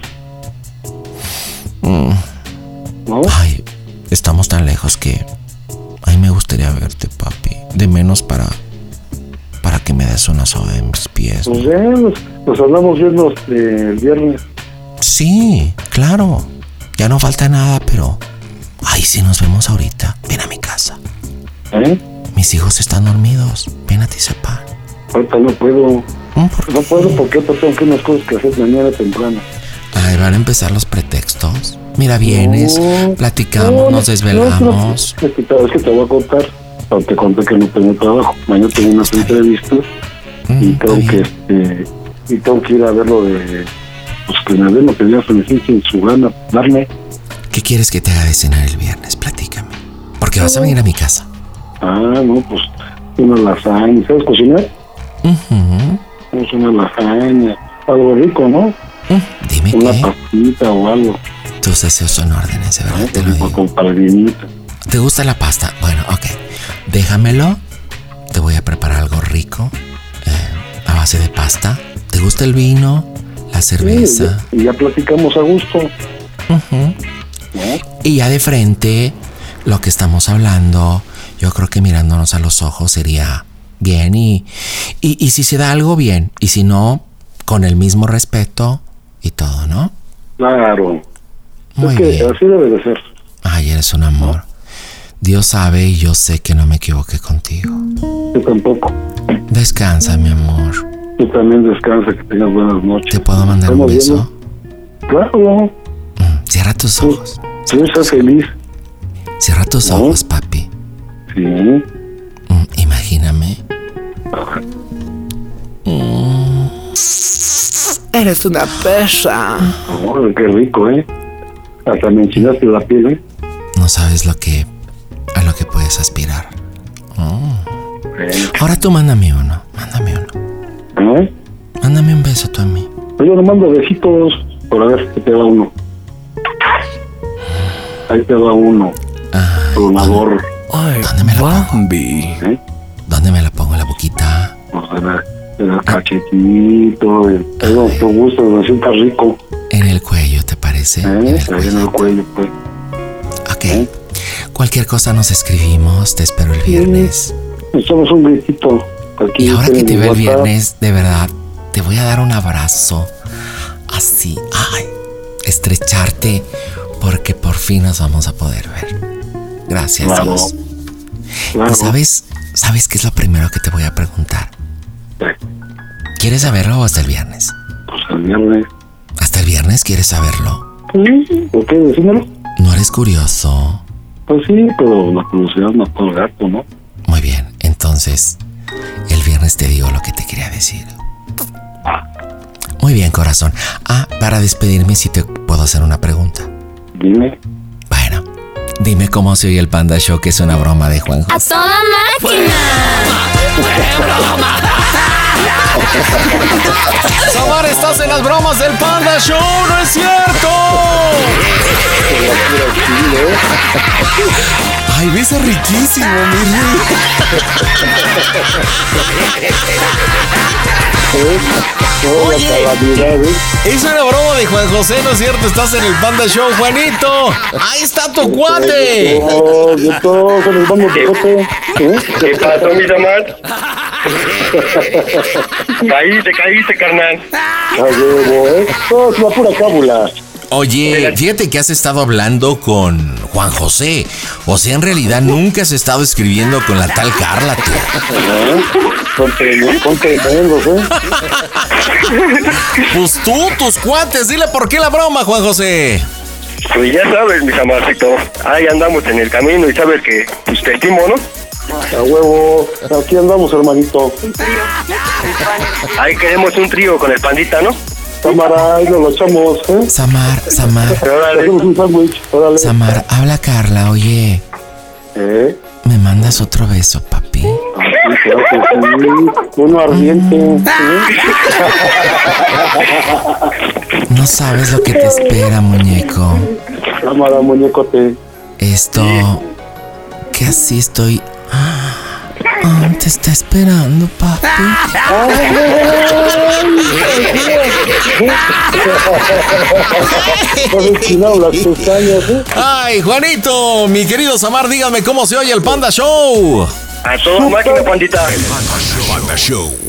Speaker 3: Mm.
Speaker 18: ¿No?
Speaker 3: Ay, estamos tan lejos que... Ay, me gustaría verte, papi. De menos para... Para que me des una soda en mis pies.
Speaker 18: Pues ya, nos, nos hablamos viendo este, el viernes.
Speaker 3: Sí, claro. Ya no falta nada, pero... Ay, si nos vemos ahorita, ven a mi casa.
Speaker 18: ¿Eh?
Speaker 3: Mis hijos están dormidos. Ven a Tizapán.
Speaker 18: Ahorita no puedo.
Speaker 3: ¿Por
Speaker 18: no puedo porque tengo que unas cosas que hacer mañana temprano.
Speaker 3: Ay, van a empezar los pretextos. Mira, vienes,
Speaker 18: no,
Speaker 3: platicamos,
Speaker 18: no,
Speaker 3: nos desvelamos.
Speaker 18: No, no, es, que te, es que te voy a contar. Pero te conté que no tengo trabajo. Mañana tengo unas Está entrevistas mm, y tengo que este y tengo que ir a ver lo de pues que me den lo que ya se me en su gana darme.
Speaker 3: ¿Qué quieres que te haga de cenar el viernes? Platícame. Porque vas a venir a mi casa.
Speaker 18: Ah, no, pues una lasaña. ¿Sabes cocinar?
Speaker 3: Uh-huh.
Speaker 18: Es una lasaña. Algo rico, ¿no?
Speaker 3: Uh, dime
Speaker 18: una
Speaker 3: qué.
Speaker 18: Una pastita o algo.
Speaker 3: Tus deseos son órdenes, de verdad
Speaker 18: ah,
Speaker 3: te lo digo.
Speaker 18: Con palerinita.
Speaker 3: ¿Te gusta la pasta? Bueno, ok. Déjamelo. Te voy a preparar algo rico. Eh, a base de pasta. ¿Te gusta el vino? La cerveza.
Speaker 18: Sí, y ya platicamos a gusto.
Speaker 3: Uh-huh. ¿No? Y ya de frente, lo que estamos hablando, yo creo que mirándonos a los ojos sería bien. Y, y, y si se da algo, bien. Y si no, con el mismo respeto y todo, ¿no?
Speaker 18: Claro.
Speaker 3: Muy
Speaker 18: es que
Speaker 3: bien.
Speaker 18: Así debe de ser.
Speaker 3: Ay, eres un amor. Dios sabe y yo sé que no me equivoqué contigo.
Speaker 18: Yo tampoco.
Speaker 3: Descansa, mi amor.
Speaker 18: Tú también descansa, que tengas buenas noches.
Speaker 3: ¿Te puedo mandar un beso?
Speaker 18: Viendo? Claro.
Speaker 3: Mm, cierra tus ojos.
Speaker 18: ¿Quieres ser feliz?
Speaker 3: Cierra tus
Speaker 18: ¿no?
Speaker 3: ojos, papi.
Speaker 18: Sí.
Speaker 3: Mm, imagíname. Mm.
Speaker 2: Eres una perra.
Speaker 18: Oh, qué rico, ¿eh? Hasta me enchinaste la piel, ¿eh?
Speaker 3: No sabes lo que a lo que puedes aspirar. Oh.
Speaker 18: Eh.
Speaker 3: Ahora tú mándame uno, mándame uno.
Speaker 18: ¿Eh?
Speaker 3: Mándame un beso tú a mí.
Speaker 18: Yo no mando besitos. Por a ver qué te da uno. Ahí te da uno. Tronador.
Speaker 3: Ay, ¿dónde me lo pongo?
Speaker 18: ¿Eh?
Speaker 3: ¿Dónde me lo pongo en la boquita?
Speaker 18: Pues en el, en el cachetito. El, todo tu gusto, me sienta rico.
Speaker 3: En el cuello, ¿te parece?
Speaker 18: ¿Eh?
Speaker 3: En el
Speaker 18: Ahí
Speaker 3: cuello.
Speaker 18: en el cuello, pues.
Speaker 3: Ok. ¿Eh? Cualquier cosa nos escribimos. Te espero el viernes.
Speaker 18: Sí. Echamos un gritito. Aquí
Speaker 3: y ahora que te veo el
Speaker 18: WhatsApp.
Speaker 3: viernes, de verdad, te voy a dar un abrazo. Así, ay, estrecharte, porque por fin nos vamos a poder ver. Gracias,
Speaker 18: claro.
Speaker 3: Dios.
Speaker 18: Claro.
Speaker 3: ¿Y sabes, sabes qué es lo primero que te voy a preguntar?
Speaker 18: Sí.
Speaker 3: ¿Quieres saberlo o hasta el viernes?
Speaker 18: Pues el viernes.
Speaker 3: ¿Hasta el viernes quieres saberlo?
Speaker 18: Sí, ¿por qué? Decímelo.
Speaker 3: ¿No eres curioso?
Speaker 18: Pues sí, pero la curiosidad mató al gato, ¿no?
Speaker 3: Muy bien, entonces, el viernes te digo lo que te quería decir. Muy bien, corazón. Ah, para despedirme, si te puedo hacer una pregunta.
Speaker 18: Dime.
Speaker 3: Bueno, dime cómo se oye el Panda Show, que es una broma de Juan José.
Speaker 8: ¡A toda máquina!
Speaker 6: ¡Fue broma!
Speaker 13: Samar, estás en las bromas del Panda Show, ¿no es cierto?
Speaker 3: Ay, besa riquísimo, mi rey.
Speaker 13: Oye, es una broma de Juan José, ¿no es cierto? Estás en el Panda Show, Juanito. Ahí está tu cuate.
Speaker 18: Oh, yo todo con el vamos de cote.
Speaker 16: ¿Qué pasó, mi Samar? Caíste, caíste, carnal.
Speaker 18: A huevo, ¿eh? Todo es una pura cábula.
Speaker 3: Oye, fíjate que has estado hablando con Juan José. O sea, en realidad nunca has estado escribiendo con la tal Carla, tú.
Speaker 18: Ponte, ponte tremendos, ¿eh?
Speaker 3: Pues tú, tus cuates, dile por qué la broma, Juan José.
Speaker 16: Pues ya sabes, mi Samarcito. Ahí andamos en el camino y sabes que pues, te estimo, ¿no?
Speaker 18: A huevo, aquí andamos, hermanito.
Speaker 16: Ahí queremos un trío con el pandita, ¿no?
Speaker 18: Samara, ahí nos lo echamos, ¿eh?
Speaker 3: Samar, Samar.
Speaker 18: Hacemos un sándwich, órale.
Speaker 3: Samar, habla Carla, oye.
Speaker 18: ¿Eh?
Speaker 3: ¿Me mandas otro beso, papi?
Speaker 18: Sí, claro que sí. Uno ardiente. ¿Sí?
Speaker 3: No sabes lo que te espera, muñeco.
Speaker 18: Cámara, muñecote.
Speaker 3: Esto... que así estoy... Ah, te está esperando, papi. Ay, Juanito, mi querido Samar, dígame cómo se oye el Panda Show.
Speaker 16: A toda máquina, pandita.
Speaker 14: Panda Show.